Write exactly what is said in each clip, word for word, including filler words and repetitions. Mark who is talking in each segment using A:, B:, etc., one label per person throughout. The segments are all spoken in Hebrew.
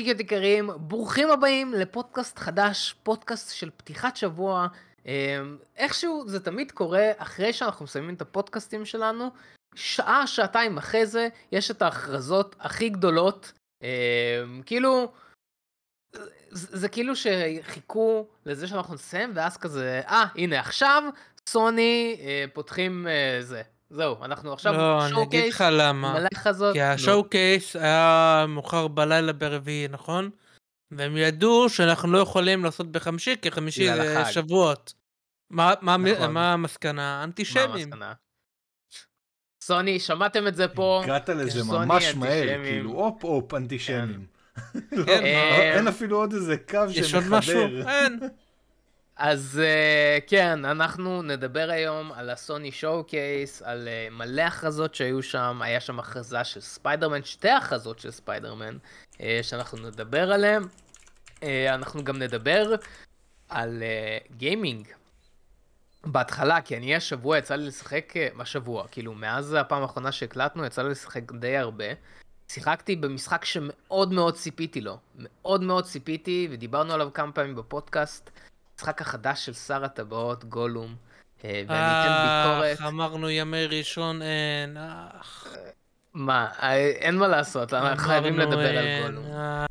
A: גיקיות יקרים, ברוכים הבאים לפודקאסט חדש, פודקאסט של פתיחת שבוע. איכשהו זה תמיד קורה אחרי שאנחנו מסיימים את הפודקאסטים שלנו, שעה, שעתיים אחרי זה, יש את ההכרזות הכי גדולות, כאילו, זה, זה כאילו שחיכו לזה שאנחנו נסיים, ואז כזה, אה, הנה עכשיו, סוני פותחים זה. זהו, אנחנו עכשיו
B: לא, אני אגיד לך למה.
A: מלא חזות.
B: כי השואו קייס היה מאוחר בלילה ברביעי, נכון? והם ידעו שאנחנו לא יכולים לעשות בחמישי, כי חמישי זה שבועות. מה, מה,
A: נכון.
B: מה המסקנה? אנטישמים.
A: מה המסקנה? סוני, שמעתם את זה פה.
C: הגעת לזה ממש מהר, כאילו אופ אופ אנטישמים. אין אפילו עוד איזה קו שמחבר.
B: יש עוד משהו? אין.
A: אז כן, אנחנו נדבר היום על הסוני שואו קייס, על מלא הכרזות שהיו שם, היה שם הכרזה של ספיידרמן, שתי הכרזות של ספיידרמן, שאנחנו נדבר עליהם. אנחנו גם נדבר על גיימינג. בהתחלה, כי אני השבוע יצא לי לשחק, השבוע, כאילו מאז הפעם האחרונה שהקלטנו יצא לי לשחק די הרבה. שיחקתי במשחק שמאוד מאוד ציפיתי לו, מאוד מאוד ציפיתי, ודיברנו עליו כמה פעמים בפודקאסט. המשחק החדש של שר הטבעות, גולום, ואני אתן ביקורת.
B: אך, אמרנו ימי ראשון אין, אך.
A: מה, אין מה לעשות, אנחנו חייבים לדבר על גולום.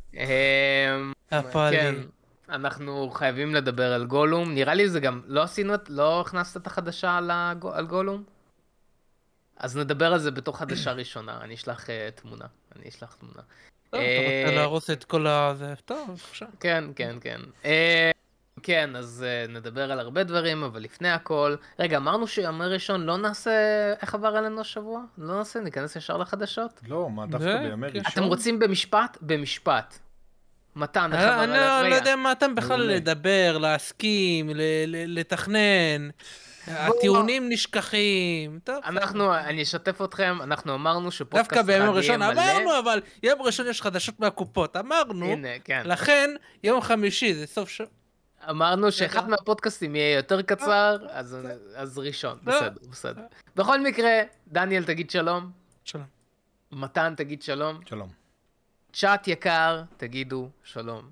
A: כן, אנחנו חייבים לדבר על גולום. נראה לי זה גם, לא עשינו, לא הכנסת את החדשה על גולום? אז נדבר על זה בתוך חדשה ראשונה, אני אשלח תמונה, אני אשלח תמונה.
B: טוב, אתה רוצה להרוס את כל הזה, טוב, עכשיו.
A: כן, כן, כן. כן, אז uh, נדבר על הרבה דברים, אבל לפני הכל, רגע, אמרנו שימי ראשון לא נעשה איך עבר עלינו השבוע? לא נעשה, ניכנס ישר לחדשות?
C: לא, מה דווקא בימי ראשון?
A: אתם רוצים במשפט? במשפט. מתן, איך עבר עלינו?
B: אני לא יודע מה אתם בכלל לדבר, להסכים, לתכנן, הטיעונים נשכחים, טוב.
A: אנחנו, אני אשתף אתכם, אנחנו אמרנו שפודקאסט
B: דווקא ביום ראשון אמרנו, אבל יום ראשון יש חדשות מהקופות, אמרנו, לכן יום חמישי זה סוף שבוע.
A: אמרנו שאחד מהפודקאסטים יהיה יותר קצר, אז ראשון, בסדר, בסדר. בכל מקרה, דניאל תגיד שלום.
B: שלום.
A: מתן תגיד שלום.
C: שלום.
A: צ'אט יקר, תגידו שלום.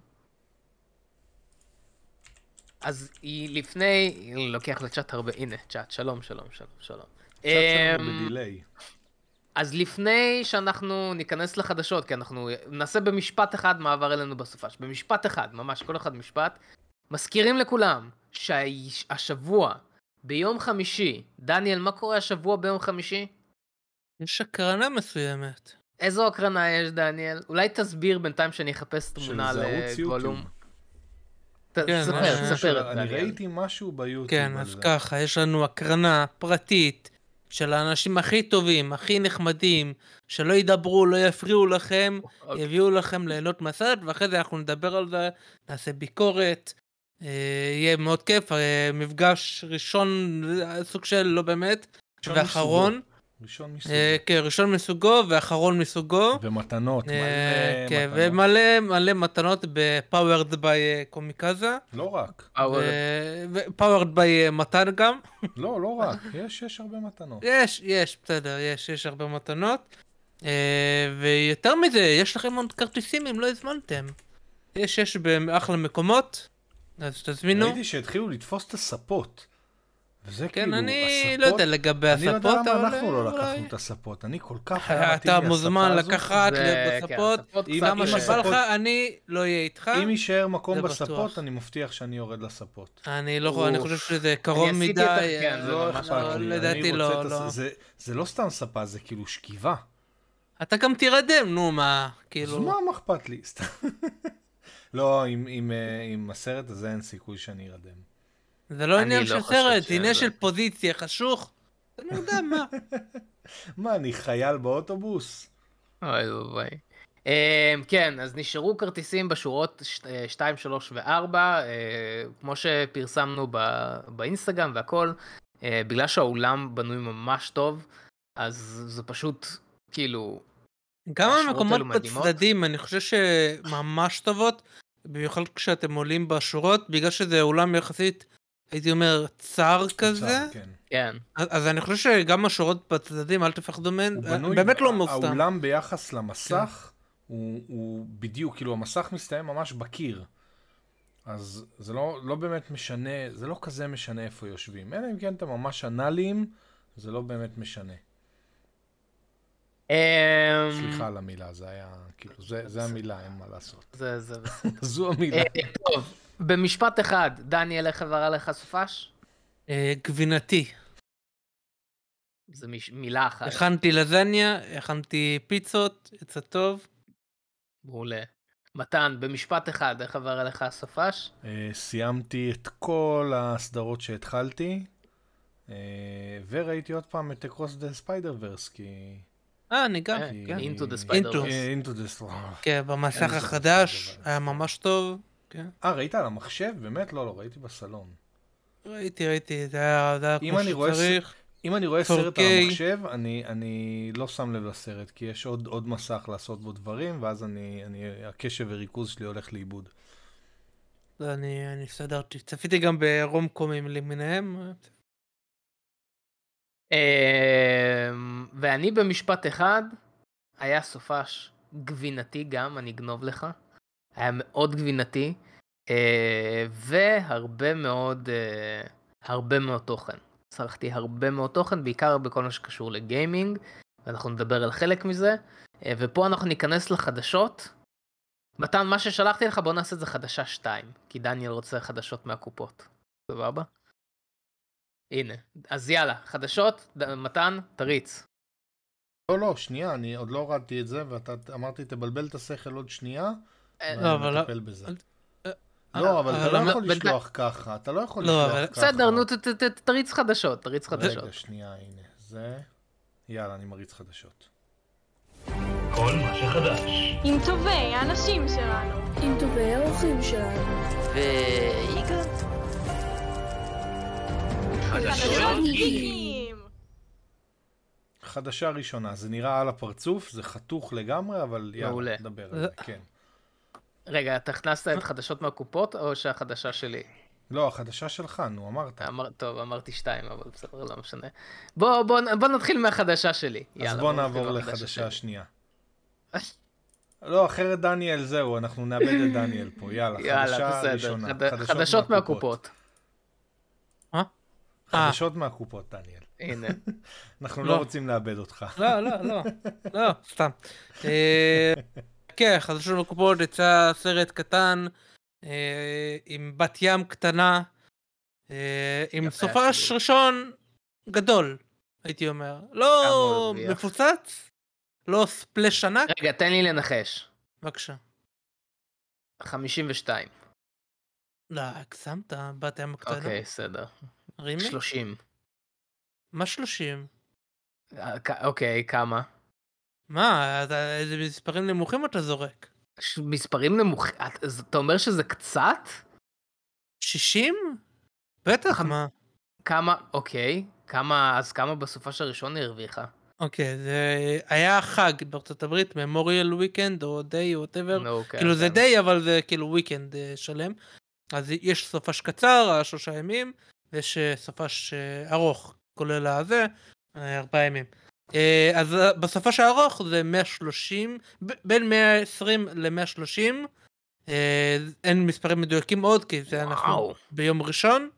A: אז היא לפני, לוקח לצ'אט הרבה, הנה, צ'אט, שלום, שלום, שלום, שלום.
C: צ'אט שלנו בדיליי.
A: אז לפני שאנחנו ניכנס לחדשות, כי אנחנו נעשה במשפט אחד מעבר אלינו בסופש, במשפט אחד, ממש כל אחד משפט, מזכירים לכולם שהשבוע, ביום חמישי, דניאל, מה קורה השבוע ביום חמישי?
B: יש הקרנה מסוימת.
A: איזו הקרנה יש, דניאל? אולי תסביר בינתיים שאני אחפש תמונה לגולום. תספר, תספר.
C: אני ראיתי משהו ביוטיוב.
B: כן, אז ככה, יש לנו הקרנה פרטית של האנשים הכי טובים, הכי נחמדים, שלא ידברו, לא יפריעו לכם, יביאו לכם ליהנות מהסרט, ואחרי זה אנחנו נדבר על זה, נעשה ביקורת. יהיה מאוד כיף, מפגש ראשון, סוג של לא באמת, ואחרון.
C: ראשון מסוגו.
B: כן, ראשון מסוגו ואחרון מסוגו.
C: ומתנות, מלא
B: מתנות. ומלא מלא מתנות ב-Powered by קומיקזה.
C: לא רק.
B: Powered by מתן גם.
C: לא, לא רק, יש, יש הרבה מתנות.
B: יש, יש, בסדר, יש, יש הרבה מתנות. ויותר מזה, יש לכם עוד כרטיסים אם לא הזמנתם. יש, יש באחלה מקומות. אז תזמינו.
C: ראיתי שהתחילו לתפוס את הספות. וזה
B: כן,
C: כאילו,
B: אני
C: הספות,
B: לא יודע לגבי הספות.
C: אני לא יודע למה אנחנו לא לקחנו את הספות. אני כל כך היה מתאים
B: אתה מוזמן לקחת בספות. למה שבא לך, אני לא אהיה איתך.
C: אם יישאר מקום בספות, אני מבטיח שאני יורד לספות.
B: אני לא, אני חושב שזה קרוב מדי.
C: לא אכפת לי.
B: לדעתי לא, לא.
C: זה לא סתם ספה, זה כאילו שכיבה.
B: אתה גם תירדם, נו מה, כאילו.
C: אז מה אכפת לי? לא, עם הסרט הזה אין סיכוי שאני ארדם.
B: זה לא עניין של סרט, זה עניין של פוזיציה, חשוך. אני יודע מה.
C: מה, אני חייל באוטובוס?
A: אוי אוי. כן, אז נשארו כרטיסים בשורות שתיים, שלוש וארבע, כמו שפרסמנו באינסטגרם והכל, בגלל שהאולם בנוי ממש טוב, אז זה פשוט כאילו...
B: גם המקומות בצדדים, אני חושב שממש טובות, במיוחד כשאתם עולים בשורות, בגלל שזה אולם יחסית... הייתי אומר צר כזה,
A: כן.
B: אז אני חושב שגם השורות בצדדים, אל תפחדו מהן, באמת לא מופתע.
C: האולם ביחס למסך הוא, הוא בדיוק, כאילו המסך מסתיים ממש בקיר. אז זה לא, לא באמת משנה, זה לא כזה משנה איפה יושבים. אלא אם כן אתם ממש אנליים, זה לא באמת משנה. סליחה על המילה, זה היה, כאילו, זה, זה המילה, אין מה לעשות.
A: זה, זה,
C: זו המילה.
A: טוב, במשפט אחד, דניאל, איך עבר עליך סופש?
B: גבינתי.
A: זה מילה אחת.
B: הכנתי לזניה, הכנתי פיצות, יצא טוב.
A: מעולה. מתן, במשפט אחד, איך עבר עליך הסופש?
C: סיימתי את כל הסדרות שהתחלתי, וראיתי עוד פעם את Across the Spider-Verse, כי...
B: אה, אני גם, כן.
A: Into the Spider-Verse.
C: Into the Spider-Verse.
B: כן, במסך החדש, היה ממש טוב.
C: אה, ראית על המחשב? באמת? לא, לא, ראיתי בסלון.
B: ראיתי, ראיתי, זה היה כמו שצריך.
C: אם אני רואה סרט על המחשב, אני לא שם לב לסרט, כי יש עוד מסך לעשות בו דברים, ואז הקשב וריכוז שלי הולך לאיבוד.
B: אני סדרתי. צפיתי גם ברום-קומים למיניהם.
A: ואני במשפט אחד, היה סופש גבינתי גם, אני אגנוב לך. היה מאוד גבינתי, והרבה מאוד, הרבה מאוד תוכן. צרכתי הרבה מאוד תוכן, בעיקר בכל מה שקשור לגיימינג, ואנחנו נדבר על חלק מזה, ופה אנחנו ניכנס לחדשות. מתן, מה ששלחתי לך, בוא נעשה את זה חדשה שתיים, כי דניאל רוצה חדשות מהקופות. סבבה? הנה, אז יאללה, חדשות, מתן, תריץ.
C: לא, לא, שנייה, אני עוד לא הורדתי את זה, ואתה אמרתי, תבלבל את השכל עוד שנייה,
B: ואני
C: נטפל בזה. לא, אבל אתה לא יכול לשלוח ככה, אתה לא יכול לשלוח ככה.
A: בסדר, נו, תריץ חדשות, תריץ חדשות.
C: רגע, שנייה, הנה, זה... יאללה, אני מריץ חדשות.
D: כל מה שחדש. עם טובי האנשים שלנו.
E: עם טובי האורחים שלנו.
D: ואיגה. חדשות גיקים.
C: חדשה ראשונה, זה נראה על הפרצוף, זה חתוך לגמרי, אבל יאללה, נדבר על זה, כן.
A: רגע, אתה הכנסת את חדשות מהקופות, או שהחדשה שלי?
C: לא, החדשה שלך, נו, אמרת.
A: אמר, טוב, אמרתי שתיים, אבל בסדר, לא משנה. בוא, בוא, בוא נתחיל מהחדשה שלי.
C: אז יאללה, בוא נעבור לחדשה השנייה. לא, אחרת דניאל, זהו, אנחנו נאבד את דניאל פה, יאללה,
A: יאללה,
C: חדשה
A: בסדר.
C: ראשונה.
A: חד... חדשות מהקופות.
B: מה?
C: חדשות מהקופות, דניאל.
A: הנה.
C: אנחנו לא רוצים לאבד אותך.
B: לא, לא, לא, לא, סתם. כן, חדשות מהקופות, יצא סרט קטן, עם בת ים קטנה, עם סופש ראשון גדול, הייתי אומר. לא מפוצץ, לא ספלש ענק.
A: רגע, תן לי לנחש.
B: בבקשה.
A: חמישים ושתיים.
B: לא, הקסמת, בת ים קטנה.
A: אוקיי, בסדר.
B: רימי?
A: שלושים.
B: מה שלושים?
A: אוקיי, כמה?
B: מה, איזה מספרים נמוכים אתה זורק?
A: מספרים נמוכים? אתה אומר שזה קצת?
B: שישים? בטח, מה?
A: כמה, אוקיי, כמה, אז כמה בסופש הראשון הרוויחה?
B: אוקיי, זה היה חג בארצות הברית, ממוריאל וויקנד או דיי או whatever, כאילו זה דיי אבל זה כאילו וויקנד שלם, אז יש סופש קצר, שלושה ימים, ויש סופש ארוך, כולל הזה, ארבעה ימים. אז בסופש הארוך זה מאה ושלושים, בין מאה ועשרים ל-מאה ושלושים, אין מספרים מדויקים עוד, כי זה אנחנו ביום ראשון,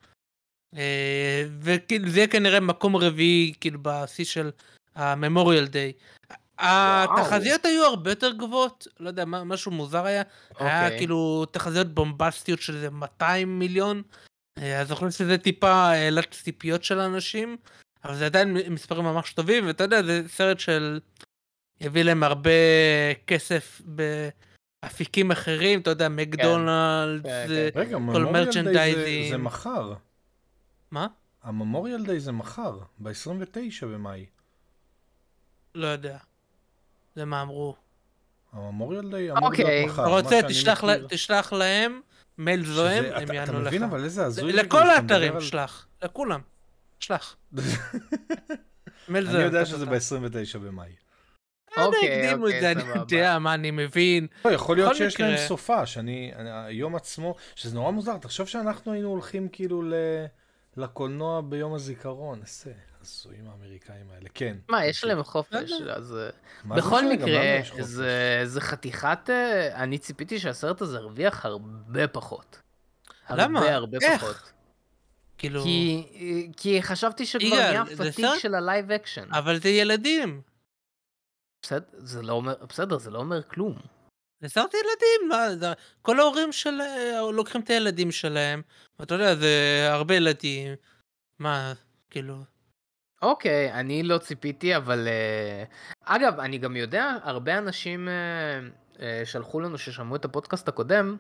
B: וזה יהיה כנראה מקום רביעי, כאילו בשיא של הממוריאל דיי. התחזיות היו הרבה יותר גבוהות, לא יודע, משהו מוזר היה, היה כאילו תחזיות בומבסטיות של זה מאתיים מיליון, אז אני חושב שזה טיפה העלת ציפיות של האנשים, אבל זה עדיין מספרים ממש טובים, ואתה יודע, זה סרט של יביא להם הרבה כסף באפיקים אחרים, אתה יודע, מקדונלדס, כל מרצ'נדייזים.
C: זה מחר.
B: מה?
C: הממוריאל דיי זה מחר, ב-עשרים ותשעה במאי.
B: לא יודע. זה מה אמרו.
C: הממוריאל דיי אמור להיות מחר.
B: אתה רוצה, תשלח להם מייל זוהם, הם יענו לך.
C: אתה מבין אבל איזה הזוי?
B: לכל האתרים, שלח. לכולם. שלח.
C: אני יודע שזה ב-עשרים ותשעה במאי.
A: אוקיי, אוקיי,
B: אני יודע מה אני מבין.
C: יכול להיות שיש להם סופה, שאני, היום עצמו, שזה נורא מוזר, תחשוב שאנחנו היינו הולכים כאילו לקולנוע ביום הזיכרון, איזה הזויים האמריקאים האלה, כן.
A: מה, יש להם חופש, אז...
C: מה זה
A: בכל
C: שגם לנו
A: מקרה,
C: יש חופש?
A: זה זה חתיכת... אה, אני ציפיתי שהסרט הזה הרוויח הרבה פחות.
B: למה?
A: הרבה הרבה
B: איך?
A: פחות.
B: כאילו...
A: כי כי חשבתי שכבר
B: יגאל,
A: נהיה
B: זה
A: פתיג
B: סרט?
A: של הלייב אקשן.
B: אבל זה ילדים.
A: בסדר, זה לא אומר, בסדר, זה לא אומר כלום.
B: זה סרט ילדים, מה, זה... כל ההורים של... לוקחים את הילדים שלהם, ואתה יודע, זה הרבה ילדים. מה, כאילו...
A: אוקיי, אני לא ציפיתי, אבל... אה, אגב, אני גם יודע, הרבה אנשים אה, אה, שלחו לנו, ששמעו את הפודקאסט הקודם,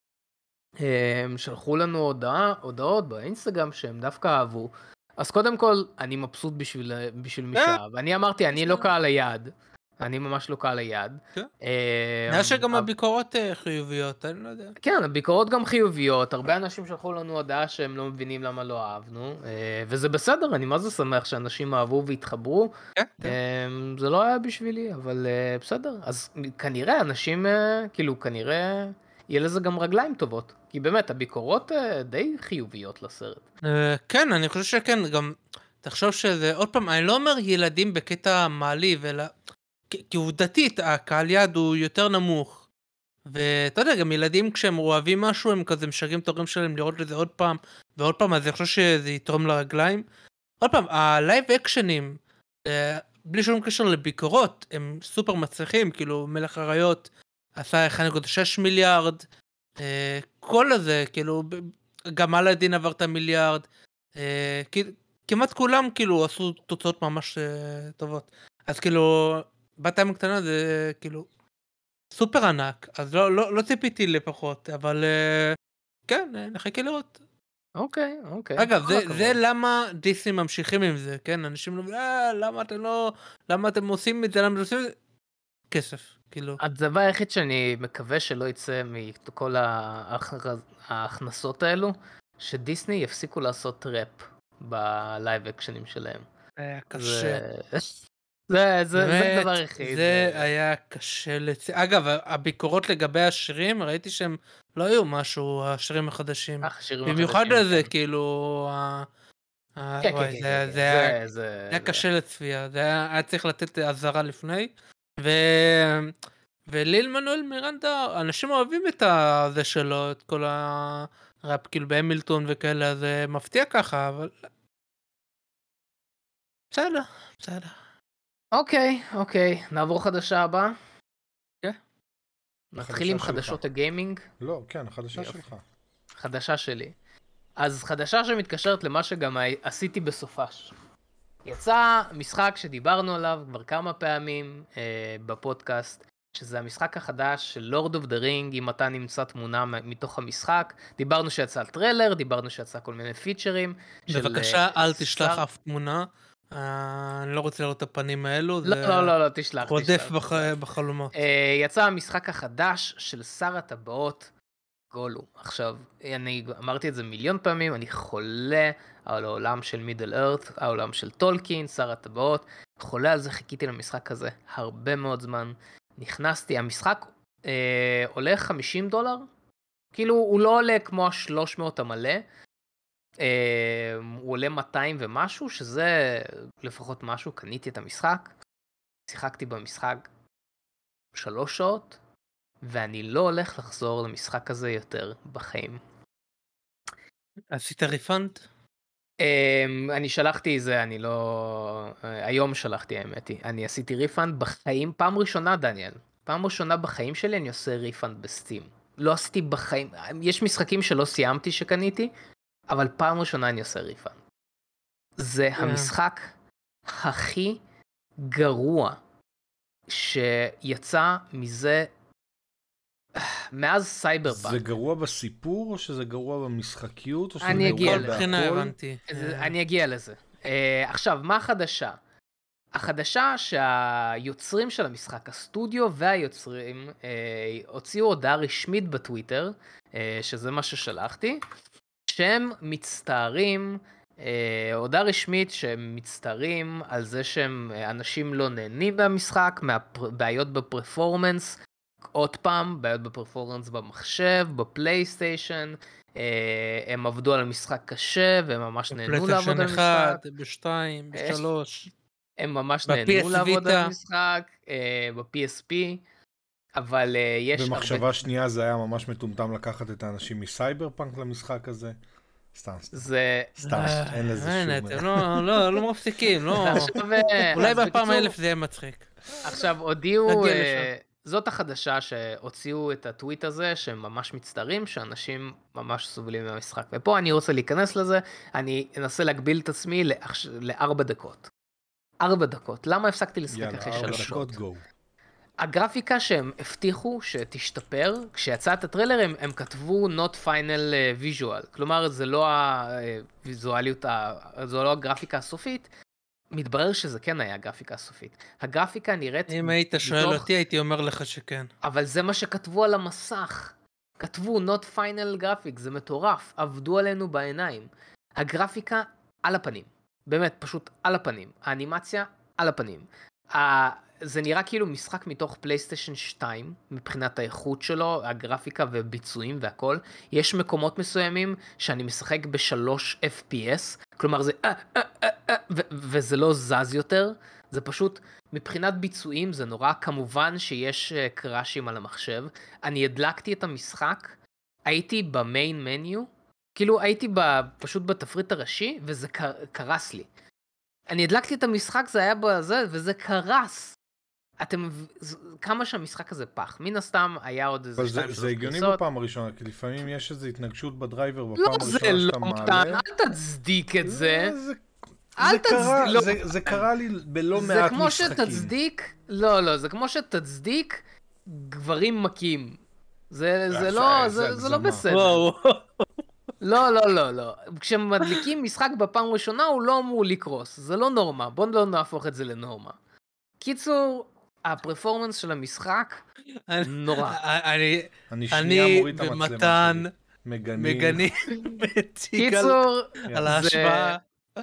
A: אה, הם שלחו לנו הודעה, הודעות באינסטגרם שהם דווקא אהבו. אז קודם כל, אני מבסוט בשביל, בשביל מי שאהב. אני אמרתי, אני לא קהל היעד. אני ממש לא קהל היעד.
B: כן.
A: אה,
B: נראה שגם
A: אבל-
B: הביקורות אה, חיוביות, אני לא יודע.
A: כן, הביקורות גם חיוביות, הרבה אנשים שלחו לנו הודעה שהם לא מבינים למה לא אהבנו, אה, וזה בסדר, אני מה זה שמח שאנשים אהבו והתחברו,
B: כן, כן.
A: אה, זה לא היה בשבילי, אבל אה, בסדר, אז כנראה אנשים, אה, כאילו כנראה יהיה לזה גם רגליים טובות, כי באמת הביקורות אה, די חיוביות לסרט.
B: אה, כן, אני חושב שכן, גם... תחשוב שזה, עוד פעם, אני לא אומר ילדים בקטע מעליב, אלא... כי כי עובדתית, הקהל יעד הוא יותר נמוך. ואתה יודע, גם ילדים כשהם אוהבים משהו, הם כזה משגעים את ההורים שלהם לראות את זה עוד פעם, ועוד פעם, אז אני חושב שזה יתרום לרגליים. עוד פעם, הלייב אקשנים, אה, בלי שום קשר לביקורות, הם סופר מצליחים, כאילו מלך אריות עשה אחד נקודה שש מיליארד, אה, כל הזה, כאילו, ב- גם אלאדין עבר את המיליארד, אה, כ- כמעט כולם כאילו עשו תוצאות ממש אה, טובות. אז כאילו, בת ים הקטנה זה כאילו סופר ענק, אז לא, לא, לא ציפיתי לפחות, אבל אה, כן, אה, נחכה לראות.
A: אוקיי, אוקיי.
B: אגב,
A: כל
B: זה,
A: הכבוד.
B: זה למה דיסני ממשיכים עם זה, כן? אנשים לא, אה, למה אתם לא, למה אתם עושים את זה, למה אתם עושים את זה? כסף, כאילו.
A: הדבר היחיד שאני מקווה שלא יצא מכל ההכ- ההכנסות האלו, שדיסני יפסיקו לעשות טראפ בלייב אקשנים שלהם.
B: היה
A: זה זה זה זה הדבר היחיד.
B: זה היה קשה לצ... אגב, הביקורות לגבי השירים, ראיתי שהם לא היו משהו, השירים החדשים.
A: אך, השירים
B: במיוחד
A: החדשים,
B: לזה,
A: כן.
B: כאילו... ה- ה-
A: כן,
B: וואי,
A: כן,
B: זה
A: כן,
B: היה-
A: כן,
B: זה היה-
A: זה- זה-
B: זה היה
A: זה-
B: קשה לצפייה, זה היה היה צריך לתת אזהרה לפני. ו... וליל מנואל מירנדה, אנשים אוהבים את הזה שלו, את כל הראפ, כאילו בהמילטון וכאלה, אז זה מפתיע ככה, אבל... בסדר, בסדר.
A: אוקיי, אוקיי, נעבור חדשה הבאה.
B: כן.
A: נתחיל עם
C: החדשה שלך.
A: חדשות הגיימינג,
C: לא, כן, החדשה
A: יופי.
C: שלך.
A: חדשה שלי. אז חדשה שמתקשרת למה שגם עשיתי בסופש. יצא משחק שדיברנו עליו כבר כמה פעמים אה, בפודקאסט, שזה המשחק החדש של לורד אוף דה רינג, אם אתה נמצא תמונה מ- מתוך המשחק. דיברנו שיצא טריילר, דיברנו שיצא כל מיני פיצ'רים. של,
B: בבקשה,
A: אה,
B: אל תשלח
A: שר-
B: אף תמונה. אה, אני לא רוצה לראות את הפנים האלו.
A: לא,
B: זה
A: לא, לא, לא, תשלח,
B: רודף
A: תשלח.
B: בח- בחלומות.
A: אה, יצא המשחק החדש של שר הטבעות, גולום. עכשיו, אני אמרתי את זה מיליון פעמים, אני חולה על העולם של מידל ארת, העולם של טולקין, שר הטבעות, חולה על זה, חיכיתי למשחק הזה הרבה מאוד זמן. נכנסתי, המשחק אה, עולה חמישים דולר, כאילו הוא לא עולה כמו ה-שלוש מאות המלא, אה, הוא עולה מאתיים ומשהו, שזה לפחות משהו, קניתי את המשחק, שיחקתי במשחק שלוש שעות, ואני לא הולך לחזור למשחק הזה יותר בחיים.
B: עשית ריפאנד?
A: Um, אני שלחתי איזה, אני לא... Uh, היום שלחתי האמת היא. אני עשיתי ריפאנד בחיים, פעם ראשונה דניאל. פעם ראשונה בחיים שלי אני עושה ריפאנד בסטים. לא עשיתי בחיים, יש משחקים שלא סיימתי שקניתי, אבל פעם ראשונה אני עושה ריפאנד. זה
B: Yeah.
A: המשחק הכי גרוע שיצא מזה מאז סייבר
C: זה
A: פאנק.
C: גרוע בסיפור, או שזה גרוע במשחקיות, או שזה
A: אני
C: גרוע
A: אגיע
C: בהכל?
A: לזה.
B: מבחינה הבנתי.
A: זה- אני אגיע לזה. Uh, עכשיו, מה החדשה? החדשה שהיוצרים של המשחק, הסטודיו והיוצרים, uh, הוציאו הודעה רשמית בטוויטר, uh, שזה מה ששלחתי, שהם מצטערים, uh, הודעה רשמית שהם מצטערים על זה שהם uh, אנשים לא נהנים מהמשחק, מהבעיות בפרפורמנס, עוד פעם, בעיות בפרפורמנס במחשב, בפלייסטיישן, הם עבדו על המשחק קשה, והם ממש נהנו לעבוד על המשחק.
B: אחד, בשתיים, בשלוש.
A: הם ממש נהנו לעבוד על המשחק, ב-פי אס פי, אבל יש הרבה...
C: במחשבה שנייה זה היה ממש מטומטם לקחת את האנשים מסייבר פאנק למשחק הזה. סתם,
A: זה...
C: סתם, אין לזה שום...
B: לא, לא, לא מפסיקים, לא. אולי בפעם האלף זה יהיה מצחיק.
A: עכשיו, הודיעו... זאת החדשה שהוציאו את הטוויט הזה, שהם ממש מצטערים, שאנשים ממש סובלים מהמשחק. ופה אני רוצה להיכנס לזה, אני אנסה להגביל את עצמי לארבע דקות. ארבע דקות. למה הפסקתי לשחק אחרי שלוש שעות? הגרפיקה שהם הבטיחו שתשתפר, כשיצא את הטריילר הם, הם כתבו not final visual. כלומר, זה לא הוויזואליות, זו לא הגרפיקה הסופית, מתברר שזה כן היה הגרפיקה הסופית. הגרפיקה נראית...
B: אם היית שואל אותי, הייתי אומר לך שכן.
A: אבל זה מה שכתבו על המסך. כתבו not final graphics, זה מטורף. עבדו עלינו בעיניים. הגרפיקה על הפנים. באמת, פשוט על הפנים. האנימציה על הפנים. זה נראה כאילו משחק מתוך פלייסטיישן שתיים, מבחינת האיכות שלו, הגרפיקה וביצועים והכל. יש מקומות מסוימים שאני משחק ב-שלוש אף פי אס, כלומר זה אה, אה, אה, אה, ו- וזה לא זז יותר, זה פשוט, מבחינת ביצועים זה נורא, כמובן שיש קראשים על המחשב. אני הדלקתי את המשחק, הייתי במיין מניו, כאילו הייתי ב- פשוט בתפריט הראשי, וזה קר- קרס לי. אני הדלקתי את המשחק, זה היה בזה, וזה קרס. אתם, כמה שהמשחק הזה פח, מן הסתם היה עוד איזה שתיים שלוש
C: זה הגיוני בפעם הראשונה, כי לפעמים יש איזו התנגשות בדרייבר בפעם
A: לא,
C: הראשונה
A: זה
C: שאתה
A: לא
C: מעלה.
A: אל תצדיק את זה.
C: זה,
A: אל
C: זה, קרה,
A: תצדיק, לא.
C: זה, זה קרה לי בלא
A: זה
C: מעט
A: כמו
C: משחקים.
A: שתצדיק, לא, לא, זה כמו שתצדיק גברים מכים. זה, זה
C: זה-
A: לא,
C: זה
A: זה, זה לא
C: הגזמה.
A: בסדר.
B: וואו.
A: לא, לא, לא, לא. כשמדליקים משחק בפעם ראשונה, הוא לא אמור לקרוס. זה לא נורמה. בואו לא נהפוך את זה לנורמה. קיצור, הפרפורמנס של המשחק, נורא.
B: אני
C: אני שנייה
B: אני
C: מוריד את המצלמה
B: ומתן
C: שלי. מגנים.
B: מגנים מציג על-
A: קיצור,
B: על
A: זה-
B: ההשוואה.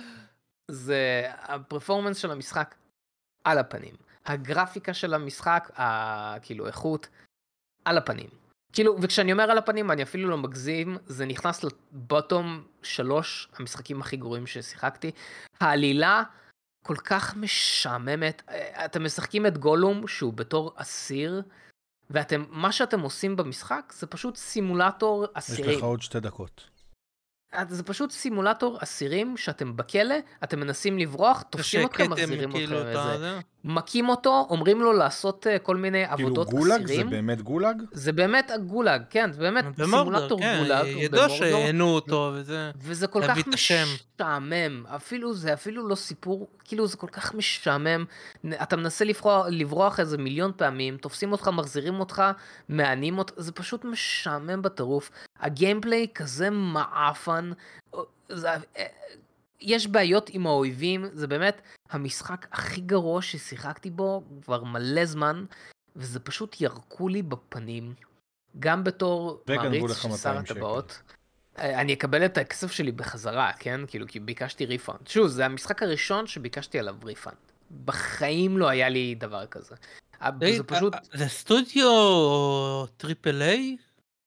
A: זה הפרפורמנס של המשחק על הפנים. הגרפיקה של המשחק, ה- כאילו איכות, על הפנים. כאילו, וכשאני אומר על הפנים, אני אפילו לא מגזים, זה נכנס לבוטום שלוש המשחקים הכי גרועים ששיחקתי. העלילה כל כך משעממת. אתם משחקים את גולום שהוא בתור אסיר, ואתם, מה שאתם עושים במשחק זה פשוט סימולטור
C: יש
A: אסירים.
C: לך עוד שתי דקות.
A: זה פשוט סימולטור אסירים שאתם בכלא, אתם מנסים לברוח, תופסים אתכם,
B: שכתם
A: מחזירים
B: כאילו
A: אתכם
B: אתה
A: לזה.
B: יודע.
A: מכים אותו, אומרים לו לעשות uh, כל מיני
C: כאילו
A: עבודות
C: גולאג? זה
A: אסירים.
C: באמת גולאג?
A: זה באמת הגולאג, כן, זה באמת
B: במורדור,
A: סימולטור
B: כן,
A: גולאג.
B: ידוע
A: במורדור.
B: שהענו אותו וזה.
A: וזה כל
B: להביא
A: כך
B: את השם.
A: משעמם, אפילו זה אפילו לא סיפור, כאילו זה כל כך משעמם, אתה מנסה לברוח, לברוח איזה מיליון פעמים, תופסים אותך, מחזירים אותך, מענים אותך, זה פשוט משעמם בטירוף, הגיימפליי כזה מעפן, זה, יש בעיות עם האויבים, זה באמת המשחק הכי גרוע ששיחקתי בו כבר מלא זמן, וזה פשוט ירקו לי בפנים, גם בתור מעריץ של שר הטבעות. אני אקבל את הכסף שלי בחזרה, כן? כאילו, כי ביקשתי ריפאנד. שוב, זה המשחק הראשון שביקשתי עליו ריפאנד. בחיים לא היה לי דבר כזה. זה פשוט...
B: זה סטודיו טריפל איי?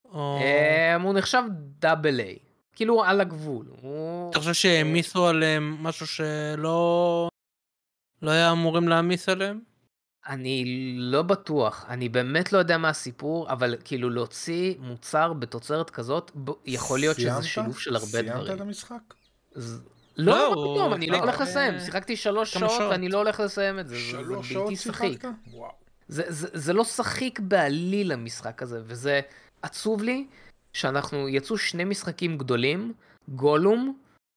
A: הוא נחשב דאבל איי. כאילו, על הגבול.
B: אתה חושב שהעמיסו עליהם משהו שלא... לא היה אמורים להעמיס עליהם?
A: אני לא בטוח, אני באמת לא יודע מה הסיפור, אבל כאילו להוציא מוצר בתוצרת כזאת, יכול להיות שזה שילוב של הרבה דברים.
C: סיימת את המשחק?
A: לא, מה פתאום, אני לא הולך לסיים, שיחקתי שלוש שעות ואני לא הולך לסיים את זה, זה בלתי שחיק. זה לא שחיק בעליל המשחק הזה, וזה עצוב לי שאנחנו יצאו שני משחקים גדולים, גולום,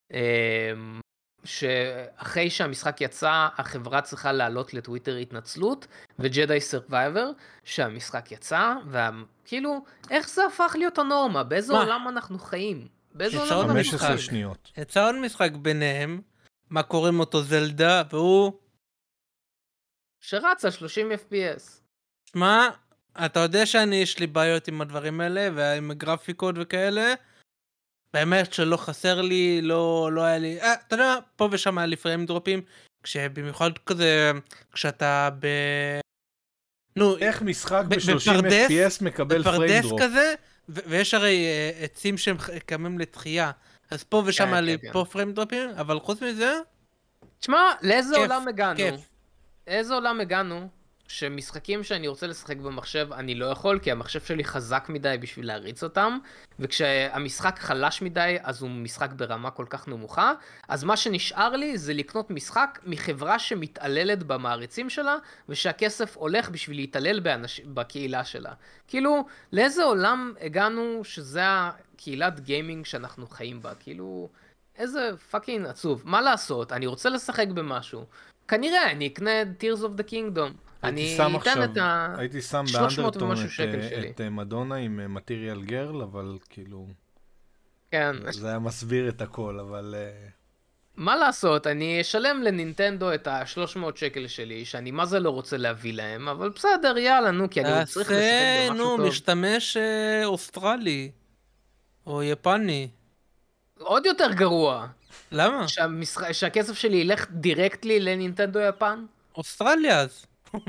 A: שאחרי שהמשחק יצא, החברה צריכה לעלות לטוויטר התנצלות, וג'די סרווייבר, שהמשחק יצא, וכאילו, איך זה הפך להיות הנורמה? באיזה עולם אנחנו חיים? באיזה עולם אנחנו חיים?
C: חמש עשרה שניות.
B: יצא עוד משחק ביניהם, מה קוראים אותו זלדה, והוא...
A: שרץ על שלושים אף פי אס.
B: שמע, אתה יודע שאני יש לי בעיות עם הדברים האלה, ועם גרפיקות וכאלה, באמת שלא חסר לי, לא, לא היה לי, אה, אתה יודע, פה ושם היה לי פריים דרופים, כשבמיוחד כזה, כשאתה ב... נו,
C: איך משחק
B: ב-
C: ב-שלושים
B: בפרדס-
C: אף פי אס מקבל פריים
B: בפרדס
C: דרופ?
B: כזה, ו- ויש הרי אה, עצים שהם ח- קמים לתחייה, אז פה ושם
A: כן,
B: עלי
A: כן,
B: פה פריים דרופים, אבל חוץ מזה,
A: תשמע, לאיזה
B: כיף,
A: עולם הגענו?
B: כיף.
A: איזה עולם הגענו שמשחקים שאני רוצה לשחק במחשב אני לא יכול, כי המחשב שלי חזק מדי בשביל להריץ אותם, וכשהמשחק חלש מדי אז הוא משחק ברמה כל כך נמוכה, אז מה שנשאר לי זה לקנות משחק מחברה שמתעללת במעריצים שלה, ושהכסף הולך בשביל להתעלל באנש... בקהילה שלה. כאילו, לאיזה עולם הגענו שזה הקהילת גיימינג שאנחנו חיים בה? כאילו, איזה פאקינג עצוב. מה לעשות? אני רוצה לשחק במשהו. כנראה אני אקנה Tears of the Kingdom. אני
C: שם
A: אתן
C: עכשיו-
A: את ה...
C: הייתי שם
A: שלוש מאות
C: באנדרטון
A: ומשהו
C: את,
A: שקל
C: אה,
A: שלי.
C: את אה, מדונה עם מטריאל גרל, אבל כאילו,
A: כן.
C: זה היה מסביר את הכל, אבל... אה,
A: מה לעשות, אני אשלם לנינטנדו את ה-שלוש מאות שקל שלי, שאני מה זה לא רוצה להביא להם, אבל בסדר, יאללה, נו, כי אני צריך לשחק
B: תעשה,
A: במשהו
B: נו,
A: טוב.
B: משתמש אה, אוסטרלי, או יפני.
A: עוד יותר גרוע,
B: למה?
A: שהמשח... שהכסף שלי ילך דירקטלי לנינטנדו יפן.
B: אוסטרליה אז.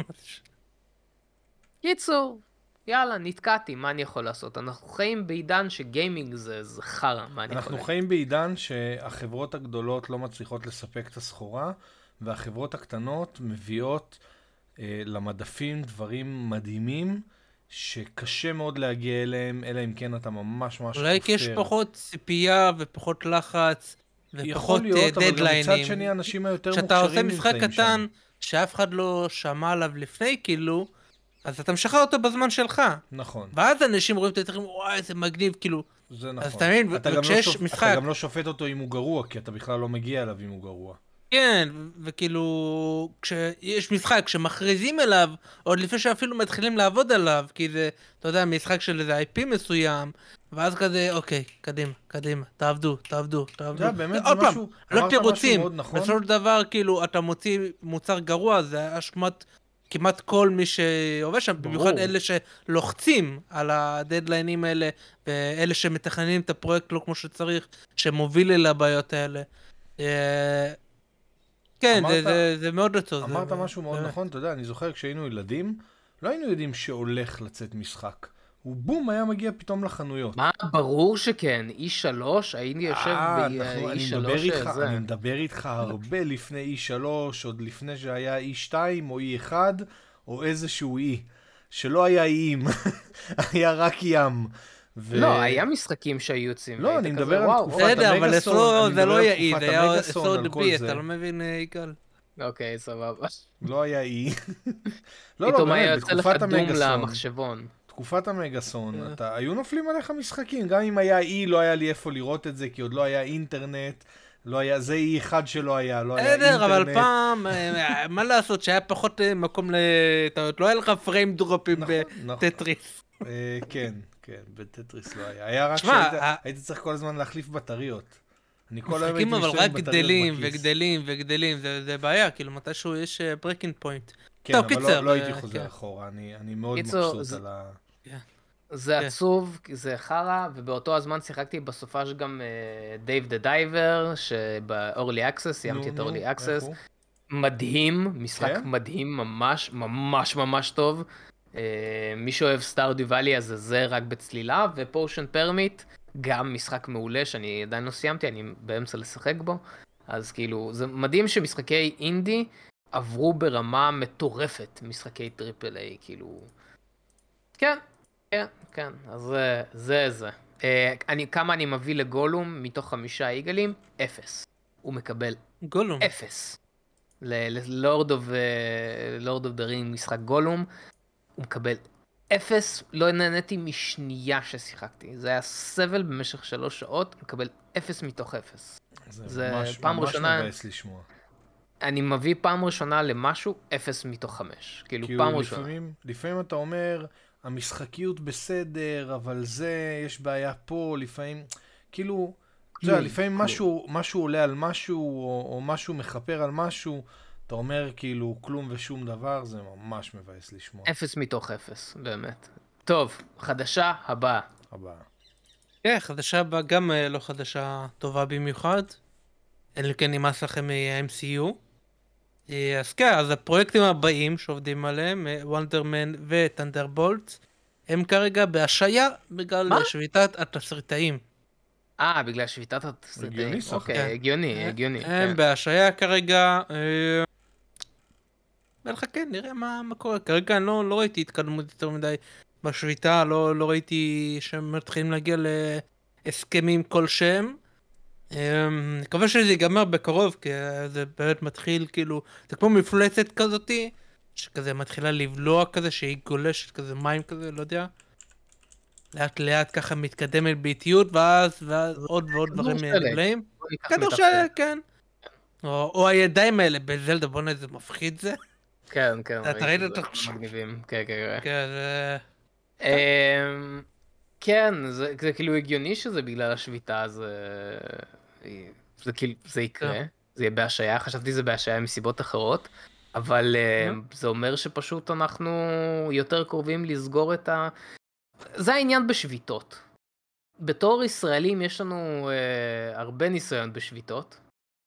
A: קיצור, יאללה, נתקעתי, מה אני יכול לעשות? אנחנו חיים בעידן שגיימינג זה, זה חרא, מה אני יכול
C: אנחנו
A: לעשות?
C: חיים בעידן שהחברות הגדולות לא מצליחות לספק את הסחורה, והחברות הקטנות מביאות אה, למדפים דברים מדהימים, שקשה מאוד להגיע אליהם, אלא אם כן אתה ממש ממש
B: אולי כי יש פחות ציפייה ופחות לחץ, ופחות
C: יכול להיות, אבל גם
B: דדליינים.
C: מצד שני האנשים היותר
B: כשאתה
C: מוכשרים
B: עושה משחק
C: נמצאים
B: קטן,
C: שם.
B: שאף אחד לא שמע עליו לפני, כאילו, אז אתה משחרר אותו בזמן שלך.
C: נכון,
B: ואז אנשים רואים את היתרים, וואי, זה מגניב, כאילו,
C: זה נכון.
B: אתה מבין,
C: אתה גם לא
B: וכשיש
C: שופ-
B: משחק-
C: אתה גם לא שופט אותו אם הוא גרוע, כי אתה בכלל לא מגיע אליו אם הוא גרוע.
B: כן, ו- וכאילו, כשיש משחק שמכריזים אליו, עוד לפני שאפילו מתחילים לעבוד עליו, כי זה, אתה יודע, משחק של איזה איי פי מסוים, ואז כזה, אוקיי, קדימה, קדימה, תעבדו, תעבדו, תעבדו.
C: יודע, באמת זה
B: עוד פעם,
C: משהו-
B: לא
C: אמרת משהו
B: תירוצים,
C: מאוד נכון.
B: בסופו של דבר, כאילו, אתה מוציא מוצר גרוע, זה אשמת כמעט כל מי שעובד שם,
C: ברור.
B: במיוחד אלה שלוחצים על הדדליינים האלה, ואלה שמתכננים את הפרויקט לא כמו שצריך, שמוביל אל הבעיות האלה. אה, כן,
C: אמרת-
B: זה, זה, זה מאוד עצוב.
C: אמרת
B: זה,
C: משהו מאוד
B: באמת.
C: נכון, אתה יודע, אני זוכר כשהיינו ילדים, לא היינו יודעים שהולך לצאת משחק. הוא בום היה מגיע פתאום לחנויות.
A: מה, ברור שכן, אי שלוש, הייתי יושב
C: אה, אנחנו-
A: באי
C: אני
A: שלוש
C: מדבר איתך-
A: זה.
C: אני מדבר איתך הרבה לפני אי שלוש, עוד לפני שהיה אי שתיים או אי אחד, או איזשהו אי. שלא היה איים, היה רק ים. ו-
A: לא, היה משחקים שהיו יוצאים.
C: לא,
A: והיית
C: אני
A: כזה,
C: מדבר על
A: וואו,
C: תקופת
A: וואו.
B: בסדר, אבל
C: המגאסון,
B: אסור,
C: אני
B: זה
C: מדבר
B: לא
C: על
B: יעיל,
C: תקופת
B: זה היה
C: המגאסון,
B: אסור
C: על כל
B: בי,
C: זה.
B: אתה לא מבין, יגאל?
A: אוקיי, סבבה.
C: לא היה אי. לא, לא,
A: פתאום היה
C: באמת,
A: יוצא לך
C: בתקופת
A: דום
C: המגאסון.
A: למחשבון.
C: תקופת המגאסון,
B: כן.
C: אתה, היו נופלים עליך משחקים, גם אם היה אי, לא היה לי איפה לראות את זה, כי עוד לא היה אינטרנט, לא היה, זה אי אחד שלא היה, לא היה אינטרנט.
B: בסדר, אבל פעם, אה, מה לעשות, שהיה פחות אה, מקום ל... אתה יודע, לא היה לך פריים דרופים
C: נכון, נכון.
B: בטטריס.
C: אה, כן, כן, בטטריס לא היה. היה רק
B: שמע,
C: שהיית
B: ה-
C: היית צריך כל הזמן להחליף בטריות. אני כל היום
B: משחקים
C: הייתי
B: אבל
C: מסתובב
B: רק
C: עם בטריות
B: גדלים
C: בכיס.
B: וגדלים וגדלים, זה זה בעיה, כאילו מתישהו יש ברקינג פוינט.
C: כן,
B: טוב,
C: אבל
B: קיצר,
C: לא- לא הייתי
B: אה,
C: חוזר
B: כן.
C: אחורה, אני אני מאוד
A: קיצור,
C: מבסוט
A: זה-
C: על ה...
A: זה
B: כן.
A: עצוב, כי זה חרא, ובאותו הזמן שיחקתי בסופש גם דייב דה דייבר, שב-Early Access, סיימתי את
C: נו, נו,
A: Early
C: איך
A: Access.
C: הוא?
A: מדהים, משחק
C: כן?
A: מדהים, ממש ממש ממש טוב. אה, מי שאוהב סטארדיו ואלי אז זה רק בצלילה, ופושן פרמיט, גם משחק מעולה שאני עדיין לא סיימתי, אני באמצע לשחק בו. אז כאילו, זה מדהים שמשחקי אינדי עברו ברמה מטורפת, משחקי טריפל איי, כאילו... כן, כן, כן, אז זה זה. זה. אה, אני, כמה אני מביא לגולום מתוך חמישה איגלים? אפס. הוא מקבל
B: גולום.
A: אפס. ללורד אוף לורד אוף דה רינג משחק גולום, הוא מקבל אפס, לא נהניתי משנייה ששיחקתי. זה היה סבל במשך שלוש שעות, הוא מקבל אפס מתוך אפס. זה
C: ממש-
A: פעם
C: ממש
A: ראשונה-
C: מבאס לשמוע.
A: אני מביא פעם ראשונה למשהו, אפס מתוך חמש. כאילו
C: כאילו
A: פעם ראשונה.
C: לפעמים, לפעמים אתה אומר, המשחקיות בסדר, אבל זה, יש בעיה פה, לפעמים, כאילו, אתה יודע,
A: כלום,
C: לפעמים
A: כלום.
C: משהו, משהו עולה על משהו, או, או משהו מכפר על משהו, אתה אומר כאילו כלום ושום דבר, זה ממש מבאס לשמוע.
A: אפס מתוך אפס, באמת. טוב, חדשה הבאה.
C: הבאה.
B: כן, חדשה הבאה גם אה, לא חדשה טובה במיוחד. אלא כן נמאס לכם מה-אם סי יו. אז כן, אז הפרויקטים הבאים שעובדים עליהם, וונדרמן וטנדרבולט, הם כרגע בהשעיה בגלל
A: מה?
B: שביתת התסריטאים.
A: אה, בגלל שביתת התסריטאים.
C: הגיוני סך
A: אוקיי,
B: הכל.
A: הגיוני, הגיוני.
B: הם
A: כן.
B: בהשעיה כרגע, אה, ולחכה, נראה מה מה קורה. כרגע אני לא לא ראיתי התקדמות יותר מדי בשביתה, לא לא ראיתי שהם מתחילים להגיע להסכמים כלשהם. אה, מקווה שזה ייגמר בקרוב, כי זה באמת מתחיל כאילו, זה כמו מפלצת כזאתי, שכזה מתחילה לבלוע כזה, שהיא גולשת כזה מים כזה, לא יודע. לאט לאט ככה מתקדמת באיטיות, ואז ואז עוד ועוד
A: כדור
B: דברים
A: שלג.
B: נבלעים.
A: בוא ניקח
B: כדור
A: מתחת.
B: שלג, כן. או או הידיים האלה בזלדה, בוא'נה איזה מפחיד זה.
A: כן, כן.
B: אתה ראית
A: זה
B: אותו?
A: מגניבים. כן, כן, כן.
B: כן, זה...
A: אמ, כן, זה זה כאילו הגיוני שזה בגלל השביתה, זה זה כאילו, זה יקרה.
B: כן.
A: זה יהיה בהשעיה, חשבתי זה בהשעיה מסיבות אחרות, אבל אמ, זה אומר שפשוט אנחנו יותר קרובים לסגור את ה... זה העניין בשביתות. בתור ישראלים יש לנו אה, הרבה ניסיון בשביתות,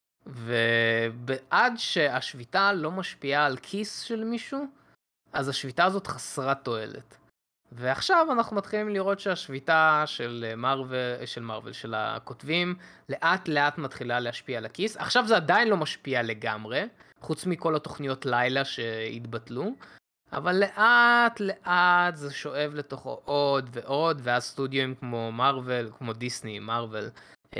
A: ועד שהשביתה לא משפיעה על כיס של מישהו, אז השביתה הזאת חסרת תועלת. ועכשיו אנחנו מתחילים לראות שהשביתה של מרוול, של מרוול, של הכותבים, לאט לאט מתחילה להשפיע על הכיס. עכשיו זה עדיין לא משפיע לגמרי, חוץ מכל התוכניות לילה שהתבטלו, אבל לאט לאט זה שואב לתוכו עוד ועוד, ואז סטודיו כמו מרוול, כמו דיסני, מרוול,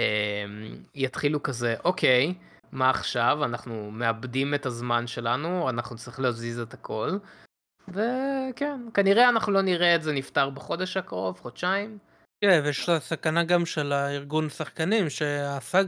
A: יתחילו כזה, אוקיי, מה עכשיו? אנחנו מאבדים את הזמן שלנו, אנחנו צריכים להזיז את הכל. וכן, כנראה אנחנו לא נראה את זה נפטר בחודש הקרוב, חודשיים.
B: כן, ויש לה סכנה גם של הארגון שחקנים, שהסאג,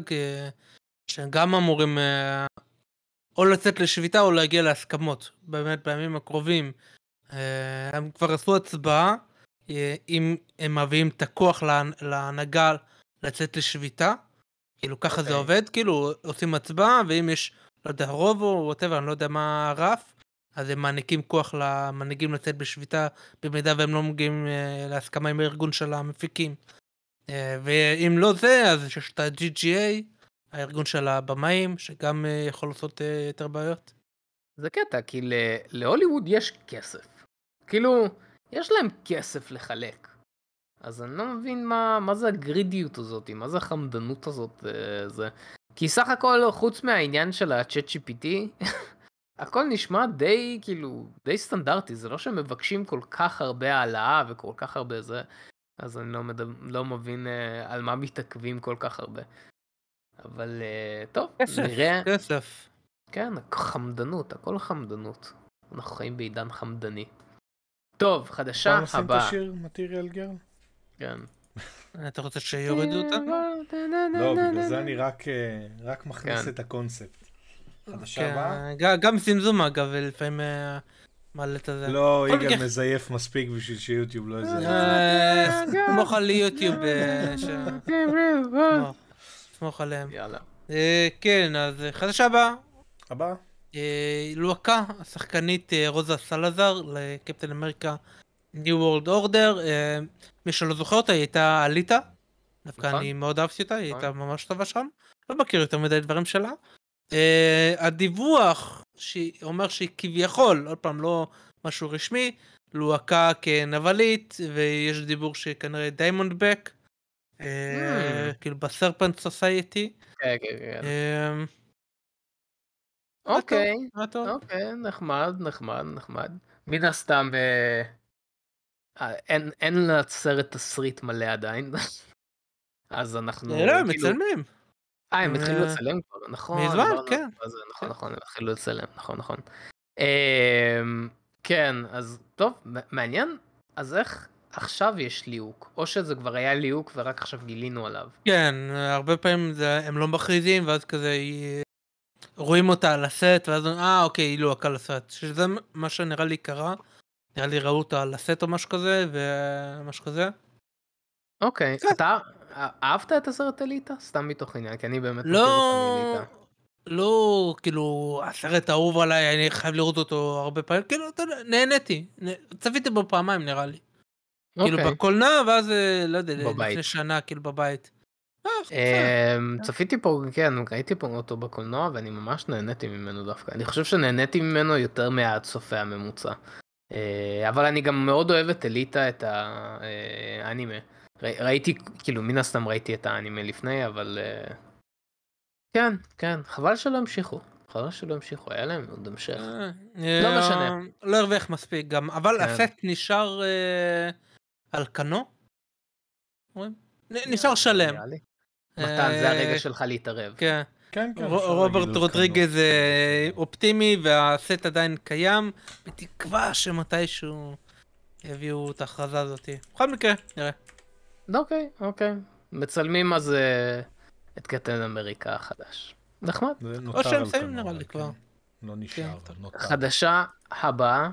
B: שגם אמורים אה, או לצאת לשביתה או להגיע להסכמות, באמת בימים הקרובים. אה, הם כבר עשו הצבעה, אה, אם הם מביאים את הכוח להנ- להנהגה לצאת לשביתה, כאילו ככה זה
A: אוקיי.
B: עובד, כאילו עושים הצבעה, ואם יש, לא יודע, רוב או whatever, אני לא יודע מה הרף, אז הם מעניקים כוח למנהיגים לצאת בשביתה, במידה והם לא מגיעים אה, להסכמה עם הארגון של המפיקים. אה, ואם לא זה, אז יש את ה-ג'י ג'י איי, הארגון של הבמאים, שגם אה, יכול לעשות אה, יותר בעיות.
A: זה קטע, כי ל- להוליווד יש כסף. כאילו, יש להם כסף לחלק. אז אני לא מבין מה, מה זה הגרידיות הזאת, מה זה החמדנות הזאת. אה, זה... כי סך הכל, חוץ מהעניין של ה-צ'אט ג'י פי טי, הכל נשמע די, כאילו, די סטנדרטי. זה לא שהם מבקשים כל כך הרבה העלאה וכל כך הרבה זה. אז אני לא, מדבר, לא מבין אה, על מה מתעכבים כל כך הרבה. אבל אה, טוב,
B: כסף,
A: נראה.
B: כסף.
A: כן, חמדנות, הכל חמדנות. אנחנו חיים בעידן חמדני. טוב, חדשה
C: אפשר לשים את
A: הבאה.
C: השיר מטיריאל גרל?
A: כן.
B: אתה רוצה שיורידו אותה?
C: לא, בגלל זה אני רק, אה, רק מכניס
A: כן.
C: את הקונספט. חדשה
B: כן,
C: הבאה?
B: ג- גם זמזום אגב, לפעמים אה, מעלה את הזה.
C: לא,
B: בכל
C: יגאל
B: מקרה-
C: מזייף מספיק בשביל שיוטיוב לא יזייף.
B: אה, סמוך על יוטיוב. אה, ש- סמוך- סמוך עליהם.
A: יאללה.
B: אה, כן, אז אה, חדשה הבאה.
C: הבא?
B: אה, לואקה, השחקנית אה, רוזה סלזר לקפטן אמריקה ניו וורלד אורדר. אה, מי שלא זוכר אותה, היא הייתה אליטה. דווקא
A: נכון.
B: אני מאוד אהבתי אותה, היא
A: נכון.
B: הייתה ממש טובה שם. לא מכיר יותר מדי דברים שלה. אה, הדיווח שאומר שהיא כביכול, עוד פעם לא משהו רשמי, לואקה כנבלית, ויש דיבור שכנראה דיימונד בק, אה, כאילו בסרפנט סוסייטי.
A: כן, כן, כן.
B: אה,
A: אוקיי,
B: מה טוב?
A: אוקיי, נחמד, נחמד, נחמד. מן הסתם, אה, אה, אין- אין לסרט תסריט מלא עדיין. אז אנחנו...
B: אה, לא, הם
A: כאילו-
B: מצלמים.
A: אה, הם התחילו
B: אה,
A: לצלם כבר, נכון.
B: מזמן,
A: דיברנו על
B: כן.
A: זה, נכון,
B: כן.
A: נכון, הם התחילו לצלם, נכון, נכון. אמ, כן, אז טוב, מ- מעניין, אז איך עכשיו יש ליהוק? או שזה כבר היה ליהוק ורק עכשיו גילינו עליו?
B: כן, הרבה פעמים זה, הם לא מכריזים, ואז כזה היא- רואים אותה על הסט, ואז אומרים, אה, אוקיי, היא לואקה על הסט. שזה מה שנראה לי קרה. נראה לי ראו אותה על הסט או משהו כזה, ומשהו כזה.
A: אוקיי,
B: כן.
A: אתה אה- אהבת את הסרט אליטה? סתם מתוך עניין, כי אני באמת מכיר
B: לא,
A: אותה מאליטה.
B: לא, כאילו, הסרט האהוב עליי, אני חייב לראות אותו הרבה פעמים, כאילו, אתה יודע, נהניתי, נה- צפיתי בו פעמיים נראה לי. כאילו
A: אוקיי,
B: בקולנוע, ואז, אה, לא יודע,
A: בבית.
B: לפני שנה, כאילו בבית.
A: צפיתי פה, כן, ראיתי פה אותו בקולנוע, ואני ממש נהניתי ממנו דווקא. אני חושב שנהניתי ממנו יותר מהצופה הממוצע. אבל אני גם מאוד אוהב את אליטה, את האנימה. ראיתי, כאילו, מן הסתם ראיתי את האנימה לפני, אבל... כן, כן, חבל שלא המשיכו. חבל שלא המשיכו, היה להם עוד המשך. לא משנה.
B: לא הרוויח מספיק גם, אבל הסט נשאר על כנו. נשאר שלם.
A: מתן, זה הרגע שלך להתערב.
B: כן. רוברט רודריגז אופטימי, והסט עדיין קיים, בתקווה שמתישהו יביאו את ההכרזה הזאת. בכל מקרה, נראה.
A: אוקיי, אוקיי. מצלמים אז את קפטן אמריקה החדש. נחמד.
B: או שהם שמים נראה לי כבר.
C: לא נשאר, נותר.
A: חדשה הבאה.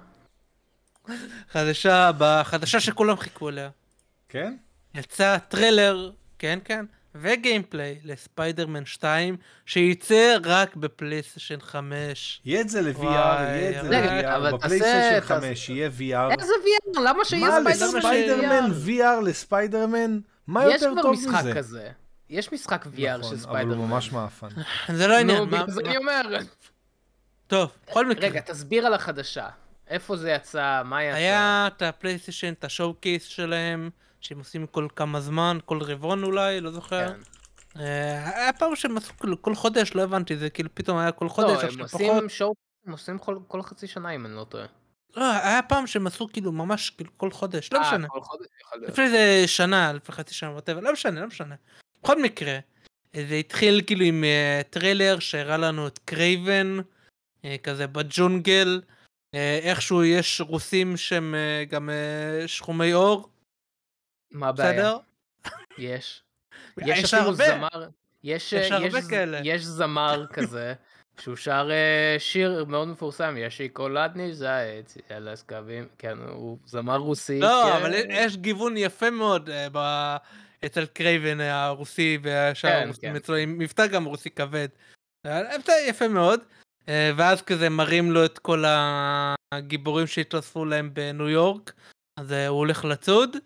B: חדשה הבאה, חדשה שכולם חיכו אליה.
C: כן?
B: יצא טריילר, כן כן, וגיימפליי לספיידרמן שתיים, שייצא רק בפלייסטיישן חמש.
C: יהיה את זה ל-וי אר, יהיה את זה ל-וי אר, בפלייסטיישן חמש יהיה וי אר.
A: איזה וי אר? למה שיהיה ספיידרמן?
C: מה לספיידרמן וי אר לספיידרמן? מה יותר טוב מזה?
A: יש כבר משחק כזה. יש משחק וי אר של ספיידרמן.
C: אבל הוא ממש מאפן.
B: זה לא עניין.
A: נו, בגלל זה אני אומר.
B: טוב, בכל מקרה.
A: רגע, תסביר על החדשה. איפה זה יצא? מה יצא?
B: היה את הפלייסטיישן, את השואו קייס שלהם, שהם עושים כל כמה זמן, כל רבעון אולי, לא זוכר. היה פעם שהם עשו כל חודש, לא הבנתי, זה כאילו פתאום היה כל חודש,
A: לא, הם עושים שואו, הם עושים כל חצי שנה אם אני לא טועה.
B: לא, היה פעם שהם עשו כאילו ממש כל חודש, לא משנה.
A: אה, כל חודש יכול להיות.
B: לפני איזה שנה, לפני חצי שנה, לא משנה, לא משנה. בכל מקרה, זה התחיל כאילו עם טריילר שהראה לנו את קרייבן, כזה בג'ונגל, איכשהו יש רוסים שהם גם שחומי אור.
A: מה הבעיה? יש. יש אפילו זמר, יש זמר כזה, שהוא שר שיר מאוד מפורסם, יש שוקולד זית, אלס קווים, כן, הוא זמר רוסי.
B: לא, אבל יש גיוון יפה מאוד אצל קרייבן הרוסי, והשאר הרוסים אצלו, עם מבטא גם רוסי כבד. יפה מאוד. ואז כזה מראים לו את כל הגיבורים שהתרספו להם בניו יורק, אז הוא הולך לצוד,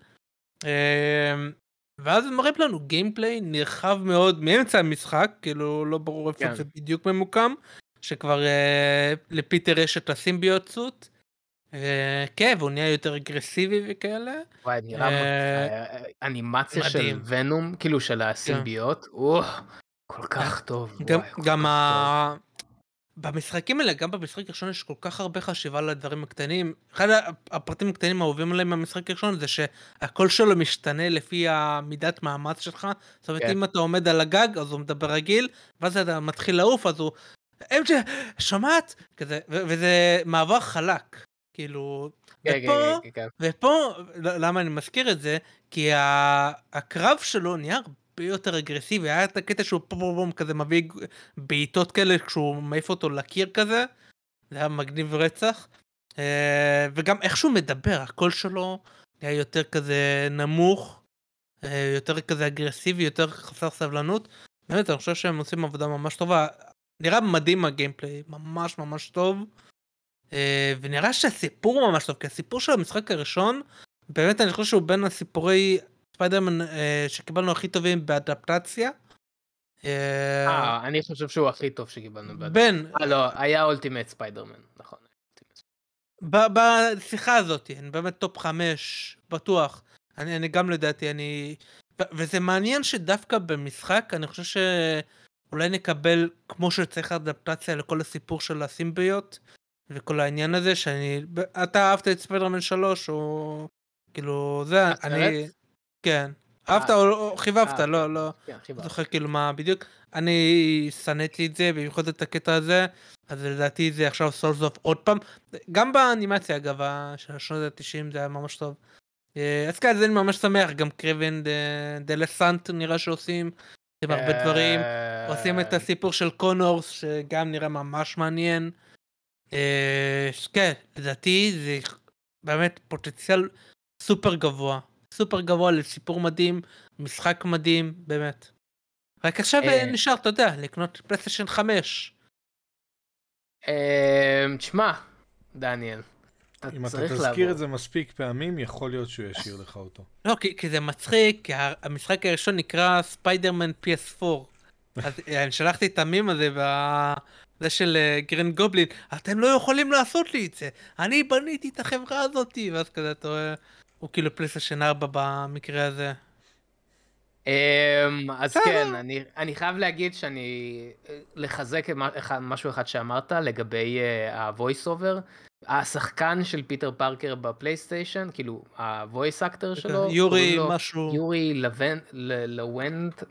B: ואז מראים לנו גיימפליי נרחב מאוד מאמצע המשחק, כאילו לא ברור איפה זה בדיוק ממוקם, שכבר לפיטר יש את הסימביוטסות, כן, והוא נהיה יותר אגרסיבי וכאלה.
A: וואי, נראה אנימציה של ונום, כאילו של הסימביוט, כל כך טוב.
B: גם ה... במשחקים האלה, גם במשחק הראשון יש כל כך הרבה חשיבה לדברים הקטנים. אחד הפרטים הקטנים האהובים עליהם במשחק הראשון זה שהכל שלו משתנה לפי המידת מאמץ שלך. זאת אומרת, אם אתה עומד על הגג, אז הוא מדבר רגיל, ואז אתה מתחיל לעוף, אז הוא... אם ששומעת? כזה, וזה מעבר חלק. כאילו... ופה, ופה, למה אני מזכיר את זה? כי הקרב שלו נהיה יותר אגרסיבי, היה את הקטע שהוא פום פום פום כזה מביא בעיטות כאלה כשהוא מעיף אותו לקיר כזה, זה היה מגניב רצח, וגם איך שהוא מדבר, הקול שלו היה יותר כזה נמוך, יותר כזה אגרסיבי, יותר חסר סבלנות, באמת אני חושב שהם עושים עבודה ממש טובה, נראה מדהים הגיימפליי, ממש ממש טוב, ונראה שהסיפור ממש טוב, כי הסיפור של המשחק הראשון, באמת אני חושב שהוא בין הסיפורי ספיידרמן שקיבלנו הכי טובים באדפטציה.
A: אה, אני חושב שהוא הכי טוב שקיבלנו באדפטציה.
B: בין...
A: אה, לא, היה אולטימט ספיידרמן, נכון.
B: בשיחה הזאת, אני באמת טופ חמש, בטוח. אני גם לדעתי, אני... וזה מעניין שדווקא במשחק, אני חושב שאולי נקבל, כמו שצריך אדפטציה לכל הסיפור של הסימביות, וכל העניין הזה, שאני... אתה אהבת את ספיידרמן שלוש, או... כאילו, זה... אני... כן. אהבת או חיבבת, לא, לא. זוכר כאילו מה בדיוק. אני סניתי את זה, במיוחד את הקטע הזה, אז לדעתי זה עכשיו סולס אוף עוד פעם. גם באנימציה, אגב, של שנות ה-תשעים זה היה ממש טוב. אז כאן זה אני ממש שמח, גם קרבן דלסנט נראה שעושים, עם הרבה דברים. עושים את הסיפור של קונורס, שגם נראה ממש מעניין. כן, לדעתי זה באמת פוטנציאל סופר גבוה. סופר גבוה לסיפור מדהים, משחק מדהים, באמת. רק עכשיו נשאר, אתה יודע, לקנות פלייסטיישן חמש.
A: תשמע, דניאל, אתה
C: אם אתה
A: צריך
C: תזכיר
A: לעבור.
C: את זה מספיק פעמים, יכול להיות שהוא ישאיר לך אותו.
B: לא, כי, כי זה מצחיק, כי ה- המשחק הראשון נקרא ספיידרמן פי אס פור. אז אני שלחתי את המים הזה, וה... זה של גרין גובלין, אתם לא יכולים לעשות לי את זה, אני בניתי את החברה הזאת, ואז כזה אתה רואה, הוא כאילו פלייסטיישן ארבע במקרה הזה.
A: אמ, אז
B: בסדר.
A: כן, אני, אני חייב להגיד שאני, לחזק את מה- אחד- משהו אחד שאמרת לגבי ה-voice over, השחקן של פיטר פארקר בפלייסטיישן, כאילו ה-voice actor שלו,
B: יורי
A: קוראים לו
B: משהו,
A: יורי לוון, ל- לוונט,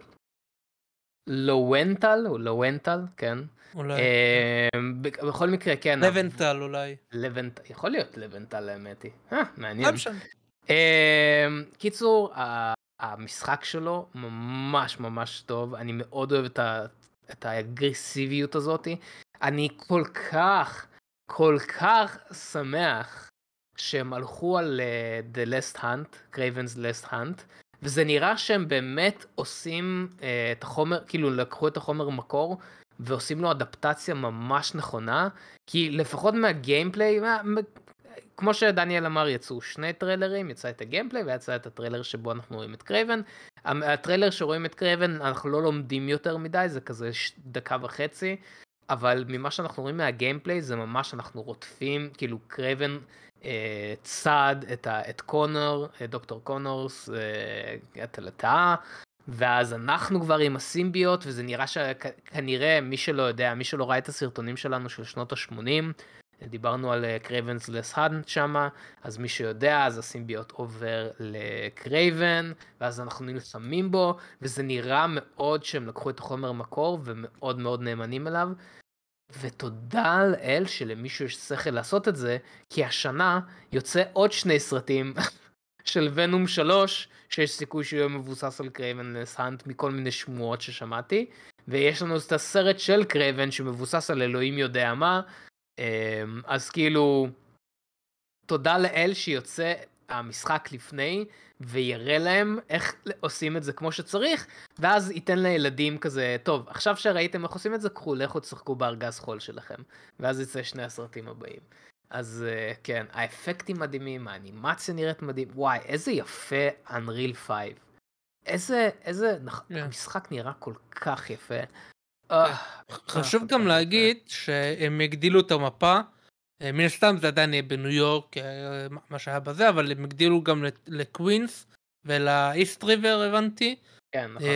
A: לוונטל, או לוונטל, כן.
B: אולי,
A: אמ, ב- בכל מקרה, כן.
B: לבנטל אולי.
A: לבנט, יכול להיות לבנטל האמת היא. אה,
B: לא
A: מעניין.
B: משנה.
A: אמ, קיצור, ה- המשחק שלו ממש ממש טוב, אני מאוד אוהב את ה- את האגרסיביות הזאת. אני כל כך, כל כך שמח שהם הלכו על אה, The Last Hunt, Craven's Last Hunt, וזה נראה שהם באמת עושים אה, את החומר, כאילו לקחו את החומר מקור, ועושים לו אדפטציה ממש נכונה, כי לפחות מהגיימפליי, מה, כמו שדניאל אמר, יצאו שני טריילרים, יצא את הגיימפליי ויצא את הטריילר שבו אנחנו רואים את קרייבן. הטריילר שרואים את קרייבן, אנחנו לא לומדים יותר מדי, זה כזה דקה וחצי, אבל ממה שאנחנו רואים מהגיימפליי, זה ממש אנחנו רוטפים, כאילו קרייבן אה, צעד את, ה, את קונור, את דוקטור קונורס, אה, את הלטאה, ואז אנחנו כבר עם הסימביות, וזה נראה שכנראה, מי שלא יודע, מי שלא ראה את הסרטונים שלנו של שנות ה-שמונים, דיברנו על קרייבנס לס האנט שמה, אז מי שיודע, אז הסימביות עובר לקרייבן, ואז אנחנו נלחמים בו, וזה נראה מאוד שהם לקחו את החומר מקור, ומאוד מאוד נאמנים אליו, ותודה לאל שלמישהו יש שכל לעשות את זה, כי השנה יוצא עוד שני סרטים של ונום שלוש, שיש סיכוי שהוא יהיה מבוסס על קרייבן לס האנט מכל מיני שמועות ששמעתי, ויש לנו את הסרט של קרייבן שמבוסס על אלוהים יודע מה, אז כאילו, תודה לאל שיוצא המשחק לפני, ויראה להם איך עושים את זה כמו שצריך, ואז ייתן לילדים כזה, טוב, עכשיו שראיתם איך עושים את זה, קחו, לכו תשחקו בארגז חול שלכם, ואז יצא שני הסרטים הבאים. אז כן, האפקטים מדהימים, האנימציה נראית מדהים, וואי, איזה יפה Unreal חמש. איזה, איזה, המשחק נראה כל כך יפה.
B: חשוב גם להגיד שהם הגדילו את המפה, מן הסתם זה עדיין יהיה בניו יורק, מה שהיה בזה, אבל הם הגדילו גם לקווינס ולאיסט ריבר הבנתי.
A: כן, נכון.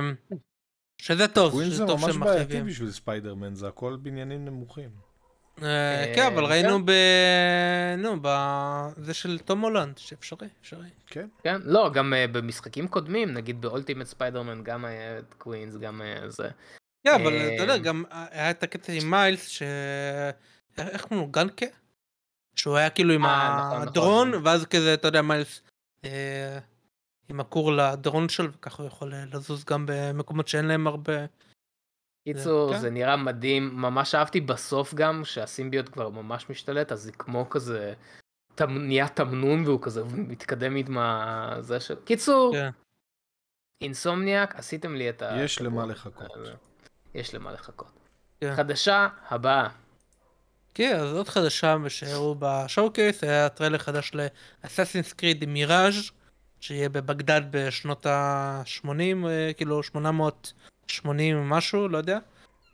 B: שזה טוב,
C: קווינס
B: שזה
C: זה
B: טוב
C: ממש
B: שהם
C: בעייתי
B: מחייבים.
C: בשביל ספיידרמן, זה הכל בניינים נמוכים.
B: כן, אבל ראינו ב... נו, זה של תום הולנד, שאפשרי, אפשרי.
C: כן.
A: כן, לא, גם במשחקים קודמים, נגיד באולטימט ספיידרמן גם היה את קווינס, גם זה.
B: כן, אבל אתה יודע, גם היה את הקטע עם מיילס, ש... איך קוראים לו? גנקה? שהוא היה כאילו עם הדרון, ואז כזה, אתה יודע, מיילס עם הכור לדרון שלו, וככה הוא יכול לזוז גם במקומות שאין להם הרבה.
A: קיצור, זה נראה מדהים, ממש אהבתי בסוף גם, שהסימביות כבר ממש משתלט, אז זה כמו כזה, נהיה תמנון, והוא כזה מתקדם עם זה של... קיצור, אינסומניאק, עשיתם לי את ה...
C: יש למה לחכות.
A: יש למה לחכות. חדשה הבאה.
B: כן, אז עוד חדשה שהראו בשואו-קייס, היה טריילר חדש לאסאסינס קריד מיראז' שיהיה בבגדד בשנות ה-שמונים, כאילו שמונה מאות שמונים ומשהו, לא יודע.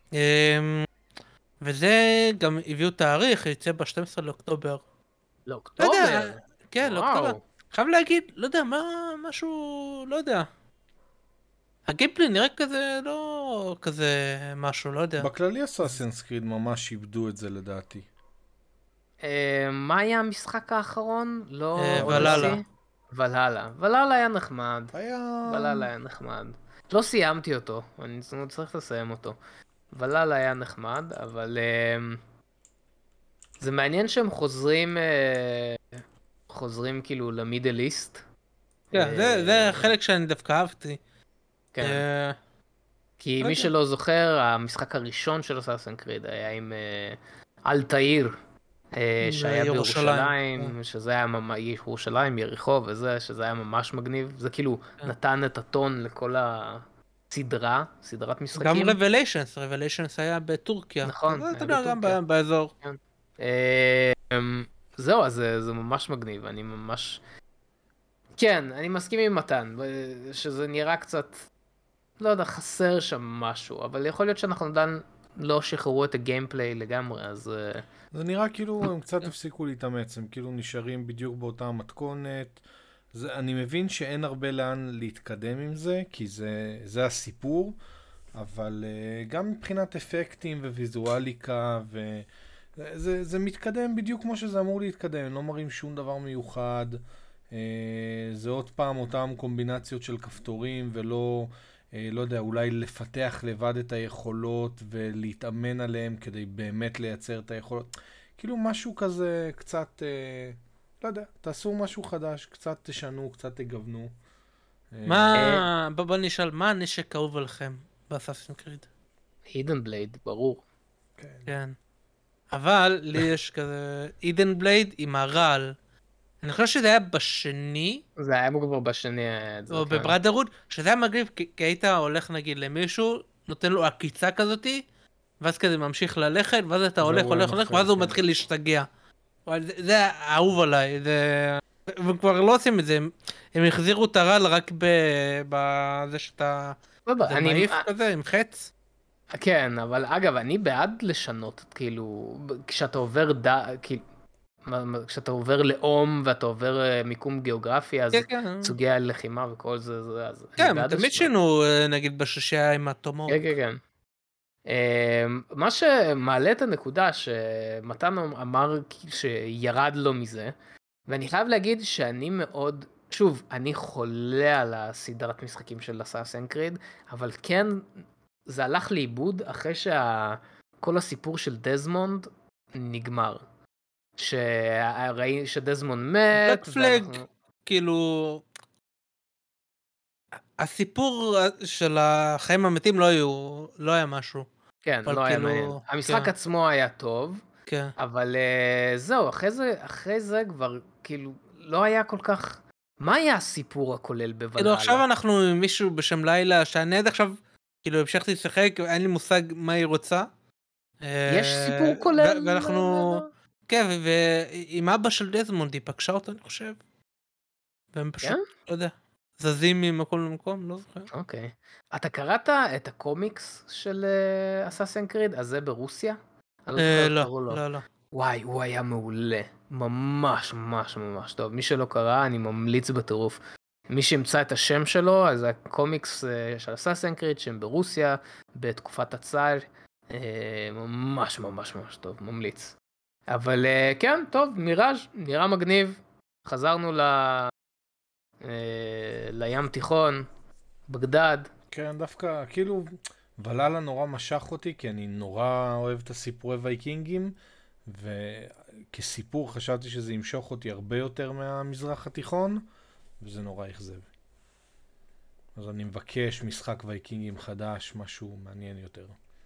B: וזה גם הביאו תאריך, יצא ב-שנים עשר לאוקטובר.
A: לאוקטובר?
B: כן, לאוקטובר. חייב להגיד, לא יודע, מה, משהו, לא יודע. הגיימפלי נראה כזה, לא כזה משהו, לא יודע.
C: בכללי אסאסינס קריד ממש איבדו את זה לדעתי.
A: מה היה המשחק האחרון? לא...
B: ולהלה.
A: ולהלה. ולהלה היה נחמד.
C: היה...
A: ולהלה היה נחמד. לא סיימתי אותו, אני צריך לסיים אותו. ולהלה היה נחמד, אבל... זה מעניין שהם חוזרים... חוזרים כאילו למידל איסט.
B: כן, זה חלק שאני דווקא אהבתי.
A: כן. כי מי שלא זוכר, המשחק הראשון של אסאסינס קריד היה עם אלתאיר, שהיה בירושלים, שזה היה ממש, ירושלים, יריחו וזה, שזה היה ממש מגניב. זה כאילו נתן את הטון לכל הסדרה, סדרת משחקים.
B: גם רבליישנס, רבליישנס היה בטורקיה.
A: נכון.
B: אתה יודע, גם באזור.
A: זהו, אז זה, זה ממש מגניב, אני ממש... כן, אני מסכים עם מתן, שזה נראה קצת, לא יודע, חסר שם משהו, אבל יכול להיות שאנחנו עדיין לא שחררו את הגיימפליי לגמרי, אז...
C: זה נראה כאילו הם קצת הפסיקו להתאמץ, הם כאילו נשארים בדיוק באותה המתכונת. זה, אני מבין שאין הרבה לאן להתקדם עם זה, כי זה, זה הסיפור, אבל uh, גם מבחינת אפקטים וויזואליקה, וזה זה מתקדם בדיוק כמו שזה אמור להתקדם, הם לא מראים שום דבר מיוחד, uh, זה עוד פעם אותם קומבינציות של כפתורים, ולא, uh, לא יודע, אולי לפתח לבד את היכולות ולהתאמן עליהם כדי באמת לייצר את היכולות, כאילו משהו כזה קצת... Uh, לא יודע, תעשו משהו חדש, קצת תשנו, קצת תגוונו.
B: מה, בוא נשאל, מה הנשק אהוב עליכם באסאסינס קריד?
A: הידן בלייד, ברור.
B: כן. אבל לי יש כזה, הידן בלייד עם הרעל. אני חושב שזה היה בשני.
A: זה היה כבר בשני.
B: או בברדרוד, שזה היה מגניב, כי היית הולך נגיד למישהו, נותן לו עקיצה כזאתי, ואז כזה ממשיך ללכת, ואז אתה הולך, הולך, הולך, ואז הוא מתחיל להשתגע. זה, זה אהוב עליי, זה... וכבר לא עושים את זה, הם, הם החזירו את הרעל רק בזה שאתה...
A: זה
B: מעיף כזה, עם חץ.
A: כן, אבל אגב, אני בעד לשנות, כאילו, כשאתה עובר ד... כאילו, כשאתה עובר לאום ואתה עובר מיקום גיאוגרפי, אז סוגי הלחימה וכל זה, אז...
B: כן, תמיד שינו, נגיד, בששייה עם הטומות.
A: כן, כן, כן. מה שמעלה את הנקודה שמתן אמר שירד לו מזה, ואני חייב להגיד שאני מאוד, שוב, אני חולה על הסדרת משחקים של אסאסינס קריד, אבל כן, זה הלך לאיבוד אחרי שכל הסיפור של דזמונד נגמר. שראי, שדזמונד מת.
B: בלק פלג, כאילו... הסיפור של החיים המתים לא היו, לא היה משהו.
A: כן, לא היה מעניין. המשחק עצמו היה טוב, אבל זהו, אחרי זה כבר, כאילו, לא היה כל כך... מה היה הסיפור הכולל בוולהלה?
B: כאילו, עכשיו אנחנו עם מישהו בשם לילה, שאני עד עכשיו, כאילו, המשכתי לשחק, אין לי מושג מה היא רוצה.
A: יש סיפור כולל?
B: ואנחנו... כן, ועם אבא של דזמונד היא פגשה אותו, אני חושב. והם פשוט, לא יודע. זזים ממקום למקום, לא זוכר.
A: אוקיי. אתה קראת את הקומיקס של אסאסינס קריד, הזה ברוסיה?
B: לא, לא, לא.
A: וואי, הוא היה מעולה. ממש, ממש, ממש טוב. מי שלא קרא, אני ממליץ בטירוף. מי שימצא את השם שלו, אז הקומיקס של אסאסינס קריד, שהם ברוסיה, בתקופת הצאר, ממש, ממש, ממש טוב. ממליץ. אבל כן, טוב, מיראז' נראה מגניב. חזרנו ל... לים תיכון, בגדד.
C: כן, דווקא, כאילו, ולהלה נורא משך אותי, כי אני נורא אוהב את הסיפורי וייקינגים, וכסיפור חשבתי שזה ימשוך אותי הרבה יותר מהמזרח התיכון, וזה נורא אכזב. אז אני מבקש משחק וייקינגים חדש, משהו מעניין יותר.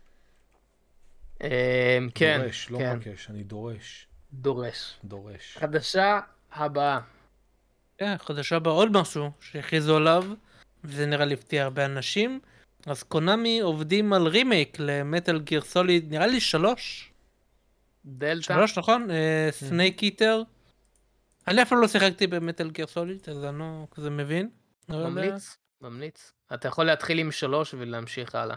A: כן,
C: דורש, לא מבקש, אני דורש.
A: דורש.
C: דורש.
A: חדשה הבאה.
B: כן, חדשה הבאה עוד משהו שהכריזו עליו, וזה נראה לי הפתיע הרבה אנשים. אז קונאמי עובדים על רימייק למטל גיר סוליד, נראה לי שלוש.
A: דלטה.
B: שלוש, נכון? סנייק איטר. אני אפילו לא שיחקתי במטל גיר סוליד, אז אני לא כזה מבין.
A: ממליץ, ממליץ. אתה יכול להתחיל עם שלוש ולהמשיך הלאה.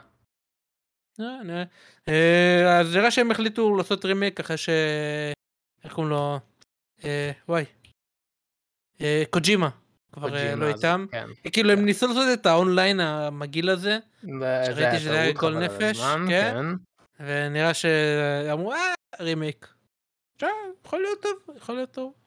B: אז נראה שהם החליטו לעשות רימייק אחרי ש... איך קוראים לו? וואי. קוג'ימה. כבר לא איתם. כאילו הם ניסו לעשות את האונליין המגעיל הזה. שראיתי שזה היה גול נפש. כן. ונראה שאמרו, אה, רימייק. יכול להיות טוב, יכול להיות טוב.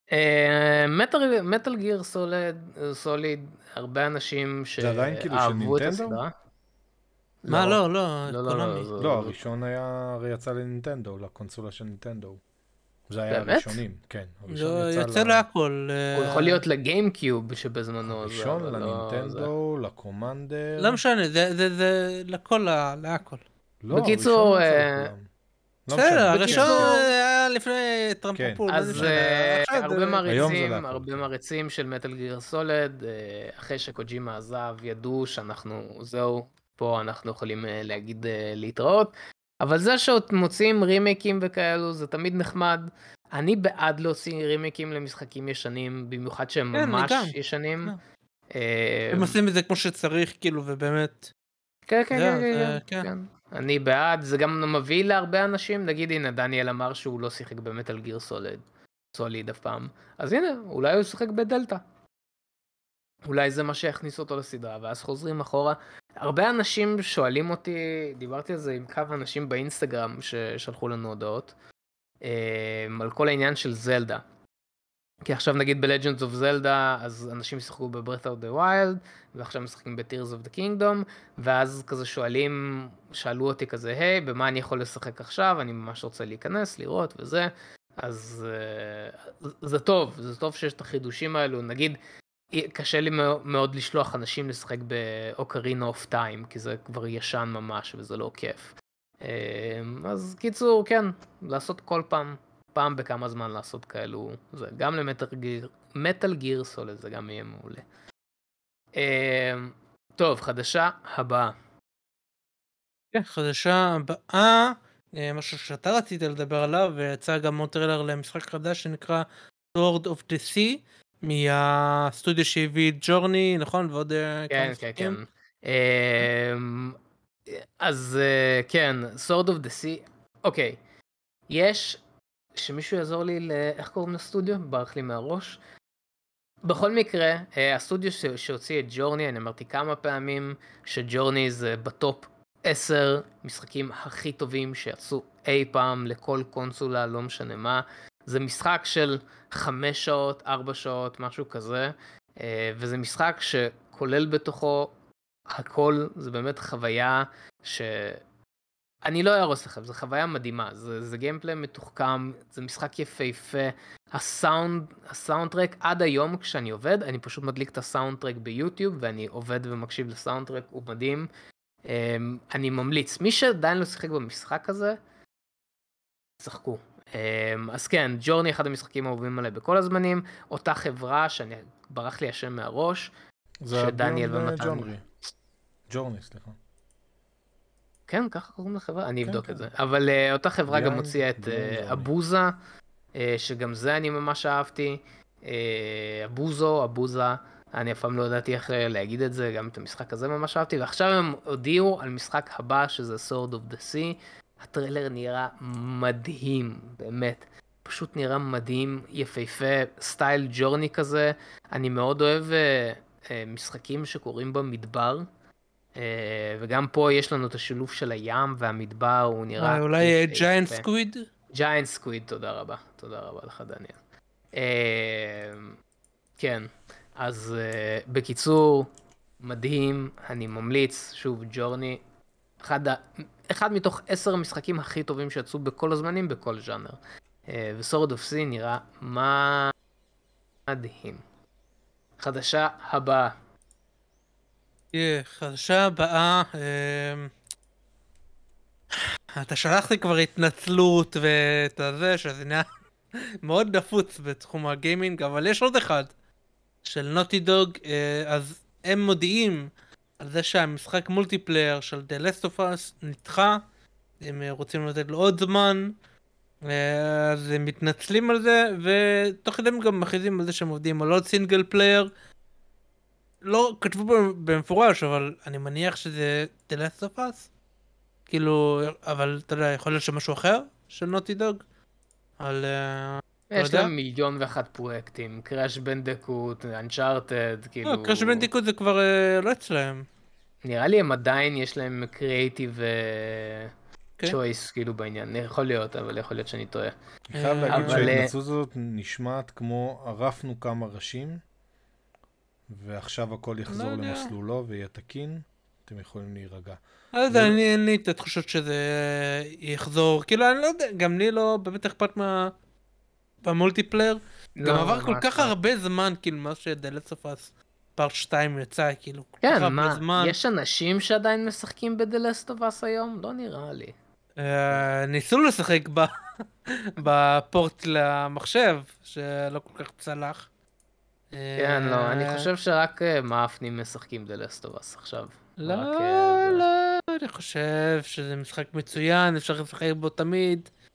A: מטל גיר סוליד, הרבה אנשים שאהבו את הסדרה.
B: מה? לא, לא,
C: קונאמי. לא, הראשון היה, הרי יצא לנינטנדו, לקונסולה של נינטנדו. זה היה הראשונים, כן.
B: לא, יצא להכל.
A: הוא יכול להיות לגיימקיוב שבזמנו.
C: הראשון לנינטנדו, לקומנדר.
B: לא משנה, זה לכל, להכל.
A: בקיצור,
B: בסדר, הראשון היה לפני טרמפופול.
A: אז הרבה מעריצים של מטל גיר סוליד, אחרי שקוג'ימה עזב, ידעו שאנחנו, זהו, פה אנחנו יכולים להגיד להתראות. אבל זה שעוד מוצאים רימייקים וכאלו, זה תמיד נחמד. אני בעד להוציא רימיקים למשחקים ישנים, במיוחד שהם
B: כן,
A: ממש
B: גם.
A: ישנים.
B: כן.
A: אה,
B: הם עושים את זה כמו שצריך, כאילו, ובאמת...
A: כן, כן,
B: זהו,
A: כן,
B: זה-
A: כן,
B: כן.
A: כן. אני בעד, זה גם מביא להרבה אנשים, נגיד הנה דניאל אמר שהוא לא שיחק במטל גיר סוליד, סוליד אף פעם, אז הנה, אולי הוא שיחק בדלטה. אולי זה מה שיכניס אותו לסדרה, ואז חוזרים אחורה. הרבה אנשים שואלים אותי, דיברתי על זה עם כמה אנשים באינסטגרם ששלחו לנו הודעות, אה, על כל העניין של זלדה. כי עכשיו נגיד ב-Legends of Zelda, אז אנשים ישחקו ב-Breath of the Wild, ועכשיו משחקים ב-Tears of the Kingdom, ואז כזה שואלים, שאלו אותי כזה, היי, במה אני יכול לשחק עכשיו? אני ממש רוצה להיכנס, לראות וזה. אז uh, זה טוב, זה טוב שיש את החידושים האלו. נגיד, קשה לי מאוד לשלוח אנשים לשחק ב-Ocarina of Time, כי זה כבר ישן ממש וזה לא כיף. אז קיצור, כן, לעשות כל פעם. פעם בכמה זמן לעשות כאלו, זה גם למטל גיר, מטל גיר סוליד, זה גם יהיה מעולה. טוב, חדשה הבאה.
B: כן, חדשה הבאה, משהו שאתה רצית לדבר עליו, ויצא גם עוד טריילר למשחק חדש שנקרא Sword of the Sea, מהסטודיו שהביא ג'ורני, נכון? ועוד
A: כן, כן, כן. אז כן, Sword of the Sea, אוקיי, יש... שמישהו יעזור לי לאיך קוראים לסטודיו? ברח לי מהראש. בכל מקרה, הסטודיו שהוציא את ג'ורני, אני אמרתי כמה פעמים שג'ורני זה בטופ עשר משחקים הכי טובים שיצאו אי פעם לכל קונסולה, לא משנה מה. זה משחק של חמש שעות, ארבע שעות, משהו כזה, וזה משחק שכולל בתוכו הכל, זה באמת חוויה ש... אני לא ארוס לכם, זו חוויה מדהימה, זה, זה גיימפלי מתוחכם, זה משחק יפהפה, הסאונד, הסאונדטרק עד היום כשאני עובד, אני פשוט מדליק את הסאונדטרק ביוטיוב, ואני עובד ומקשיב לסאונדטרק, הוא מדהים, אני ממליץ, מי שעדיין לא שיחק במשחק הזה, שחקו. אז כן, ג'ורני אחד המשחקים האהובים עליי בכל הזמנים, אותה חברה שאני, ברח לי השם מהראש,
C: שדניאל ומתן. ג'ורני, סליחה.
A: כן, ככה קוראים לחברה, אני אבדוק את זה. אבל אותה חברה גם הוציאה את אבוזה, שגם זה אני ממש אהבתי. אבוזו, אבוזה, אני אף פעם לא ידעתי איך להגיד את זה, גם את המשחק הזה ממש אהבתי, ועכשיו הם הודיעו על משחק הבא, שזה Sword of the Sea. הטריילר נראה מדהים, באמת. פשוט נראה מדהים, יפהפה, סטייל ג'ורני כזה. אני מאוד אוהב משחקים שקורים במדבר. וגם פה יש לנו את השילוב של הים והמדבר, הוא נראה...
B: אולי ג'יינט סקוויד?
A: ג'יינט סקוויד, תודה רבה. תודה רבה לך, דניאל. כן, אז בקיצור, מדהים, אני ממליץ, שוב, ג'ורני, אחד מתוך עשר המשחקים הכי טובים שיצאו בכל הזמנים, בכל ז'אנר. וסורד אוף סי נראה מדהים. חדשה הבאה.
B: חדשה הבאה, אתה שלח לי כבר התנצלות ואת זה, שזה נהיה מאוד נפוץ בתחום הגיימינג, אבל יש עוד אחד של נוטי דוג, אז הם מודיעים על זה שהמשחק מולטיפלייר של The Last of Us נדחה, הם רוצים לתת לו עוד זמן, אז הם מתנצלים על זה, ותוך כדי הם גם מכריזים על זה שהם עובדים על עוד סינגל פלייר, לא כתבו במפורש, אבל אני מניח שזה The Last of Us. כאילו, אבל אתה יודע, יכול להיות שמשהו אחר של נוטי דוג? על...
A: יש להם מיליון ואחת פרויקטים, קראש בנדיקוט, אנצ'ארטד, כאילו...
B: לא, קראש בנדיקוט זה כבר לא אצלהם.
A: נראה לי הם עדיין יש להם קריאיטיב צ'וייס, כאילו בעניין. יכול להיות, אבל יכול להיות שאני טועה.
C: אני חייב להגיד שההתנצלות הזאת נשמעת כמו ערפנו כמה ראשים, ועכשיו הכל יחזור למסלולו ויהיה תקין, אתם יכולים להירגע.
B: אז אני אין לי את התחושות שזה יחזור, כאילו אני לא יודע, גם לי לא באמת אכפת מה... במולטיפלייר, גם עבר כל כך הרבה זמן, כאילו מה ש-The Last of Us פארט שתיים יצא, כאילו כל כך הרבה זמן.
A: יש אנשים שעדיין משחקים ב-The Last of Us היום? לא נראה לי.
B: ניסו לשחק בפורט למחשב, שלא כל כך צלח.
A: כן, לא, אני חושב שרק מאפנים משחקים The Last of Us עכשיו.
B: לא, לא, אני חושב שזה משחק מצוין, אפשר לשחק בו תמיד.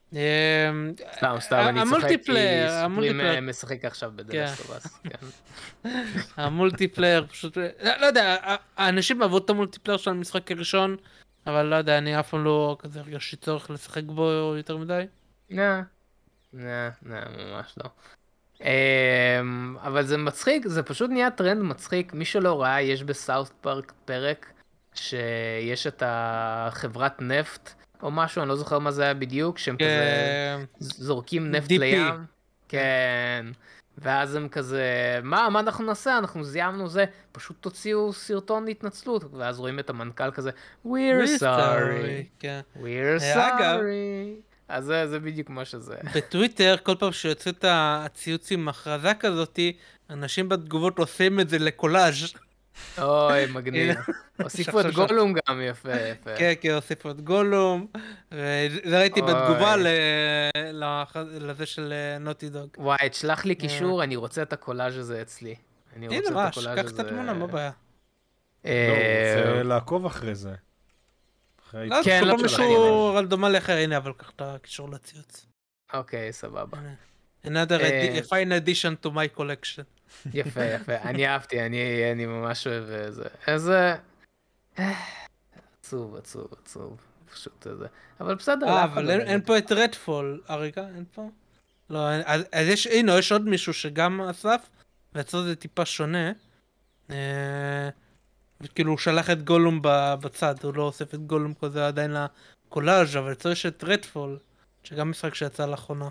A: סתם, סתם, אני צוחק, כי
B: המולטיפלייר,
A: סופרים
B: המולטיפלייר,
A: משחק עכשיו בדלסטובס, כן.
B: המולטיפלייר פשוט, לא יודע, האנשים אהבו את המולטיפלייר של המשחק הראשון, אבל לא יודע, אני אף פעם לא כזה הרגשתי צורך לשחק בו יותר מדי.
A: נה, נה, נה, ממש לא. אמ, אבל זה מצחיק, זה פשוט נהיה טרנד מצחיק. מי שלא ראה, יש בסאות' פארק פרק שיש את החברת נפט או משהו, אני לא זוכר מה זה היה בדיוק, שהם כזה זורקים נפט
B: די פי.
A: לים. כן. ואז הם כזה, מה, מה אנחנו נעשה? אנחנו זיימנו זה, פשוט תוציאו סרטון התנצלות, ואז רואים את המנכ"ל כזה, we're sorry,
B: כן.
A: we're
B: אגב,
A: sorry. אז זה, זה בדיוק מה שזה.
B: בטוויטר, כל פעם שיוצא את הציוץ עם הכרזה כזאתי, אנשים בתגובות עושים את זה לקולאז'.
A: אוי, מגניב. הוסיפו את גולום גם, יפה, יפה.
B: כן, כן, הוסיפו את גולום. וזה ראיתי בתגובה לזה של נוטי דוג.
A: וואי, תשלח לי קישור, אני רוצה את הקולאז' הזה אצלי. אני רוצה
B: הנה,
A: את
B: ממש,
A: הקולאז'
B: קח
A: הזה.
B: את התמונה, מה בעיה?
C: לא, הוא רוצה לעקוב אחרי זה. אחרי-
B: לא,
A: כן,
B: כל
A: לא
B: פעם
A: שלחתי
B: מישהו רנדומלי אחר, הנה, אבל קח את הקישור לציוץ.
A: אוקיי, סבבה.
B: Another
A: אה,
B: adi- fine addition to my collection.
A: יפה, יפה. אני אהבתי, אני אני ממש אוהב זה. איזה... עצוב, עצוב, עצוב. פשוט זה. אבל בסדר.
B: אה,
A: לאף אחד
B: אבל
A: לא
B: אין-
A: באמת.
B: אין פה את רדפול. אה, רגע, אין פה? לא, אין- אז אז יש, הנה, יש עוד מישהו שגם אסף, ואצלו זה טיפה שונה. אה, וכאילו הוא שלח את גולום ב- בצד, הוא לא אוסף את גולום כזה עדיין לקולאז', אבל אצלו יש את רדפול, שגם משחק שיצא לאחרונה.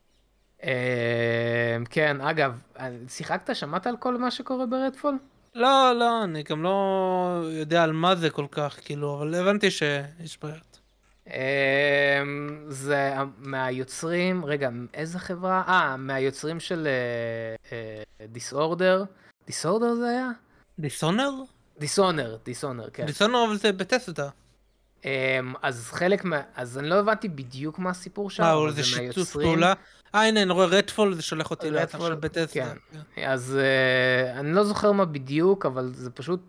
A: אה, כן, אגב, שיחקת, שמעת על כל מה שקורה ברדפול?
B: לא, לא, אני גם לא יודע על מה זה כל כך, כאילו, אבל הבנתי שיש בעיות.
A: אמ, זה מהיוצרים, רגע, איזה חברה? אה, מהיוצרים של דיסאורדר. דיסאורדר זה היה?
B: דיסונר?
A: דיסאונר, דיסאונר, כן.
B: דיסונר אבל זה בטסטה.
A: אמ, אז חלק מה... אז אני לא הבנתי בדיוק מה הסיפור שם,
B: מה,
A: אבל
B: אבל
A: זה
B: זה שיתוף
A: מהיוצרים.
B: פעולה? אה, הנה, אני רואה רדפול, זה שולח אותי לאתר
A: רדפול,
B: של בטסטה.
A: כן. אז אה, אני לא זוכר מה בדיוק, אבל זה פשוט...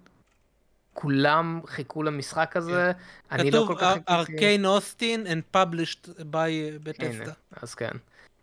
A: כולם חיכו למשחק הזה. אני לא כל
B: כתוב
A: כך חיכיתי.
B: ארקיין אוסטין and published by
A: הנה,
B: בטסטה.
A: אז כן.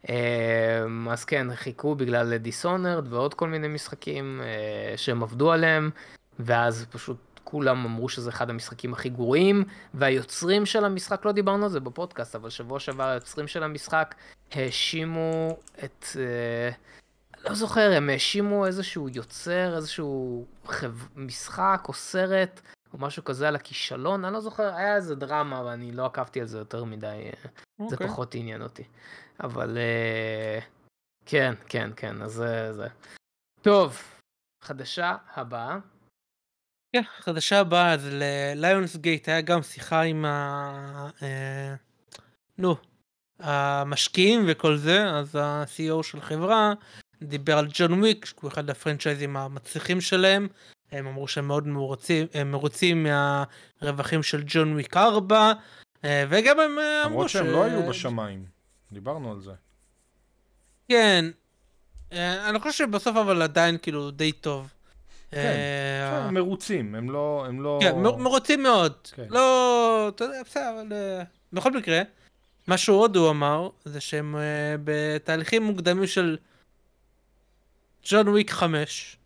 A: אמ, אז כן, חיכו בגלל דיסונרד ועוד כל מיני משחקים אה, שהם עבדו עליהם, ואז פשוט כולם אמרו שזה אחד המשחקים הכי גרועים, והיוצרים של המשחק, לא דיברנו על זה בפודקאסט, אבל שבוע שעבר היוצרים של המשחק האשימו את... אה, לא זוכר, הם האשימו איזשהו יוצר, איזשהו חב... משחק או סרט, או משהו כזה על הכישלון, אני לא זוכר, היה איזה דרמה, ואני לא עקבתי על זה יותר מדי, זה
B: אוקיי.
A: פחות עניין אותי. אבל אה, כן, כן, כן, אז זה זה. טוב, חדשה הבאה.
B: כן, חדשה הבאה, אז לליונס גייט היה גם שיחה עם ה... אה, נו, המשקיעים וכל זה, אז ה-סי אי או של חברה דיבר על ג'ון וויק, שהוא אחד הפרנצ'ייזים המצליחים שלהם, הם אמרו שהם מאוד מרוצים, הם מרוצים מהרווחים של ג'ון וויק ארבע, אה, וגם הם אה, אמרו
C: למרות
B: ש...
C: שהם לא היו בשמיים. דיברנו על זה.
B: כן, אה, אני חושב שבסוף אבל עדיין כאילו די טוב.
C: כן,
B: אה,
C: הם מרוצים, הם לא... הם לא...
B: כן, מ- מרוצים מאוד.
C: כן.
B: לא, אתה יודע, בסדר, אבל אה, בכל מקרה, משהו עוד הוא אמר, זה שהם אה, בתהליכים מוקדמים של ג'ון וויק חמש,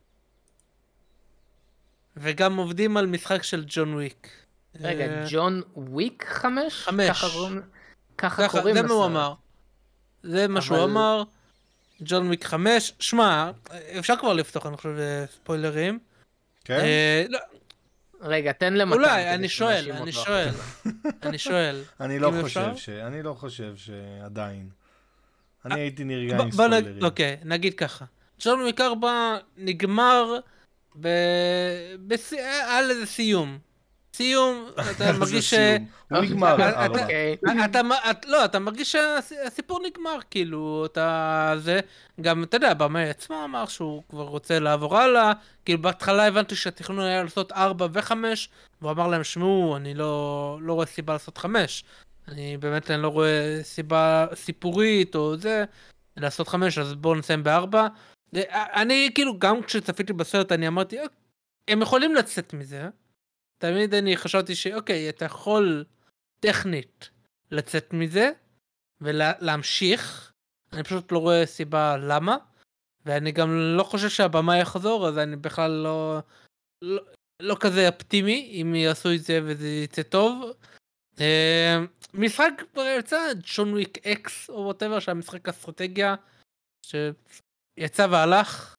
B: וגם עובדים על משחק של ג'ון וויק.
A: רגע,
B: אה,
A: ג'ון וויק חמש?
B: חמש.
A: ככה קוראים- ככה
B: ככה,
A: קוראים
B: זה מה הוא
A: לסרט.
B: אמר. זה מה שהוא
A: אבל-
B: אמר. ג'ון וויק חמש, שמע, אפשר כבר לפתוח, אני חושב, אה, ספוילרים.
C: כן?
B: אה, לא,
A: רגע, תן למתן.
B: אולי,
A: כדי
B: אני שואל,
A: שנשים
B: אני
A: אותו
B: שואל.
A: החוצה.
B: אני שואל.
C: אני לא
B: אם
C: חושב
B: אפשר?
C: ש... אני לא חושב שעדיין. אני הייתי נרגע
B: ב-
C: עם
B: בוא נג-
C: ספוילרים.
B: אוקיי, נגיד ככה. ג'ון וויק ארבע נגמר ב... בס... על איזה סיום. סיום, אתה
C: איזה
B: מרגיש ש...
C: סיום. הוא נגמר,
B: אתה-
C: ארבע.
A: אוקיי.
B: אתה, את, לא, אתה מרגיש שהסיפור נגמר, כאילו, אתה, זה, גם, אתה יודע, במאי עצמו אמר שהוא כבר רוצה לעבור הלאה, כאילו, בהתחלה הבנתי שהתכנון היה לעשות ארבע וחמש, והוא אמר להם, שמעו, אני לא, לא רואה סיבה לעשות חמש, אני באמת, אני לא רואה סיבה סיפורית או זה, לעשות חמש, אז בואו נסיים בארבע. אני, כאילו, גם כשצפיתי בסרט, אני אמרתי, הם יכולים לצאת מזה, תמיד אני חשבתי שאוקיי, אתה יכול טכנית לצאת מזה, ולהמשיך. אני פשוט לא רואה סיבה למה, ואני גם לא חושב שהבמה יחזור, אז אני בכלל לא, לא, לא כזה אופטימי אם יעשו את זה וזה יצא טוב. משחק יצא, ג'ון וויק אקס או ווטאבר, שהמשחק אסטרטגיה שיצא והלך,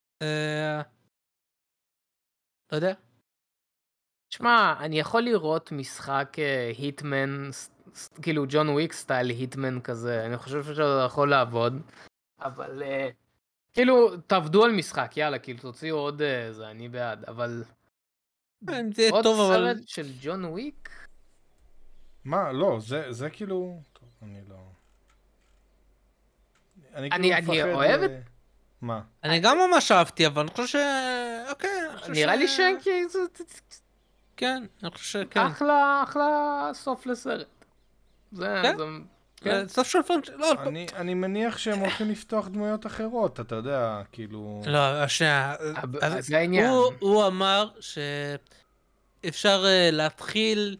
B: לא יודע.
A: שמע, אני יכול לראות משחק היטמן, כאילו ג'ון וויק סטייל היטמן כזה, אני חושב שזה יכול לעבוד, אבל כאילו תעבדו על משחק, יאללה, כאילו תוציאו עוד זה, אני בעד, אבל עוד סרט של ג'ון וויק?
C: מה, לא, זה, זה כאילו, טוב, אני לא...
A: אני, אני, אני אוהב את...
C: מה?
B: אני גם ממש אהבתי, אבל אני חושב ש... אוקיי,
A: נראה לי שכי...
B: כן, אני חושב שכן.
A: אחלה, אחלה סוף לסרט. זה...
B: כן? סוף של פרנץ'... לא,
C: אני מניח שהם הולכים לפתוח דמויות אחרות, אתה יודע, כאילו...
B: לא, השנייה.
A: זה העניין.
B: הוא אמר שאפשר להתחיל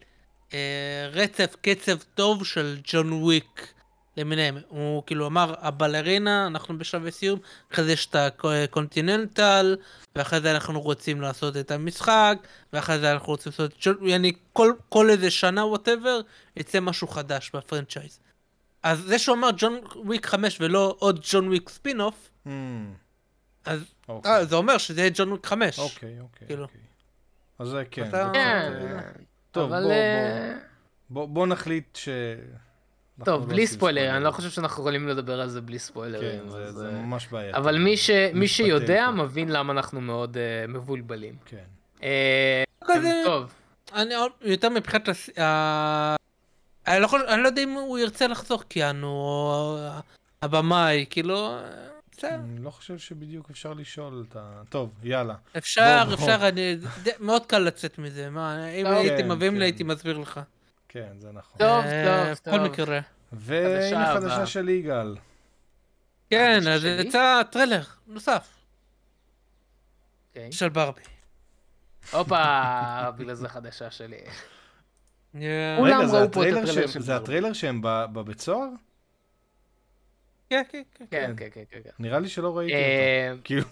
B: רצף קצב טוב של ג'ון וויק למיניהם. הוא כאילו אמר, הבלרינה, אנחנו בשלבי סיום, אחרי זה יש את הקונטיננטל, ואחרי זה אנחנו רוצים לעשות את המשחק, ואחרי זה אנחנו רוצים לעשות... יעני, כל, כל איזה שנה, וואטאבר, יצא משהו חדש בפרנצ'ייז. אז זה שהוא אמר ג'ון וויק חמש ולא עוד ג'ון וויק ספין-אוף,
C: Hmm.
B: אז
C: אוקיי.
B: אה, זה אומר שזה יהיה ג'ון וויק חמש.
C: אוקיי, אוקיי,
B: כאילו.
C: אוקיי. אז זה כן.
B: אתה-
C: זה
A: כן,
C: קצת, אה, טוב,
A: אבל...
C: בוא,
A: אה,
C: בוא, בוא נחליט ש... אנחנו
A: טוב,
C: לא
A: בלי
C: עושים
A: ספוילרים, אני לא חושב שאנחנו יכולים לדבר על זה בלי
C: כן,
A: ספוילרים.
C: זה,
A: אז,
C: זה
A: אה,
C: ממש בעייתי.
A: אבל מי ש- מי
C: משפטי
A: שיודע
C: פה.
A: מבין למה אנחנו מאוד אה, מבולבלים.
C: כן.
A: אה,
B: כזה-
A: טוב,
B: אני עוד- יותר מבחינת... הס- ה- אני לא יכול- אני לא יודע אם הוא ירצה לחזור קיאנו, או הבמאי, כאילו... בסדר.
C: אני לא חושב שבדיוק אפשר לשאול את ה... טוב, יאלה.
B: אפשר,
C: בוא, בוא.
B: אפשר, אני... ד- מאוד קל לצאת מזה, מה, אם
A: טוב.
B: הייתי
C: כן,
B: מבין
C: כן.
B: לי, הייתי מסביר לך.
C: כן, זה נכון.
A: טוב,
B: אה,
A: טוב,
B: בכל
A: טוב.
B: מקרה.
C: והנה
A: חדשה
C: חדשה
A: הבאה.
C: של יגאל.
B: כן,
A: חדשה
B: אז
A: שלי?
B: יצא טריילר נוסף
A: אוקיי.
B: של ברבי.
A: הופה, בגלל זה חדשה שלי.
B: אה,
A: כולם
C: רגע, זה
A: ראו פה את
C: הטריילר
A: הטריילר
C: שהם-
A: של
C: זה
A: ברבי.
C: הטריילר שהם ב- בבית סוהר?
B: כן, כן, כן.
A: כן, כן, כן, כן. כן.
C: נראה לי שלא ראיתי אותו.
A: אה,
C: כאילו...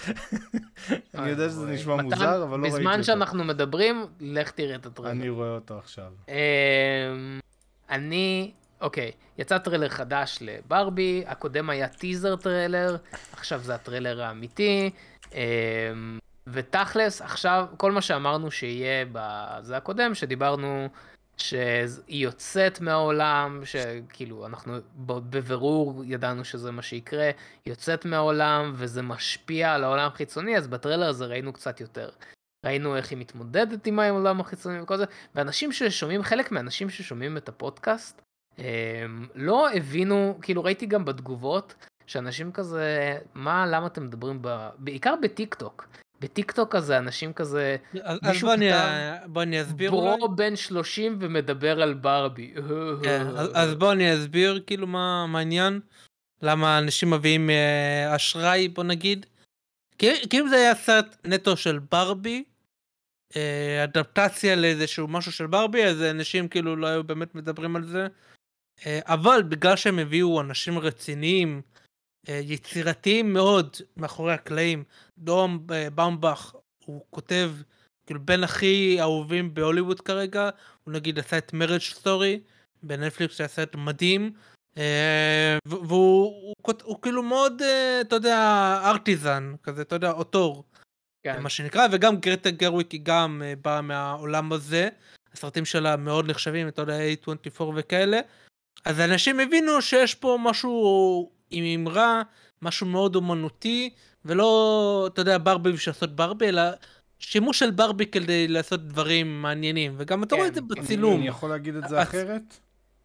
C: אני יודע שזה
A: אוי,
C: נשמע
A: מתן,
C: מוזר, אבל לא ראיתי
A: בזמן
C: אותו.
A: שאנחנו מדברים, לך תראה את הטריילר.
C: אני רואה אותו עכשיו.
A: אמ, אני, אוקיי, יצא טריילר חדש לברבי, הקודם היה טיזר טריילר, עכשיו זה הטריילר האמיתי, אמ, ותכלס, עכשיו, כל מה שאמרנו שיהיה בזה הקודם, שדיברנו שהיא יוצאת מהעולם, שכאילו, אנחנו ב- בבירור ידענו שזה מה שיקרה, היא יוצאת מהעולם וזה משפיע על העולם החיצוני, אז בטריילר הזה ראינו קצת יותר. ראינו איך היא מתמודדת עם העולם החיצוני וכל זה, ואנשים ששומעים, חלק מהאנשים ששומעים את הפודקאסט, הם לא הבינו, כאילו ראיתי גם בתגובות, שאנשים כזה, מה, למה אתם מדברים, ב... בעיקר בטיק טוק, בטיק טוק כזה, אנשים כזה,
B: אז אז
A: מישהו
B: בוא אני-
A: כתב,
B: בוא אני אסביר אולי.
A: ברו בן שלושים ומדבר על ברבי.
B: כן, אז- אז בוא אני אסביר כאילו מה מה העניין, למה אנשים מביאים אה, אשראי, בוא נגיד. כי כי אם זה היה סרט נטו של ברבי, אה, אדפטציה לאיזשהו משהו של ברבי, אז אנשים כאילו לא היו באמת מדברים על זה. אה, אבל בגלל שהם הביאו אנשים רציניים, אה, יצירתיים מאוד מאחורי הקלעים, דום אה, באומבך, הוא כותב כאילו בין הכי אהובים בהוליווד כרגע, הוא נגיד עשה את מרג' סטורי בנטפליקס, שעשה את מדהים, אה, ו- והוא הוא, כות- הוא כאילו מאוד, אה, אתה יודע, ארטיזן, כזה, אתה יודע, אוטור,
A: כן.
B: מה שנקרא, וגם גרטה גרוויק היא גם אה, באה מהעולם הזה, הסרטים שלה מאוד נחשבים, אתה יודע, איי עשרים וארבע וכאלה, אז אנשים הבינו שיש פה משהו עם אמרה, משהו מאוד אומנותי, ולא, אתה יודע, ברבי בשביל לעשות ברבי, אלא שימוש של ברבי כדי לעשות דברים מעניינים, וגם אתה
A: כן,
B: רואה את זה
A: אני-
B: בצילום.
C: אני יכול להגיד את זה
B: אז-
C: אחרת?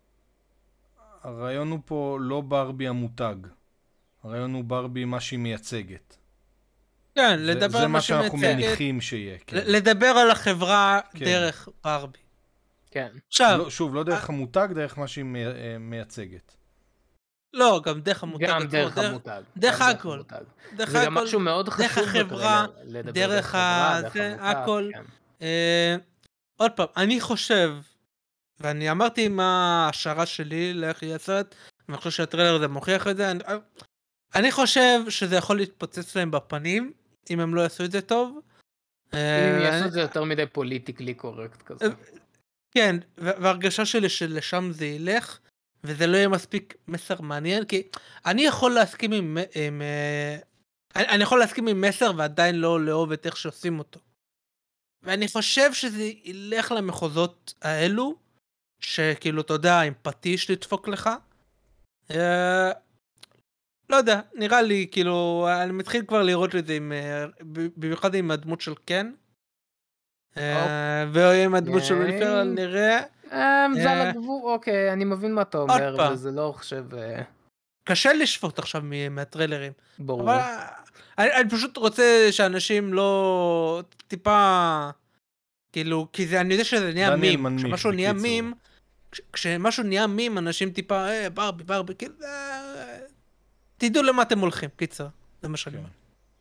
C: הרעיון הוא פה לא ברבי המותג. הרעיון הוא ברבי מה שהיא מייצגת.
B: כן,
C: זה-
B: לדבר
C: זה
B: על
C: מה
B: מה
C: שאנחנו
B: שמייצגת,
C: מניחים שיהיה. כן.
B: ל- לדבר על החברה
C: כן.
B: דרך ברבי.
A: כן.
B: עכשיו,
C: לא, שוב, לא דרך המותג, דרך מה שהיא מי- אה, מייצגת.
B: לא, גם דרך המותג
A: גם
B: עצמו,
A: דרך המותג.
B: דרך
A: גם
B: הכל.
A: המותג.
B: דרך
A: זה גם
B: הכל,
A: משהו מאוד
B: דרך
A: חשוב
B: החברה,
A: בטריילר, לדבר
B: דרך
A: החברה, דרך
B: הזה,
A: המותג,
B: הכל.
A: כן.
B: אה, עוד פעם, אני חושב, ואני אמרתי מה ההשערה שלי לאיך יהיה הסרט, אני חושב שהטריילר הזה מוכיח את זה. אני, אני חושב שזה יכול להתפוצץ להם בפנים, אם הם לא יעשו את זה טוב.
A: אם הם יעשו את זה יותר מדי פוליטיקלי קורקט כזה.
B: כן, והרגשה שלי שלשם זה ילך, וזה לא יהיה מספיק מסר מעניין, כי אני יכול להסכים עם, עם אני, אני יכול להסכים עם מסר ועדיין לא לאהוב את איך שעושים אותו. ואני חושב שזה ילך למחוזות האלו, שכאילו, אתה יודע, עם פטיש לדפוק לך. אה, לא יודע, נראה לי, כאילו, אני מתחיל כבר לראות את זה עם, במיוחד עם הדמות של קן. אה, ועם הדמות של וויל נראה.
A: זה על הגבול, אוקיי, אני מבין מה אתה אומר, וזה לא חושב...
B: קשה לשפוט עכשיו מהטריילרים.
A: ברור.
B: אבל אני, אני פשוט רוצה שאנשים לא טיפה, כאילו, כי זה, אני יודע שזה נהיה מים. כשמשהו נהיה מים, כש, כשמשהו נהיה מים, אנשים טיפה, אה, ברבי, ברבי, כאילו, אה, תדעו למה אתם הולכים, קיצר. זה מה שאני אומר.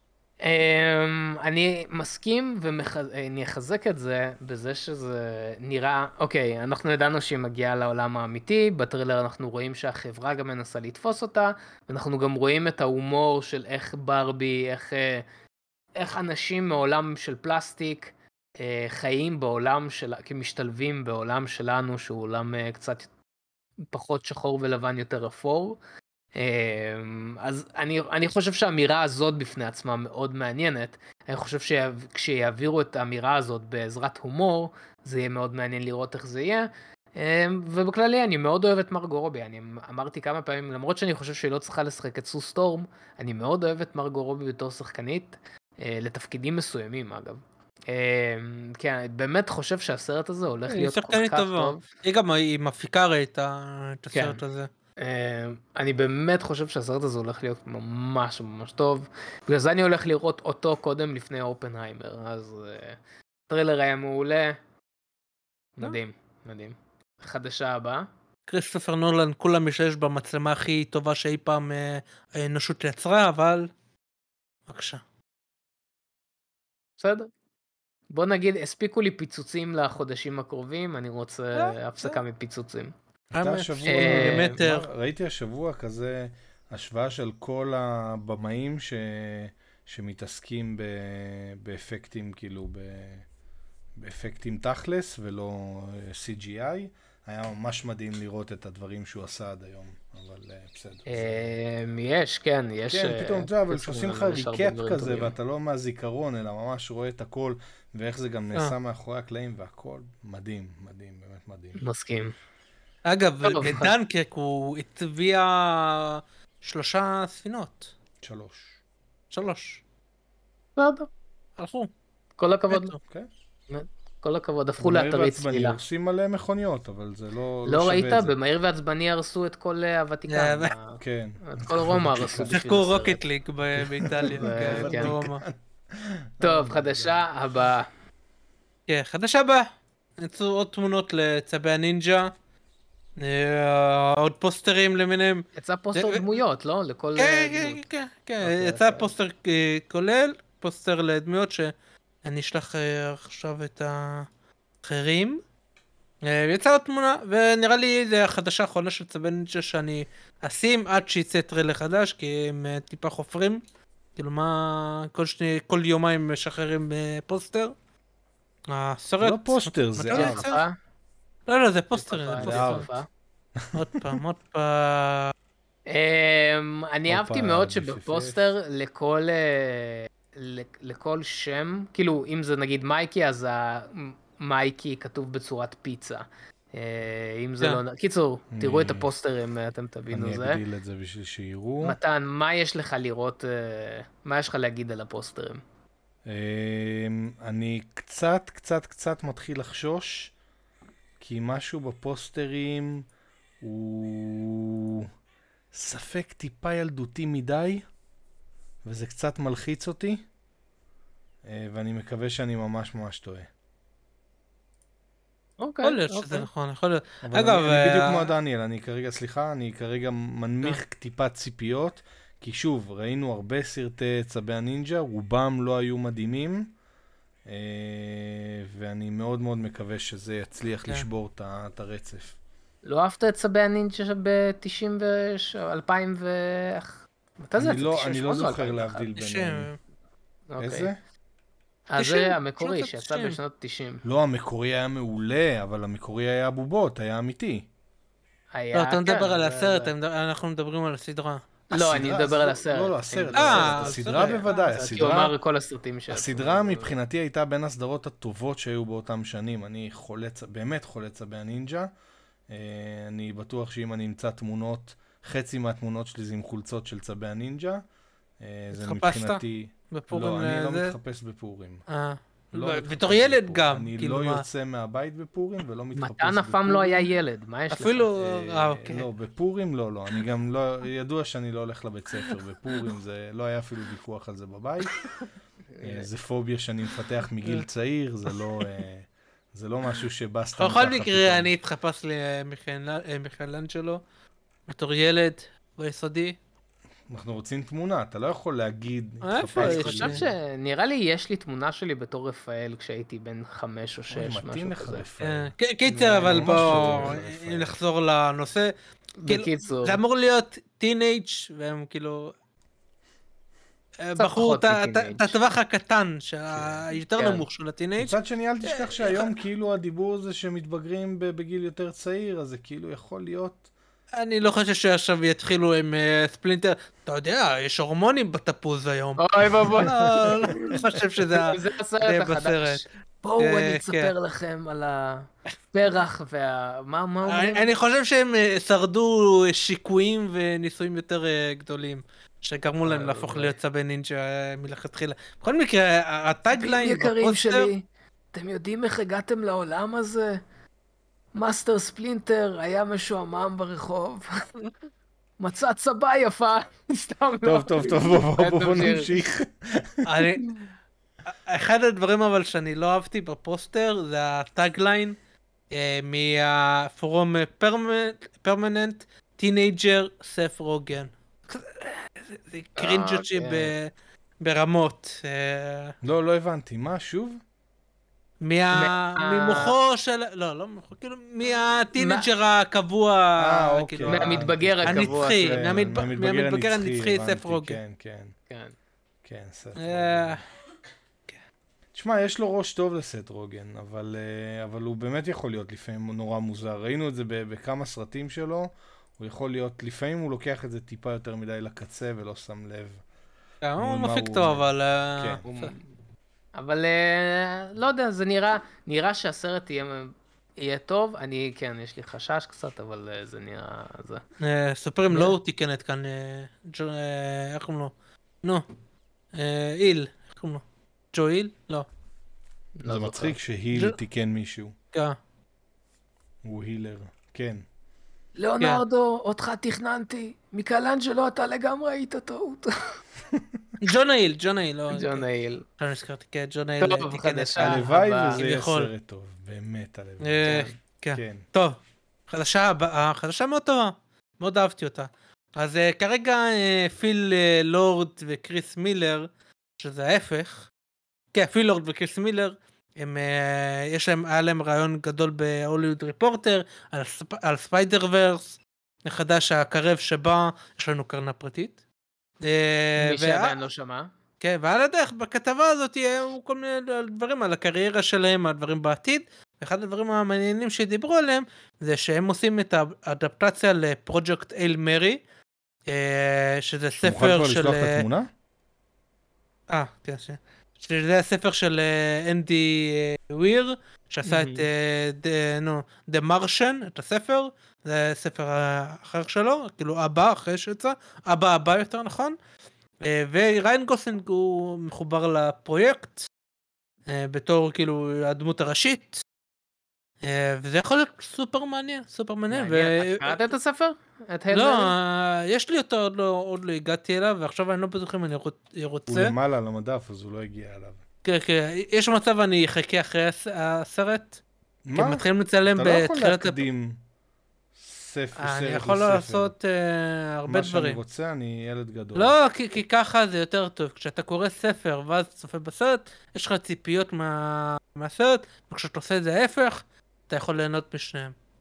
A: אני מסכים ואני אחזק את זה בזה שזה נראה, אוקיי, אנחנו ידענו שהיא מגיעה לעולם האמיתי, בטריילר אנחנו רואים שהחברה גם מנסה לתפוס אותה, ואנחנו גם רואים את ההומור של איך ברבי, איך, איך אנשים מעולם של פלסטיק חיים בעולם של, כמשתלבים בעולם שלנו, שהוא עולם קצת פחות שחור ולבן יותר אפור. אז אני, אני חושב שהאמירה הזאת בפני עצמה מאוד מעניינת. אני חושב שכשיעבירו את האמירה הזאת בעזרת הומור, זה יהיה מאוד מעניין לראות איך זה יהיה. ובכללי אני מאוד אוהב את מרגו רובי. אני אמרתי כמה פעמים, למרות שאני חושב שהיא לא צריכה לשחק את סו סטורם, אני מאוד אוהב את מרגו רובי בתור שחקנית, לתפקידים מסוימים אגב. כן, אני באמת חושב שהסרט הזה הולך להיות כל כך טוב.
B: היא גם היא מפיקה הרי את הסרט הזה.
A: אני באמת חושב שהסרט הזה הולך להיות ממש ממש טוב. בגלל זה אני הולך לראות אותו קודם לפני אופנהיימר. אז טריילר היה מעולה. מדהים, מדהים. חדשה הבאה.
B: כריסטופר נולן, כולם משתמש במצלמה הכי טובה שאי פעם האנושות יצרה, אבל בבקשה.
A: בסדר. בוא נגיד, הספיקו לי פיצוצים לחודשים הקרובים, אני רוצה הפסקה מפיצוצים.
C: ראיתי השבוע כזה השוואה של כל הבמאים שמתעסקים באפקטים, כאילו באפקטים תכלס ולא סי ג'י איי. היה ממש מדהים לראות את הדברים שהוא עשה עד היום, אבל בסדר.
A: יש, כן, יש.
C: כן, פתאום זה, אבל שעושים לך ריקאפ כזה, ואתה לא מהזיכרון, אלא ממש רואה את הכל, ואיך זה גם נעשה מאחורי הקלעים, והכל מדהים, מדהים, באמת מדהים.
A: מסכים.
B: אגב, דנקרק הוא הטביע שלושה ספינות.
C: שלוש.
B: שלוש.
A: בסדר.
B: הלכו.
A: כל הכבוד לו. כן. כל הכבוד, הפכו לאתרי צלילה.
C: עושים מלא מכוניות, אבל זה לא
A: שווה את זה. לא ראית? במהיר ועצבני הרסו את כל הוותיקן.
C: כן.
A: את כל רומא הרסו.
B: שיחקו רוקט ליג באיטליה.
A: טוב, חדשה הבאה.
B: כן, חדשה הבאה. יצאו עוד תמונות לצבי הנינג'ה. עוד פוסטרים למיניהם.
A: יצא פוסטר דמויות, לא? לכל...
B: כן, כן, כן. יצא פוסטר כולל, פוסטר לדמויות ש... אני אשלח עכשיו את האחרים. יצאה עוד תמונה, ונראה לי זה החדשה האחרונה של צבי נינג'ה שאני אשים עד שיצא טריילר חדש, כי הם טיפה חופרים. כאילו מה, כל שני, כל יומיים משחררים פוסטר. הסרט...
C: לא פוסטר, זה ארט.
B: לא, לא, זה פוסטר.
C: זה ארט.
B: עוד פעם, עוד פעם.
A: אני אהבתי מאוד שבפוסטר לכל... לכל שם, כאילו אם זה נגיד מייקי, אז מייקי כתוב בצורת פיצה. אם זה לא... קיצור, תראו את הפוסטרים, אתם תבינו זה.
C: אני אגדיל את זה בשביל שיראו.
A: מתן, מה יש לך לראות, מה יש לך להגיד על הפוסטרים?
C: אני קצת, קצת, קצת מתחיל לחשוש, כי משהו בפוסטרים הוא ספק טיפה ילדותי מדי, וזה קצת מלחיץ אותי, ואני מקווה שאני ממש ממש טועה.
B: אוקיי. יכול להיות שזה נכון, יכול להיות.
C: אגב, אני בדיוק כמו דניאל, אני כרגע, סליחה, אני כרגע מנמיך טיפה ציפיות, כי שוב, ראינו הרבה סרטי צבי הנינג'ה, רובם לא היו מדהימים, ואני מאוד מאוד מקווה שזה יצליח לשבור את הרצף.
A: לא אהבת את צבי הנינג'ה ב-תשעים ו... אלפיים ו... מתי זה
C: אני
A: יצא?
C: לא-
A: תשעים
C: אני לא
A: ושמונה או
C: זוכר
A: אלפיים ואחת?
C: להבדיל ביניהם.
A: אוקיי.
C: איזה?
A: אז
B: תשעים,
A: זה המקורי
B: שנות
A: שיצא
B: ה-תשעים.
A: בשנות תשעים.
C: לא, המקורי היה מעולה, אבל המקורי היה בובות, היה אמיתי.
A: היה,
B: לא, אתה מדבר
A: כן,
B: על
A: זה-
B: הסרט,
A: זה-
B: הם- אנחנו מדברים על הסדרה.
A: לא, אני
C: הסדרה,
A: מדבר
C: אז
A: על
C: לא-
A: הסרט.
C: לא, לא,
A: אני
C: הסרט,
A: מדבר על
B: אה,
C: הסרט, הסדרה
B: הסרט.
C: בוודאי,
A: כי הוא
C: הסדרה,
A: אמר כל הסרטים שיצאו.
C: הסדרה מבחינתי הייתה בין הסדרות הטובות שהיו באותם שנים. אני חולה, צ- באמת חולה צבי הנינג'ה. אה, אני בטוח שאם אני אמצא תמונות, חצי מהתמונות שלי זה עם חולצות של צבי הנינג'ה. אה, זה
B: התחפשת?
C: מבחינתי...
B: בפורים
C: לא, אני לא
B: זה...
C: מתחפש בפורים.
B: אה.
C: לא
B: ב-
C: מתחפש
B: בתור ילד
C: בפורים.
B: גם,
C: אני
B: כאילו
C: לא
B: מה.
C: יוצא מהבית בפורים ולא מתחפש בפורים.
A: מתן אף פעם לא היה ילד, מה יש לך?
B: אפילו...
C: אה,
B: אה, אוקיי.
C: לא, בפורים לא, לא. אני גם לא... ידוע שאני לא הולך לבית ספר בפורים, זה... לא היה אפילו ויכוח על זה בבית. אה, זה פוביה שאני מפתח מגיל צעיר, זה לא... אה, זה לא משהו שבא סתם ככה.
B: בכל מקרה,
C: פתאום.
B: אני התחפש למיכאלנג'לו בתור ילד ביסודי.
C: אנחנו רוצים תמונה, אתה לא יכול להגיד...
B: איפה
C: התחפשתי
B: יש?
A: אני
C: ל-
A: חושב שנראה לי יש לי תמונה שלי בתור רפאל כשהייתי בן חמש או
C: אוי,
A: שש,
C: מתאים
A: משהו
C: לך
A: כזה.
C: רפאל.
B: אה, ק- קיצר, אבל
C: ממש
B: בואו
C: לא רפאל.
B: נחזור לנושא. כאילו,
A: בקיצור,
B: זה אמור להיות טינאג' והם כאילו... אה,
A: קצת
B: בחרו
A: פחות
B: את ה- את ה-
A: מטינאג'.
B: את הטווח הקטן, היותר
A: כן.
B: נמוך של הטינאג'.
C: מצד שני, אל תשכח שהיום כאילו הדיבור הזה שמתבגרים ב- בגיל יותר צעיר, אז זה כאילו יכול להיות...
B: אני לא חושב שעכשיו יתחילו עם אה, ספלינטר. אתה יודע, יש הורמונים בתפוז היום.
A: אוי ואבוי.
B: לא, לא, אני חושב שזה... ה-
A: זה
B: זה
A: הסרט
B: בסרט.
A: החדש. בואו
B: אה,
A: אני
B: כן.
A: אספר לכם על הפרח וה... מה מה אומרים?
B: אני אני חושב שהם אה, שרדו שיקויים וניסויים יותר אה, גדולים, שגרמו להם
A: אה,
B: להפוך
A: אולי.
B: להיות צבי נינג'ה אה, מלכתחילה. בכל מקרה, ה- הטאגליין
A: יקרים
B: בפוסטר,
A: שלי, אתם יודעים איך הגעתם לעולם הזה? מאסטר ספלינטר היה משועמם ברחוב. מצא צבא יפה. סתם לא.
C: טוב, טוב, טוב, בוא, בוא, בוא, בוא
A: תמשיך.
C: נמשיך.
B: אני- אחד הדברים אבל שאני לא אהבתי בפוסטר זה הטאגליין אה, מה-From Permanent Teenager Seth Rogen. זה- זה קרינג'וצ'י
A: אוקיי.
B: ב- ברמות. אה,
C: לא, לא הבנתי. מה, שוב?
B: מה...
A: מה-
B: ממוחו של... לא, לא ממוחו, כאילו, מהטינג'ר הקבוע,
C: אה, אוקיי.
B: כאילו,
A: מהמתבגר הקבוע.
B: הנצחי,
C: כן,
B: מהמתב- מהמתבגר הנצחי,
C: הבנתי,
B: סף רוגן.
C: כן, כן,
A: כן.
C: כן, סט
B: אה,
C: רוגן. תשמע, יש לו ראש טוב לסט רוגן, אבל, אה, אבל הוא באמת יכול להיות לפעמים נורא מוזר. ראינו את זה ב- בכמה סרטים שלו, הוא יכול להיות, לפעמים הוא לוקח את זה טיפה יותר מדי לקצה ולא שם לב.
B: אה, הוא
C: מה
B: מפיק
C: הוא
B: טוב,
C: אומר.
B: אבל... אה,
C: כן.
A: הוא- אבל אה, לא יודע, זה נראה, נראה שהסרט יהיה, יהיה טוב. אני, כן, יש לי חשש קצת, אבל אה, זה נראה... זה...
B: אה, סופרים לא תיקנת כאן, אה, ג'ו- אה, איך קוראים לו? נו, אה, איל, איך קוראים לו? ג'ו איל? לא.
A: לא
C: זה
A: זוכר.
C: מצחיק שהיל
B: זה-
C: תיקן מישהו.
B: כן.
C: הוא הילר. כן.
A: ליאונרדו, אותך תכננתי. מיקלנג'לו, אתה לגמרי היית טעות.
B: ג'ון איל, ג'ון איל, לא.
A: ג'ון אייל.
B: עכשיו נזכרתי, כן, ג'ון איל
A: טוב,
B: תיקן את
A: חדשה.
B: ה...
C: הלוואי
A: אבל-
C: וזה יהיה
B: כביכול.
C: סרט טוב. באמת הלוואי.
B: אה, כן.
C: כן.
B: טוב, חדשה הבאה, חדשה מאוד טובה, מאוד אהבתי אותה. אז uh, כרגע uh, פיל uh, לורד וקריס מילר, שזה ההפך, כן, פיל לורד וקריס מילר, הם, uh, יש להם, היה להם רעיון גדול בהוליווד ריפורטר, על, ספ, על ספיידר ורס, החדש הקרב שבא, יש לנו קרנה פרטית. Uh,
A: מי שעדיין לא שמע.
B: כן, ועל הדרך, בכתבה הזאת יהיו כל מיני דברים על הקריירה שלהם, על דברים בעתיד, ואחד הדברים המעניינים שדיברו עליהם, זה שהם עושים את האדפטציה לפרוג'קט אייל מרי, שזה
C: אתה מוכן
B: ספר
C: כבר
B: של...
C: לשלוח את התמונה?
B: אה, כן, ש... שזה הספר של אה, אנדי אה, וויר, שעשה את אה, ד- נו, The Martian, את הספר, זה ספר האחר שלו, כאילו הבא אחרי שיצא, הבא הבא יותר נכון, אה, וריין גוסלינג הוא מחובר לפרויקט, אה, בתור כאילו הדמות הראשית, אה, וזה יכול להיות סופר מעניין, סופר מעניין. ו-
A: מעניין. את קראת את הספר? את הלמרי?
B: לא, אה, יש לי אותו, עוד לא, עוד לא הגעתי אליו, ועכשיו אני לא בטוח אם אני רוצ-
C: הוא
B: רוצה.
C: למעלה על המדף, אז הוא לא הגיע אליו.
B: כן, כן, יש מצב אני אחכה אחרי הס- הסרט, כי
C: מה?
B: מתחילים לצלם
C: אתה לא יכול
B: בתחילת...
C: להקדים ספר,
B: אני
C: סרט
B: יכול
C: לספר.
B: לעשות אה, הרבה
C: מה שאני
B: דברים.
C: רוצה, אני ילד גדול.
B: לא, כי, כי ככה זה יותר טוב. כשאתה קורא ספר ואז צופה בסרט, יש לך ציפיות מה... מהסרט, וכשאתה עושה את זה ההפך, אתה יכול ליהנות משניהם.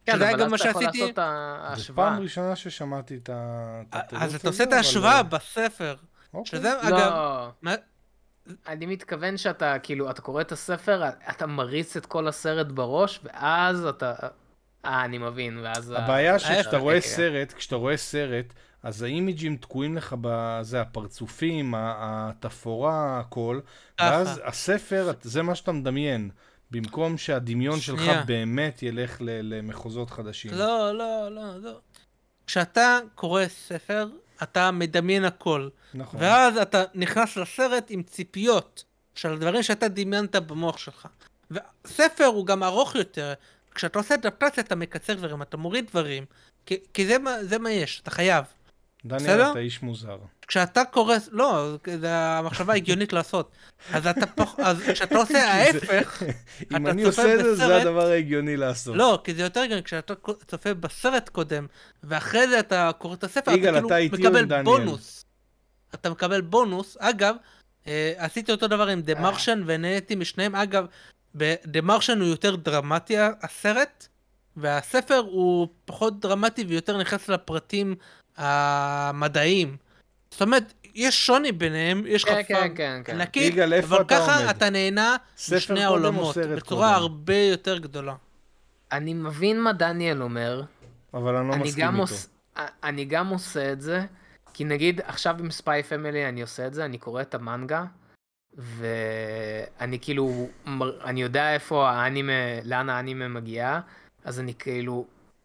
A: כן,
B: שזה היה
A: אבל
B: גם מה
A: אז אתה יכול
B: שעשיתי.
A: לעשות את
C: זו
A: ההשוואה.
C: פעם ראשונה ששמעתי את ה... את התירוץ
B: אז אתה
C: הזה,
B: עושה את
C: אבל-
B: ההשוואה בספר.
C: אוקיי.
B: שזה, אגב,
A: לא,
B: מה-
A: אני מתכוון שאתה, כאילו, אתה קורא את הספר, אתה מריץ את כל הסרט בראש, ואז אתה... אה, אני מבין, ואז... ה-
C: הבעיה שכשאתה
A: ההפך,
C: רואה
A: כן.
C: סרט, כשאתה רואה סרט, אז האימיג'ים תקועים לך בזה, הפרצופים, ה- התפאורה, הכל,
B: ככה.
C: ואז הספר, זה מה שאתה מדמיין, במקום שהדמיון שלך
B: שנייה.
C: באמת ילך ל- למחוזות חדשים.
B: לא, לא, לא, לא. כשאתה קורא ספר, אתה מדמיין הכל.
C: נכון.
B: ואז אתה נכנס לסרט עם ציפיות של הדברים שאתה דמיינת במוח שלך. וספר הוא גם ארוך יותר. כשאתה עושה אדפטציה אתה מקצר דברים, אתה מוריד דברים. כי, כי זה, מה, זה מה יש, אתה חייב.
C: דניאל,
B: בסדר?
C: אתה איש מוזר.
B: כשאתה קורא, לא, זה המחשבה הגיונית לעשות. אז אתה פח, אז כשאתה עושה ההפך,
C: אם
B: אתה
C: אני
B: צופה
C: עושה את זה, זה
B: בסרט-
C: הדבר ההגיוני לעשות.
B: לא, כי זה יותר הגיוני, כשאתה צופה בסרט קודם, ואחרי זה אתה קורא את הספר,
C: יגאל,
B: אתה כאילו
C: אתה איתי או
B: מקבל
C: עם דניאל?
B: בונוס. אתה מקבל בונוס. אגב, אה, עשיתי אותו דבר עם The Martian ונהניתי משניהם. אגב, ב-The Martian הוא יותר דרמטי הסרט, והספר הוא פחות דרמטי ויותר נכנס לפרטים המדעיים. זאת אומרת, יש שוני ביניהם, יש לך
A: כן, כן,
B: פאן
A: כן, כן.
B: ענקית,
C: יגאל, איפה
B: אבל
C: אתה
B: ככה
C: עומד?
B: אתה נהנה
C: ספר
B: משני
C: קודם או
B: העולמות,
C: סרט
B: בצורה
C: קודם?
B: הרבה יותר גדולה.
A: אני מבין מה דניאל אומר,
C: אבל אני לא
A: אני
C: מסכים
A: גם,
C: איתו.
A: עוש... אני גם עושה את זה, כי נגיד עכשיו עם ספיי פמילי אני עושה את זה, אני קורא את המנגה, ואני כאילו, מר- אני יודע איפה האנימה, לאן האנימה מגיעה, אז אני כאילו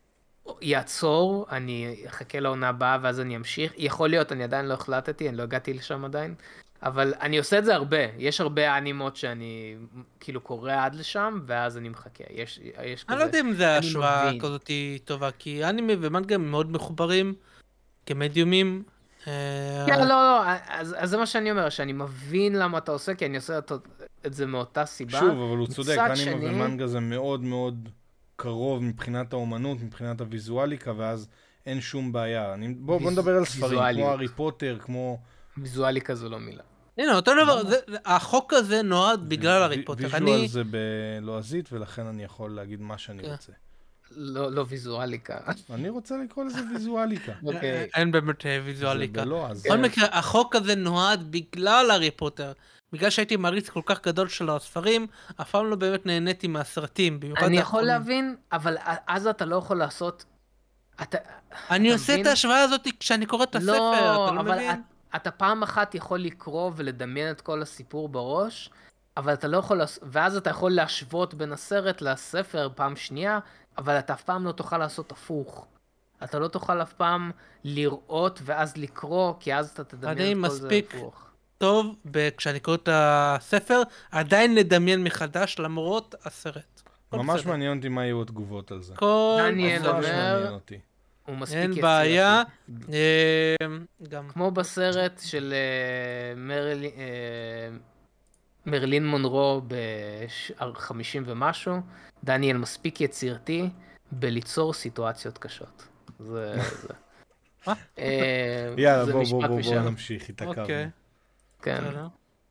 A: יעצור, אני אחכה לעונה הבאה ואז אני אמשיך, יכול להיות, אני עדיין לא החלטתי, אני לא הגעתי לשם עדיין, אבל אני עושה את זה הרבה, יש הרבה אנימות שאני כאילו קורא עד לשם, ואז אני מחכה, יש, יש
B: אני
A: כזה.
B: לא יודע אם זה
A: אני
B: השוואה
A: מבין.
B: כזאת טובה, כי אנימה ומנגה הם מאוד מחוברים כמדיומים. אה,
A: כן, לא, לא, אז, אז זה מה שאני אומר, שאני מבין למה אתה עושה, כי אני עושה את, את זה מאותה סיבה.
C: שוב, אבל הוא צודק,
A: מצד
C: אנימה
A: שני-
C: ומנגה זה מאוד מאוד קרוב מבחינת האומנות, מבחינת הוויזואליקה, ואז אין שום בעיה. אני... בוא, בוא
A: ויז-
C: נדבר על ספרים,
A: ויזואליות.
C: כמו הארי פוטר, כמו...
A: ויזואליקה זו לא מילה.
B: הנה, אותו דבר, זה- החוק הזה נועד בגלל הארי פוטר.
C: ויז'ואל
B: אני,
C: זה בלועזית, ולכן אני יכול להגיד מה שאני
B: כן.
C: רוצה.
A: לא, לא ויזואליקה.
C: אני רוצה לקרוא לזה ויזואליקה.
A: אוקיי.
B: אין באמת אה,
C: זה
B: ויזואליקה.
C: בלועז.
B: בכל מקרה, החוק הזה נועד בגלל הארי פוטר. בגלל שהייתי מעריץ כל כך גדול של הספרים, אף פעם לא באמת נהניתי מהסרטים. במיוחד
A: אני יכול
B: האחרונים.
A: להבין, אבל אז אתה לא יכול לעשות... אתה...
B: אני
A: אתה
B: עושה
A: מבין?
B: את ההשוואה הזאת כשאני קורא את הספר,
A: לא,
B: אתה לא
A: אבל
B: מבין?
A: את, אתה פעם אחת יכול לקרוא ולדמיין את כל הסיפור בראש, אבל אתה לא יכול, לעש... ואז אתה יכול להשוות בין הסרט לספר פעם שנייה, אבל אתה אף פעם לא תוכל לעשות הפוך. אתה לא תוכל אף פעם לראות ואז לקרוא, כי אז אתה
B: אני
A: תדמיין את כל זה
B: מספיק
A: הפוך.
B: טוב, ב- כשאני קורא את הספר, עדיין לדמיין מחדש למרות הסרט. הכל
C: ממש
B: בסדר.
C: מעניין אותי מה יהיו התגובות על זה.
B: כל
A: דניאל
B: הסרט.
C: ממש
A: אומר-
C: מעניין אותי.
A: הוא מספיק
B: אין
A: יצירתי.
B: בעיה. אה, גם
A: כמו בסרט של אה, מרלי, אה, מרלין מונרו ב-חמישים ומשהו, דניאל מספיק יצירתי בליצור סיטואציות קשות. זה... זה.
B: מה?
A: אה,
C: יאללה,
A: זה
C: בוא, בוא,
A: משפט
C: בוא, בוא
A: משם.
C: נמשיך, התעכבנו.
B: אוקיי.
A: כן.
B: בסדר.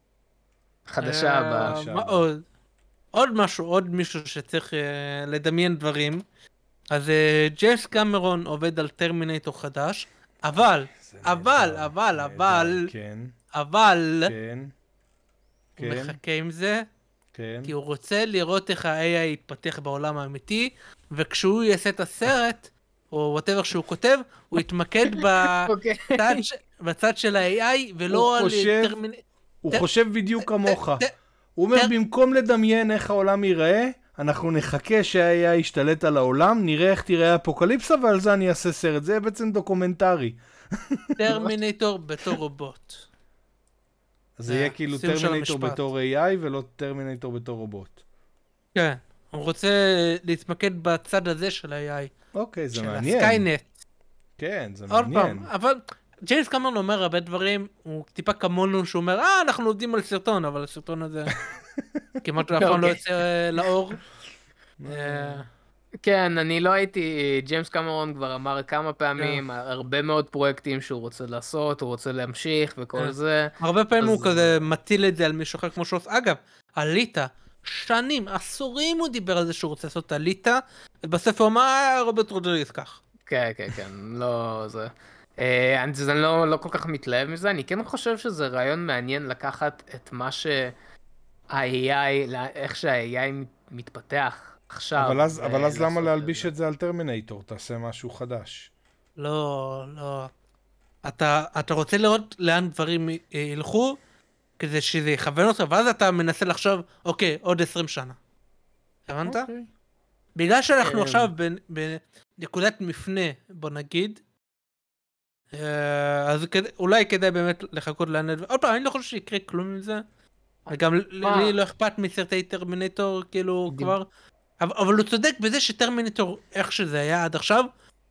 A: חדשה
B: אה,
A: הבאה.
C: חדשה
B: מה
C: הבאה.
B: עוד? עוד משהו, עוד מישהו שצריך אה, לדמיין דברים. אז אה, ג'יימס קמרון עובד על טרמינטור חדש, אבל,
C: זה
B: אבל,
C: נהדר,
B: אבל,
C: נהדר,
B: אבל,
C: כן,
B: אבל,
C: כן,
B: הוא
C: כן,
B: מחכה עם זה,
C: כן.
B: כי הוא רוצה לראות איך ה-איי איי יתפתח בעולם האמיתי, וכשהוא יעשה את הסרט, או whatever שהוא כותב, הוא יתמקד
A: אוקיי.
B: בצד, ש... בצד של ה-איי איי, ולא
C: הוא
B: על
C: חושב-
B: טרמינ...
C: הוא
B: ת-
C: חושב בדיוק כמוך.
B: ת-
C: הוא אומר,
B: ת-
C: במקום לדמיין איך העולם ייראה, אנחנו נחכה שה-איי איי ישתלט על העולם, נראה איך תיראה האפוקליפסה, ועל זה אני אעשה סרט. זה בעצם דוקומנטרי.
B: טרמינטור בתור רובוט.
C: אז זה יהיה
B: זה
C: כאילו
B: הסיום של
C: טרמינטור
B: המשפט.
C: בתור איי איי, ולא טרמינטור בתור רובוט.
B: כן, הוא רוצה להתמקד בצד הזה של ה-איי איי,
C: אוקיי, זה
B: של
C: מעניין.
B: הסקיינט.
C: כן, זה
B: עוד
C: מעניין.
B: פעם, אבל ג'יימס קמרון אומר הרבה דברים, הוא טיפה כמונו שהוא אומר, אה, אנחנו עובדים על סרטון, אבל הסרטון הזה כמעט אף פעם לא
A: אוקיי.
B: יוצא אה, לאור. אה,
A: כן, אני לא הייתי, ג'יימס קמרון כבר אמר כמה פעמים, הרבה מאוד פרויקטים שהוא רוצה לעשות, הוא רוצה להמשיך וכל
B: כן.
A: זה.
B: הרבה פעמים הוא
A: אז-
B: כזה מטיל את זה על מישהו אחר כמו שעושה. אגב, אליטה, שנים, עשורים הוא דיבר על זה שהוא רוצה לעשות אליטה, בסוף הוא אמר, רוברט רודריגס כך.
A: כן, כן, כן, לא זה. אה, אני זה לא, לא כל כך מתלהב מזה, אני כן חושב שזה רעיון מעניין לקחת את מה שה-איי איי, איך שה-איי איי מתפתח עכשיו.
C: אבל אז, אבל אז למה
A: ולעשות
C: להלביש
A: זה.
C: את זה על טרמינטור? תעשה משהו חדש.
B: לא, לא. אתה, אתה רוצה לראות לאן דברים אה, ילכו, כדי שזה יכוון אותך, ואז אתה מנסה לחשוב, אוקיי, עוד עשרים שנה. הבנת?
C: אוקיי.
B: בגלל שאנחנו
A: כן.
B: עכשיו בנ- בנקודת מפנה, בוא נגיד, אה, אז כד- אולי כדאי באמת לחכות לאן... עוד פעם, אני לא חושב שיקרה כלום מזה. וגם ל-
A: מה?
B: לי לא אכפת מסרטי טרמינטור, כאילו,
A: דיב-
B: כבר. אבל אבל הוא צודק בזה שטרמינטור, איך שזה היה עד עכשיו,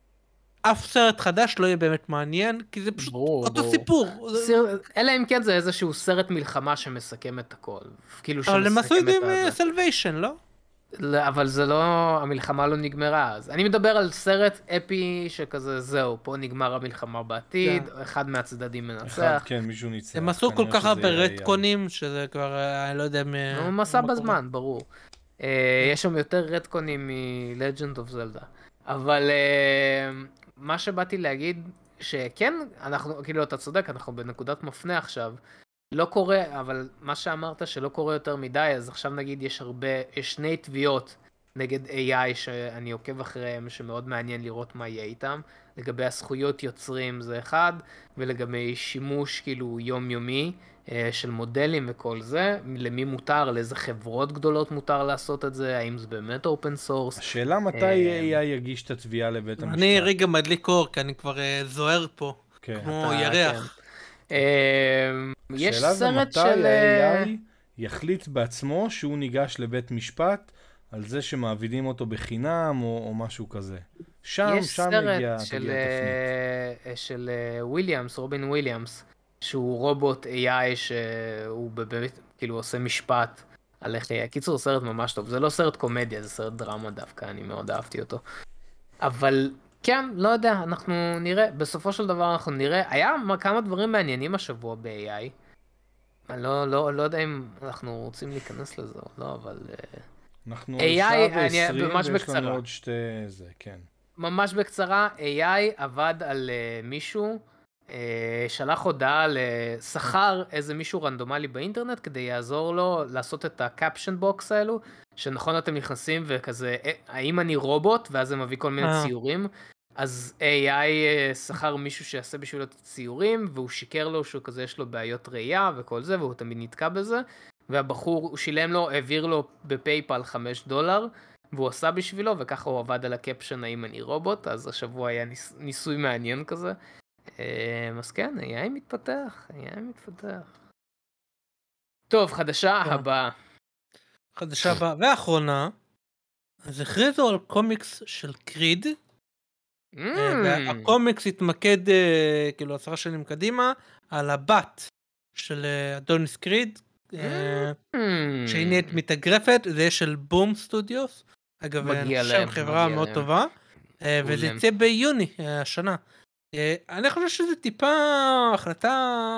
B: אף סרט חדש לא יהיה באמת מעניין, כי זה פשוט
A: ברור,
B: אותו
A: ברור.
B: סיפור. זה-
A: סיר- אלא אם כן זה איזשהו סרט מלחמה שמסכם את הכל. כאילו
B: אבל הם עשו את זה עם
A: הזה.
B: סלוויישן, לא?
A: לא, אבל זה לא, המלחמה לא נגמרה אז. אני מדבר על סרט אפי שכזה, זהו, פה נגמר המלחמה בעתיד, אחד מהצדדים
C: אחד,
A: מנצח.
C: כן, מישהו ניצח.
B: הם עשו כל
C: כנראה
B: כך
C: שזה
B: הרבה
C: יהיה
B: רטקונים, שזה כבר, אה, אני לא יודע מ...
A: נו, מסע
B: מה קורה.
A: בזמן, ברור. אה, יש שם יותר רטקונים מ-Legend of Zelda. אבל אה, מה שבאתי להגיד, שכן, אנחנו, כאילו, אתה צודק, אנחנו בנקודת מפנה עכשיו. לא קורה, אבל מה שאמרת שלא קורה יותר מדי, אז עכשיו נגיד יש הרבה, יש שני תביעות נגד איי איי שאני עוקב אחריהם, שמאוד מעניין לראות מה יהיה איתם. לגבי הזכויות יוצרים זה אחד, ולגבי שימוש כאילו יומיומי אה, של מודלים וכל זה, למי מותר, לאיזה חברות גדולות מותר לעשות את זה, האם זה באמת אופן סורס.
C: השאלה מתי
A: אה,
C: איי איי יגיש את התביעה לבית המשפט.
B: אני רגע מדליק אור, כי אני כבר אה, זוהר פה,
C: כן.
B: כמו
A: אתה-
B: ירח.
A: כן. אה, יש
C: השאלה זה
A: סרט
C: מתי
A: של...
C: ה-איי איי יחליט בעצמו שהוא ניגש לבית משפט על זה שמעבידים אותו בחינם או, או משהו כזה. שם,
A: יש
C: שם
A: סרט
C: הגיע,
A: של,
C: תגיע התפנית.
A: אה, של אה, וויליאמס, רובין וויליאמס, שהוא רובוט איי איי שהוא באמת כאילו עושה משפט על איך איי איי. קיצור, סרט ממש טוב. זה לא סרט קומדיה, זה סרט דרמה דווקא, אני מאוד אהבתי אותו. אבל כן, לא יודע, אנחנו נראה, בסופו של דבר אנחנו נראה. היה כמה דברים מעניינים השבוע ב-איי איי. אני לא, לא, לא יודע אם אנחנו רוצים להיכנס לזה או לא, אבל... אה,
C: אנחנו
A: איי
C: על
A: איי,
C: שעה
A: אני-
C: ועשרים
A: ממש
C: ויש
A: בקצרה.
C: לנו עוד שתי... זה, כן.
A: ממש בקצרה, איי איי עבד על uh, מישהו, uh, שלח הודעה לשכר איזה מישהו רנדומלי באינטרנט כדי יעזור לו לעשות את הקפשן בוקס האלו, שנכון אתם נכנסים וכזה, "אה, האם אני רובוט? ואז זה מביא כל מיני
B: אה.
A: ציורים. אז איי איי uh, שכר מישהו שיעשה בשבילו את הציורים, והוא שיקר לו שהוא כזה יש לו בעיות ראייה וכל זה, והוא תמיד נתקע בזה. והבחור, הוא שילם לו, העביר לו בפייפל חמש דולר, והוא עשה בשבילו, וככה הוא עבד על הקפשן האם אני רובוט, אז השבוע היה ניס, ניסוי מעניין כזה. אה, אז כן, איי איי מתפתח, איי איי מתפתח. טוב, חדשה
B: כן.
A: הבאה.
B: חדשה הבאה והאחרונה, אז הכריזו על קומיקס של קריד,
A: Mm,
B: והקומיקס התמקד אה, כאילו עשרה שנים קדימה, על הבת של אה, אדוניס קריד, אה,
A: mm.
B: שהיא נהיית מתאגרפת, זה של בום סטודיוס, אגב,
A: מגיע
B: אני
A: להם,
B: חושב חברה
A: מגיע
B: מאוד
A: להם.
B: טובה, אה,
A: מעולה.
B: וזה יצא ביוני אה, השנה. אה, אני חושב שזה טיפה החלטה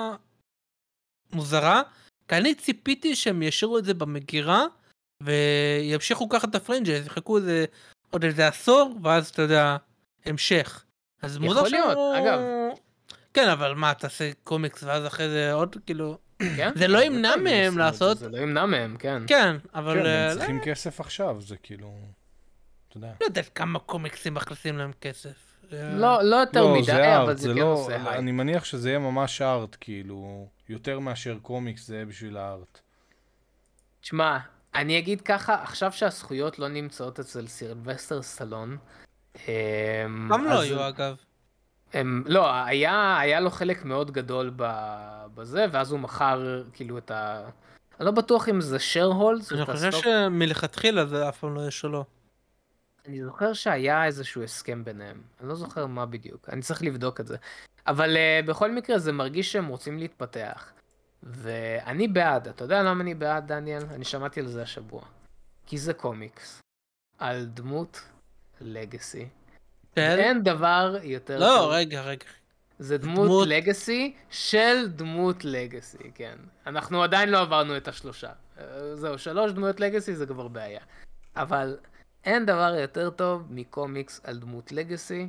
B: מוזרה, כי אני ציפיתי שהם ישאירו את זה במגירה, וימשיכו ככה את הפרנג'ייז, יחכו איזה, עוד איזה עשור, ואז אתה יודע, המשך. אז
A: יכול
B: מוזר
A: להיות,
B: שהוא-
A: אגב.
B: כן, אבל מה, תעשה קומיקס, ואז אחרי זה עוד, כאילו...
A: כן?
B: זה לא
A: אני
B: ימנע
A: יודע,
B: מהם
A: זה-
B: לעשות-
A: זה לא ימנע מהם, כן.
B: כן, אבל...
C: כן,
B: אה,
C: הם
B: לא
C: צריכים כסף עכשיו, זה כאילו... אתה יודע.
B: לא יודע כמה קומיקסים מכניסים להם כסף. אה,
A: לא, לא יותר
C: לא,
A: מדי,
C: זה
A: אבל
C: ארט,
A: זה
C: זה
A: כן
C: לא...
A: עושה הייפ.
C: אני מניח שזה יהיה ממש ארט, כאילו... יותר מאשר קומיקס זה יהיה בשביל הארט.
A: תשמע, אני אגיד ככה, עכשיו שהזכויות לא נמצאות אצל סילבסטר סטלון, אמ,
B: גם לא
A: אז
B: היו אגב.
A: הם, לא, היה, היה לו חלק מאוד גדול ב- בזה, ואז הוא מכר כאילו את ה... אני לא בטוח אם זה shareholds,
B: אני
A: את
B: חושב
A: הסטוק.
B: שמלכתחילה זה אף פעם לא יהיה שלו.
A: אני זוכר שהיה איזשהו הסכם ביניהם, אני לא זוכר מה בדיוק, אני צריך לבדוק את זה. אבל uh, בכל מקרה זה מרגיש שהם רוצים להתפתח. ואני בעד, אתה יודע למה אני בעד, דניאל? אני שמעתי על זה השבוע. כי זה קומיקס. על דמות לגאסי. אין דבר יותר
B: לא,
A: טוב.
B: רגע, רגע.
A: זה דמות
B: דמות-
A: לגאסי של דמות לגאסי, כן. אנחנו עדיין לא עברנו את השלושה. אה, זהו, שלוש דמויות לגאסי זה כבר בעיה. אבל אין דבר יותר טוב מקומיקס על דמות לגאסי.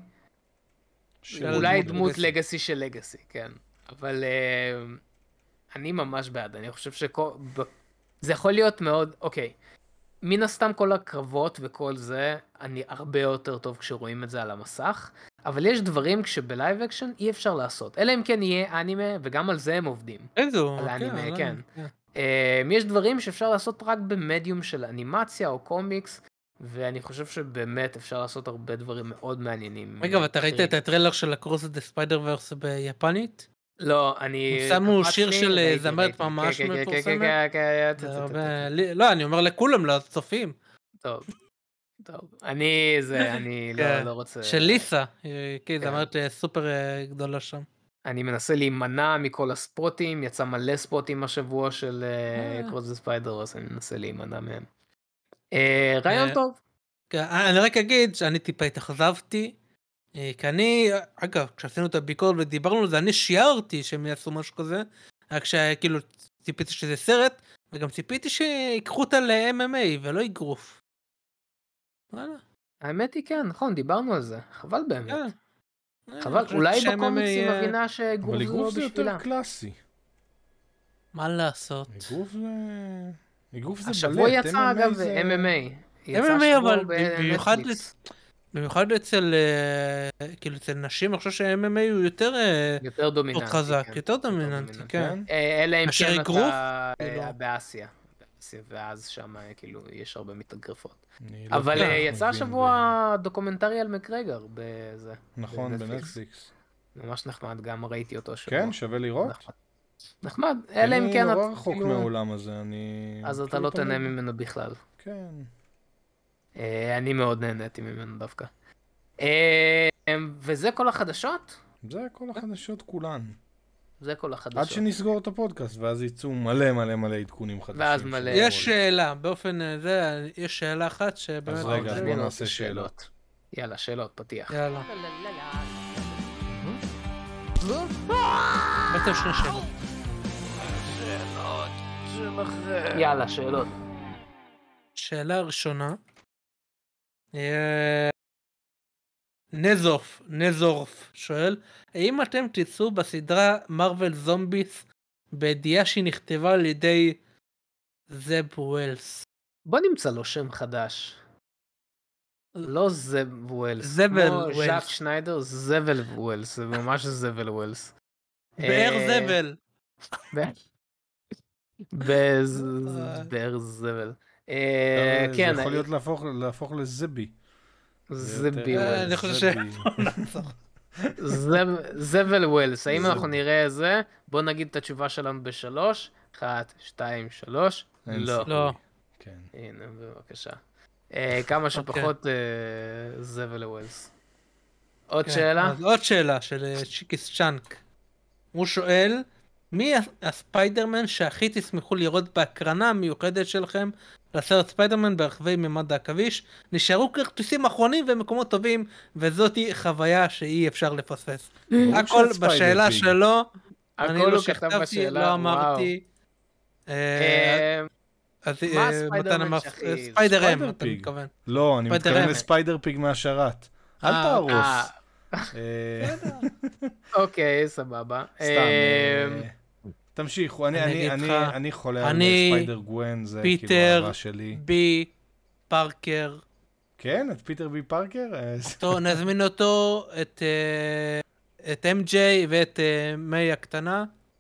C: של
A: אולי
B: דמות
A: דמות
B: לגאסי.
A: לגאסי של לגאסי, כן. אבל אה, אני ממש בעד, אני חושב שכל... ב- זה יכול להיות מאוד, אוקיי. מן הסתם כל הקרבות וכל זה, אני הרבה יותר טוב כשרואים את זה על המסך, אבל יש דברים כשבלייב אקשן אי אפשר לעשות. אלא אם כן יהיה אנימה, וגם על זה הם עובדים.
B: איזו,
A: על האנימה,
B: כן.
A: כן.
B: כן.
A: Um, יש דברים שאפשר לעשות רק במדיום של אנימציה או קומיקס, ואני חושב שבאמת אפשר לעשות הרבה דברים מאוד מעניינים.
B: רגע, ואתה ראית את הטריילר של הקרוס דה ספיידר ורס ביפנית?
A: לא, אני...
B: הם שמו
A: קפץ
B: שיר
A: לי,
B: של
A: ראיתי,
B: זמרת
A: ראיתי.
B: ממש
A: כן, כן, כן,
B: מפורסמת.
A: כן, כן, כן,
B: זה
A: כן,
B: הרבה- לי- לא, אני אומר לכולם, לצופים.
A: טוב, טוב. אני, זה, אני לא
B: כן.
A: לא רוצה...
B: של ליסה, היא- כן,
A: כן.
B: זמרת אה, סופר אה, גדולה שם.
A: אני מנסה להימנע מכל הספוטים, יצא מלא ספוטים השבוע של
B: אה.
A: קרוס דה ספיידר, אז אני מנסה להימנע מהם. אה, רעיון
B: אה,
A: טוב.
B: כן, אני רק אגיד שאני טיפה התאכזבתי, אה, כי אני, אגב, כשעשינו את הביקורת ודיברנו על זה, אני שיערתי שהם יעשו משהו כזה, רק שכאילו ציפיתי שזה סרט, וגם ציפיתי שיקחו אותה ל-אם אם איי ולא אגרוף. וואלה,
A: האמת היא כן, נכון, דיברנו על זה, חבל באמת.
B: כן. אה,
A: חבל,
B: אני חושב
A: אולי
B: ש-אם אם איי,
A: בקומיקס היא
B: אה,
A: מבינה שאגרוף
C: אבל
A: זה לא
C: אגרוף זה
A: בשבילה.
C: יותר קלאסי.
B: מה לעשות?
C: אגרוף זה... אגרוף זה
A: השבוע
C: בלט,
A: יצא
C: אם אם איי
A: אגב
C: זה-
A: אם אם איי.
B: אם אם איי אבל
A: יצא
B: במיוחד
A: בנטפליקס.
B: במיוחד אצל, אה, כאילו אצל נשים, אני חושב שה-אם אם איי הוא יותר אה,
A: יותר דומיננטי.
B: מאוד חזק,
A: כן.
B: יותר דומיננטי,
A: דומיננטי.
B: כן.
A: אה, אלא אם
B: אשר
A: כן
B: אגרוף?
A: אתה
B: כאילו.
A: אה, באסיה. באסיה, ואז שם אה, כאילו יש הרבה מתאגרפות.
C: אני לא
A: אבל
C: כל כך
A: אה, יצא
C: מבין
A: השבוע דוקומנטרי על מקרגר בזה.
C: ב- נכון,
A: בנטפליקס.
C: בנטפליקס.
A: ממש נחמד, גם ראיתי אותו השבוע.
C: כן, שווה לראות.
A: נחמד. נחמד, אלא אם כן
C: אני
A: אתה
C: נורא רחוק
A: כאילו-
C: מהעולם הזה, אני...
A: אז אתה
C: כאילו
A: לא
C: תמיד-
A: תהנה ממנו בכלל.
C: כן.
A: אה, אני מאוד נהניתי ממנו דווקא. אה, וזה כל החדשות?
C: זה כל החדשות כולן.
A: זה כל
C: עד
A: החדשות.
C: שנסגור את הפודקאסט, ואז יצאו מלא מלא מלא עדכונים חדשים.
A: ואז
C: של
A: מלא.
C: הכל.
B: יש שאלה, באופן אה, זה, יש שאלה אחת שבאמת...
C: אז רגע, אז
A: אני
C: בוא
A: לא
C: נעשה
A: רוצה
C: שאלות.
A: יאללה, שאלות, פתיח.
B: יאללה. בעצם שני שאלות.
A: יאללה, שאלות.
B: שאלה ראשונה. אה, נזוף, נזורף שואל, האם אתם תצאו בסדרה מרוול זומביס בידיעה שהיא נכתבה על ידי זב ווילס?
A: בוא נמצא לו שם חדש. לא זב ווילס.
B: זבל
A: כמו
B: ווילס.
A: ז'אק שניידר, זבל ווילס. זה ממש זבל ווילס.
B: באר
A: אה,
B: זבל.
A: בז- באר זבל. אה,
C: זה
A: כן,
C: יכול להיות להפוך- להפוך לזבי. זה יותר-
A: זבי
B: אה,
A: ווילס.
B: אני חושב ש...
C: זבי.
A: זב- זבל ווילס. האם
C: זבל.
A: אנחנו נראה זה? בוא נגיד את התשובה שלנו בשלוש. אחת, שתיים, שלוש.
C: אין
A: לא.
C: סיכוי.
B: לא.
C: כן.
A: הנה, בבקשה. אה, כמה שפחות אה, זבל ווילס. עוד
B: כן,
A: שאלה?
B: אז עוד שאלה של אה, צ'יקיס צ'אנק. הוא שואל, מי הספיידרמן שהכי תשמחו לראות בהקרנה המיוחדת שלכם לסרט ספיידרמן ברחבי ממד העכביש? נשארו כרטיסים אחרונים ומקומות טובים, וזאתי חוויה שאי אפשר לפספס.
C: ברור
B: הכל
C: שאת ספיידר
B: בשאלה
C: פיג.
B: שלו, אני
A: הכל
B: לא
A: הוא כתב
B: שכתבתי,
A: בשאלה,
B: לא
A: וואו.
B: אמרתי. אה,
A: אה,
B: אז
A: מה
B: אה,
A: הספיידרמן
B: מתן אמר-
A: שהכי-
B: ספיידר אם,
C: ספיידר
B: אתה
C: פיג.
B: מתכוון.
C: לא, אני
B: ספיידר
C: מתכוון
B: אם.
C: לספיידר פיג מהשרת. אל
B: אה,
C: תהרוס.
A: אה,
C: אה,
A: אוקיי, סבבה.
C: סתם.
A: אה,
C: אה, תמשיכו, אני-
B: אני
C: אני-
B: אגיד
C: אני-
B: לך,
C: אני חולה על
B: אני,
C: ספיידר גוון, זה
B: פיטר,
C: כאילו אהבה שלי.
B: בי, פארקר,
C: כן, את פיטר בי פארקר? אה,
B: אותו, נזמין אותו, את, אה, את אם ג'יי ואת אה, מיי הקטנה,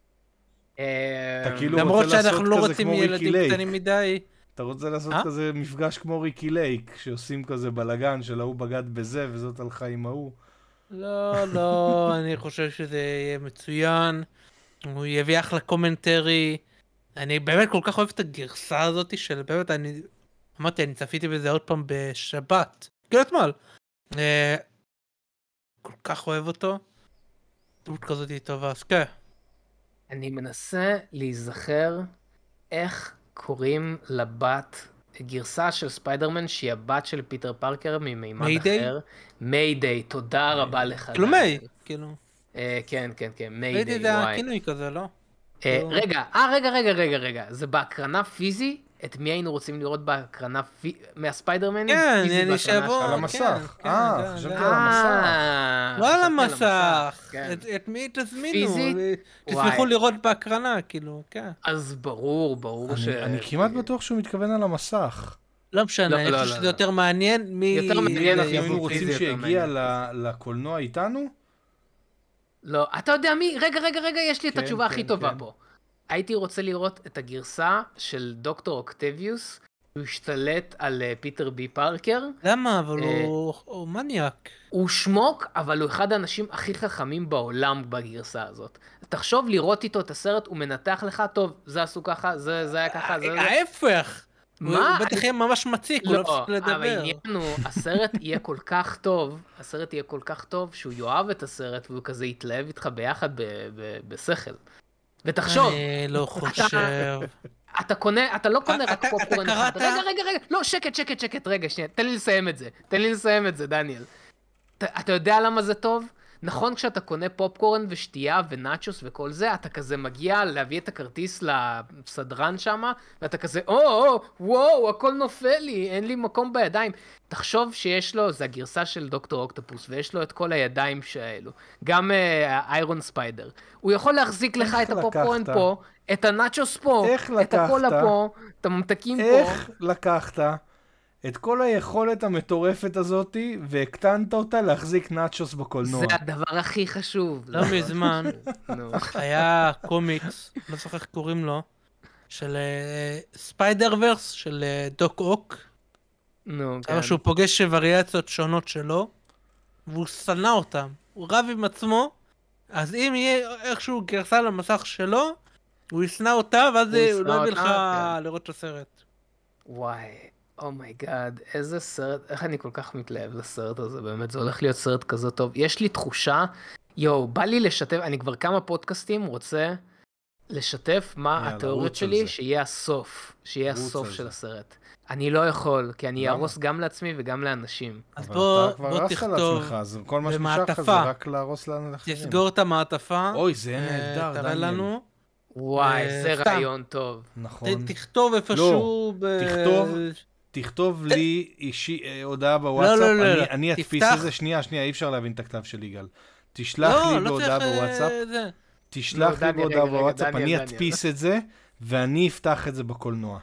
A: אה,
C: אתה כאילו
B: למרות
C: רוצה לעשות
B: שאנחנו לא
C: כזה
B: רוצים
C: כמו ריקי
B: ילדים
C: לייק.
B: קטנים מדי.
C: אתה רוצה לעשות
B: אה?
C: כזה מפגש כמו ריקי לייק, שעושים כזה בלגן של ההוא בגד בזה וזאת הלכה עם ההוא.
B: לא, לא, אני חושב שזה יהיה מצוין, הוא יביא אחלה קומנטרי, אני באמת כל כך אוהב את הגרסה הזאת של באמת, אני אמרתי, אני צפיתי בזה עוד פעם בשבת, כאילו אתמול, אה, כל כך אוהב אותו, דמות כזאת היא טובה, אז כן,
A: אני מנסה להיזכר איך קוראים לבת, גרסה של ספיידרמן שהיא הבת של פיטר פארקר ממימד
B: מיידיי?
A: אחר. מיידיי, תודה רבה לך.
B: כאילו
A: דניאל.
B: מיי, כאילו,
A: אה, כן, כן, כן,
B: ראיתי
A: מיידיי,
B: את זה
A: וואי.
B: הכינוי כזה, לא?
A: אה,
B: כאילו-
A: רגע, אה, רגע, רגע, רגע, רגע, זה בהקרנה פיזי? את מי היינו רוצים לראות בהקרנה מהספיידרמנים?
B: כן,
A: פיזי
B: אני שיבוא.
C: על
B: כן,
C: המסך.
B: כן,
C: אה,
B: כן,
C: חשבתי
B: כן.
C: על המסך.
A: אה,
B: לא על
A: חשבתי
B: המסך.
A: כן.
B: את- את מי תזמינו?
A: פיזית?
B: תשמחו
A: וואי.
B: לראות בהקרנה, כאילו, כן.
A: אז ברור, ברור ש...
C: אני- אני כמעט בטוח שהוא מתכוון על המסך.
B: לא משנה,
A: לא,
B: אני
A: לא,
B: חושב
A: לא,
B: שזה
A: לא.
B: יותר מעניין מ...
A: יותר מעניין,
B: מ-
A: אחי,
C: אם היינו
A: פיזי
C: רוצים
A: יותר
C: שיגיע
A: מעניין.
C: ל- לקולנוע איתנו,
A: לא, אתה יודע מי? רגע, רגע, רגע, יש לי את
C: כן,
A: התשובה
C: כן,
A: הכי טובה
C: כן.
A: פה. הייתי רוצה לראות את הגרסה של דוקטור אוקטביוס, שהוא השתלט על אה, פיטר בי פארקר.
B: למה? אבל
A: אה,
B: הוא הוא מניאק.
A: הוא שמוק, אבל הוא אחד האנשים הכי חכמים בעולם בגרסה הזאת. תחשוב לראות איתו את הסרט, הוא מנתח לך, טוב, זה עשו ככה, זה זה היה ככה, זה זה.
B: ההפך!
A: מה?
B: הוא בטח יהיה ממש מציק, הוא לא
A: לא,
B: יפסיק לדבר.
A: אבל העניין הוא, הסרט יהיה כל כך טוב, הסרט יהיה כל כך טוב, שהוא יאהב את הסרט, והוא כזה יתלהב איתך ביחד ב- ב- בשכל. ותחשוב,
B: אני לא חושב.
A: אתה קונה, אתה לא קונה
B: אתה-
A: רק
B: אתה
A: פופקורן אחד.
B: קראת?
A: רגע, רגע, רגע, לא, שקט, שקט, שקט, רגע, שנייה, תן לי לסיים את זה. תן לי לסיים את זה, דניאל. אתה, אתה יודע למה זה טוב? נכון, כשאתה קונה פופקורן ושתייה ונאצ'וס וכל זה, אתה כזה מגיע להביא את הכרטיס לסדרן שם, ואתה כזה, או, או, וואו, הכל נופל לי, אין לי מקום בידיים. תחשוב שיש לו, זה הגרסה של דוקטור אוקטופוס, ויש לו את כל הידיים שהאלו. גם איירון uh, ספיידר. הוא יכול להחזיק לך את הפופקורן
C: לקחת?
A: פה, את הנאצ'וס פה,
C: איך
A: את הקולה
C: לקחת?
A: פה, את הממתקים פה.
C: איך לקחת את כל היכולת המטורפת הזאתי והקטנת אותה להחזיק נאצ'וס בקולנוע?
A: זה הדבר הכי חשוב.
B: לא מזמן
A: נו.
B: היה קומיקס, לא זוכר איך קוראים לו, של ספיידר ורס, של אה, דוק אוק.
A: נו, כן.
B: אבל שהוא פוגש וריאציות שונות שלו, והוא שנא אותם. הוא רב עם עצמו, אז אם יהיה איכשהו גרסה למסך שלו, הוא ישנא אותה, ואז
A: הוא
B: הוא
A: ישנא
B: לא יביא לך
A: אותה, כן.
B: לראות את הסרט.
A: וואי, אומייגאד, איזה סרט, איך אני כל כך מתלהב לסרט הזה, באמת, זה הולך להיות סרט כזה טוב. יש לי תחושה, יואו, בא לי לשתף, אני כבר כמה פודקאסטים רוצה לשתף מה
C: יאללה,
A: התיאוריות
C: רוץ על
A: שלי,
C: זה.
A: שיהיה הסוף, שיהיה
C: רוץ
A: הסוף
C: על
A: של
C: זה.
A: הסרט. אני לא יכול, כי אני
C: למה?
A: אהרוס גם לעצמי וגם לאנשים.
B: אז
C: אבל
B: בוא,
C: אתה כבר
B: בוא
C: הרסת
B: תכתוב,
C: לעצמך, אז כל מה שנשאר לך זה
B: במעטפה.
C: רק להרוס לנו לאחרים.
B: תסגור את המעטפה,
C: אוי, זה
B: אה,
C: נהדר,
B: תראה
C: דניאל.
B: לנו,
A: וואי,
B: אה,
A: זה
B: סתם.
A: רעיון טוב.
C: נכון.
B: ת- תכתוב איפשהו ב...
C: תכתוב. תכתוב לי אישי, אה, הודעה בוואטסאפ,
B: לא, לא,
C: אני-
B: לא.
C: אני אדפיס
B: תפתח.
C: את זה, שנייה, שנייה, אי אפשר להבין את הכתב של יגאל. תשלח
B: לא,
C: לי
B: לא
C: בהודעה
B: צריך, אה,
C: בוואטסאפ,
B: זה.
C: תשלח לי
A: דניאל,
C: בהודעה
A: רגע, רגע,
C: בוואטסאפ,
A: דניאל,
C: אני
A: דניאל.
C: אדפיס את זה, ואני אפתח את זה בקולנוע.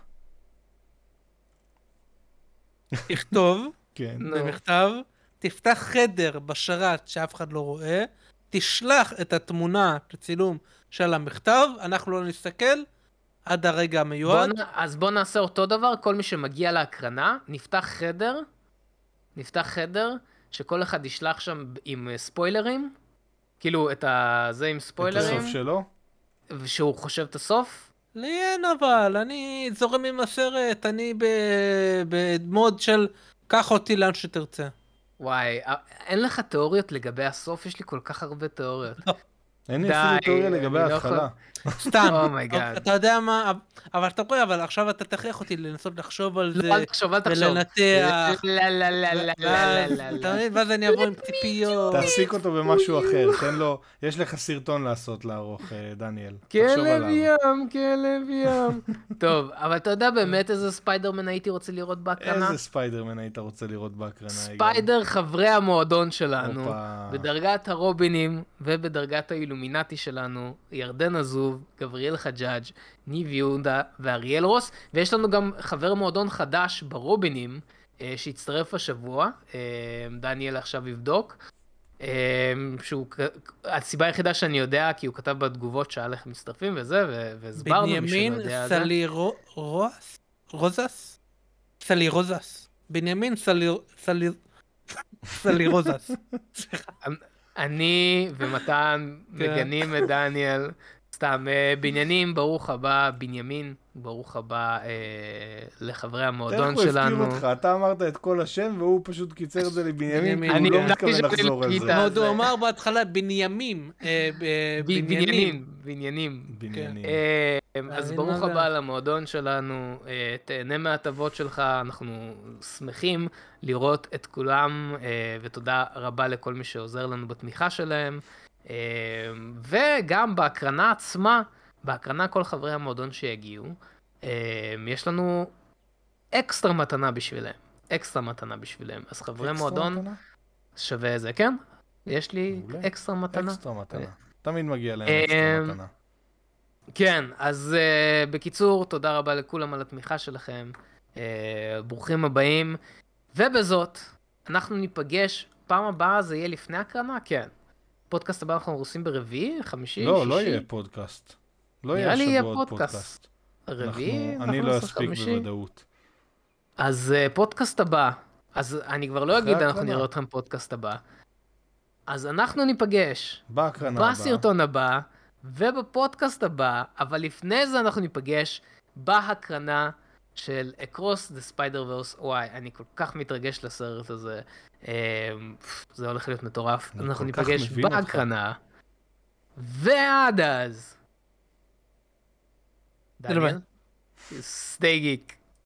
B: תכתוב
C: כן.
A: נו.
B: במכתב, תפתח חדר בשרת שאף אחד לא רואה, תשלח את התמונה, את הצילום של המכתב, אנחנו לא נסתכל עד הרגע
A: בוא
B: המיועד.
A: נ... אז בוא נעשה אותו דבר, כל מי שמגיע להקרנה, נפתח חדר, נפתח חדר, שכל אחד ישלח שם עם אה, ספוילרים, כאילו את ה... זה עם
C: את
A: ספוילרים,
C: הסוף שלו?
A: ושהוא חושב את הסוף.
B: לי אין אבל, אני זורם עם הסרט, אני ב- במוד של קח אותי לאן שתרצה.
A: וואי, אה, אין לך תיאוריות לגבי הסוף? יש לי כל כך הרבה תיאוריות.
C: אין לי
A: די,
C: אפילו תיאוריה לגבי
A: אני לא
C: ההתחלה.
B: סתם,
A: אומייגאד.
B: אתה יודע מה, אבל אתה רואה, אבל עכשיו אתה תכריח אותי לנסות לחשוב על זה,
A: לא, אל תחשוב, אל תחשוב.
B: ולנתח.
A: לא, לא, לא, לא, לא,
B: ואז,
A: לא, לא.
B: אתה מבין? ואז אני אבוא עם ציפיות.
C: תעסיק אותו במשהו אחר, תן לו, יש לך סרטון לעשות לערוך, אה, דניאל. תחשוב
A: כלב
C: עליו.
A: ים, כלב ים. טוב, אבל אתה יודע באמת איזה ספיידרמן הייתי רוצה לראות בהקרנה?
C: איזה ספיידרמן היית רוצה לראות בהקרנה? יגאל?
A: ספיידר חברי המועדון שלנו,
C: הופה.
A: בדרגת הרובינים ובדרגת האילומינטי שלנו, ירדן עזוב, גבריאל חג'אג', ניב יהודה ואריאל רוס, ויש לנו גם חבר מועדון חדש ברובינים, אה, שהצטרף השבוע, אה, דניאל עכשיו יבדוק, אה, שהוא, הסיבה היחידה שאני יודע, כי הוא כתב בתגובות שאל איך מצטרפים וזה, ו- והסברנו מי
B: בנימין
A: שלא יודע זה.
B: סלי רו- רוזס? רוזס? סלי רוזס. בנימין סלי... סלי... סלי רוזס.
A: אני ומתן מגנים את דניאל. סתם, אה, בניינים, ברוך הבא, בנימין, ברוך הבא אה, לחברי המועדון
C: תכף הוא
A: שלנו.
C: הפקיר אותך, אתה אמרת את כל השם והוא פשוט קיצר את זה לבנימין, כי
B: אני
C: הוא לא
A: ידעתי
C: מתכוון
A: שאני
C: לחזור על
A: לא
C: זה.
A: גיטה.
B: עוד
A: זה-
B: הוא אמר בהתחלה בניימים. אה, ב-
A: ב-
B: בניינים.
A: בניינים, בניינים.
C: בניינים.
A: אה, אז
B: אני
A: ברוך
B: לא יודע.
A: הבא למועדון שלנו, אה, תהנה מההטבות שלך, אנחנו שמחים לראות את כולם, אה, ותודה רבה לכל מי שעוזר לנו בתמיכה שלהם, אה, וגם בהקרנה עצמה, בהקרנה כל חברי המועדון שיגיעו, יש לנו אקסטרה מתנה בשבילם. אקסטרה מתנה בשבילם. אז חברי מועדון שווה זה, כן? יש לי אקסטרה מתנה.
C: אקסטרה מתנה. תמיד מגיע להם אקסטרה מתנה.
A: כן, אז uh, בקיצור, תודה רבה לכולם על התמיכה שלכם. Uh, ברוכים הבאים. ובזאת, אנחנו ניפגש, פעם הבאה זה יהיה לפני הקרנה? כן. פודקאסט הבא אנחנו עושים ברביעי, חמישי,
C: לא,
A: שישי?
C: לא יהיה פודקאסט. לא
A: נראה לי
C: יהיה
A: יהיה
C: שבוע
A: פודקאסט.
C: פודקאסט.
A: רביעי,
C: אנחנו, אני לא אספיק בוודאות.
A: אז uh, פודקאסט הבא, אז אני כבר לא אגיד, אנחנו נראה אתכם פודקאסט הבא. אז אנחנו ניפגש.
C: בהקרנה הבאה.
A: בסרטון הבא. ובפודקאסט הבא, אבל לפני זה אנחנו ניפגש בהקרנה של Across the Spider-Verse. וואי, אני כל כך מתרגש לסרט הזה. זה הולך להיות מטורף. אנחנו ניפגש בהקרנה. ועד אז. דניאל? Stay geek.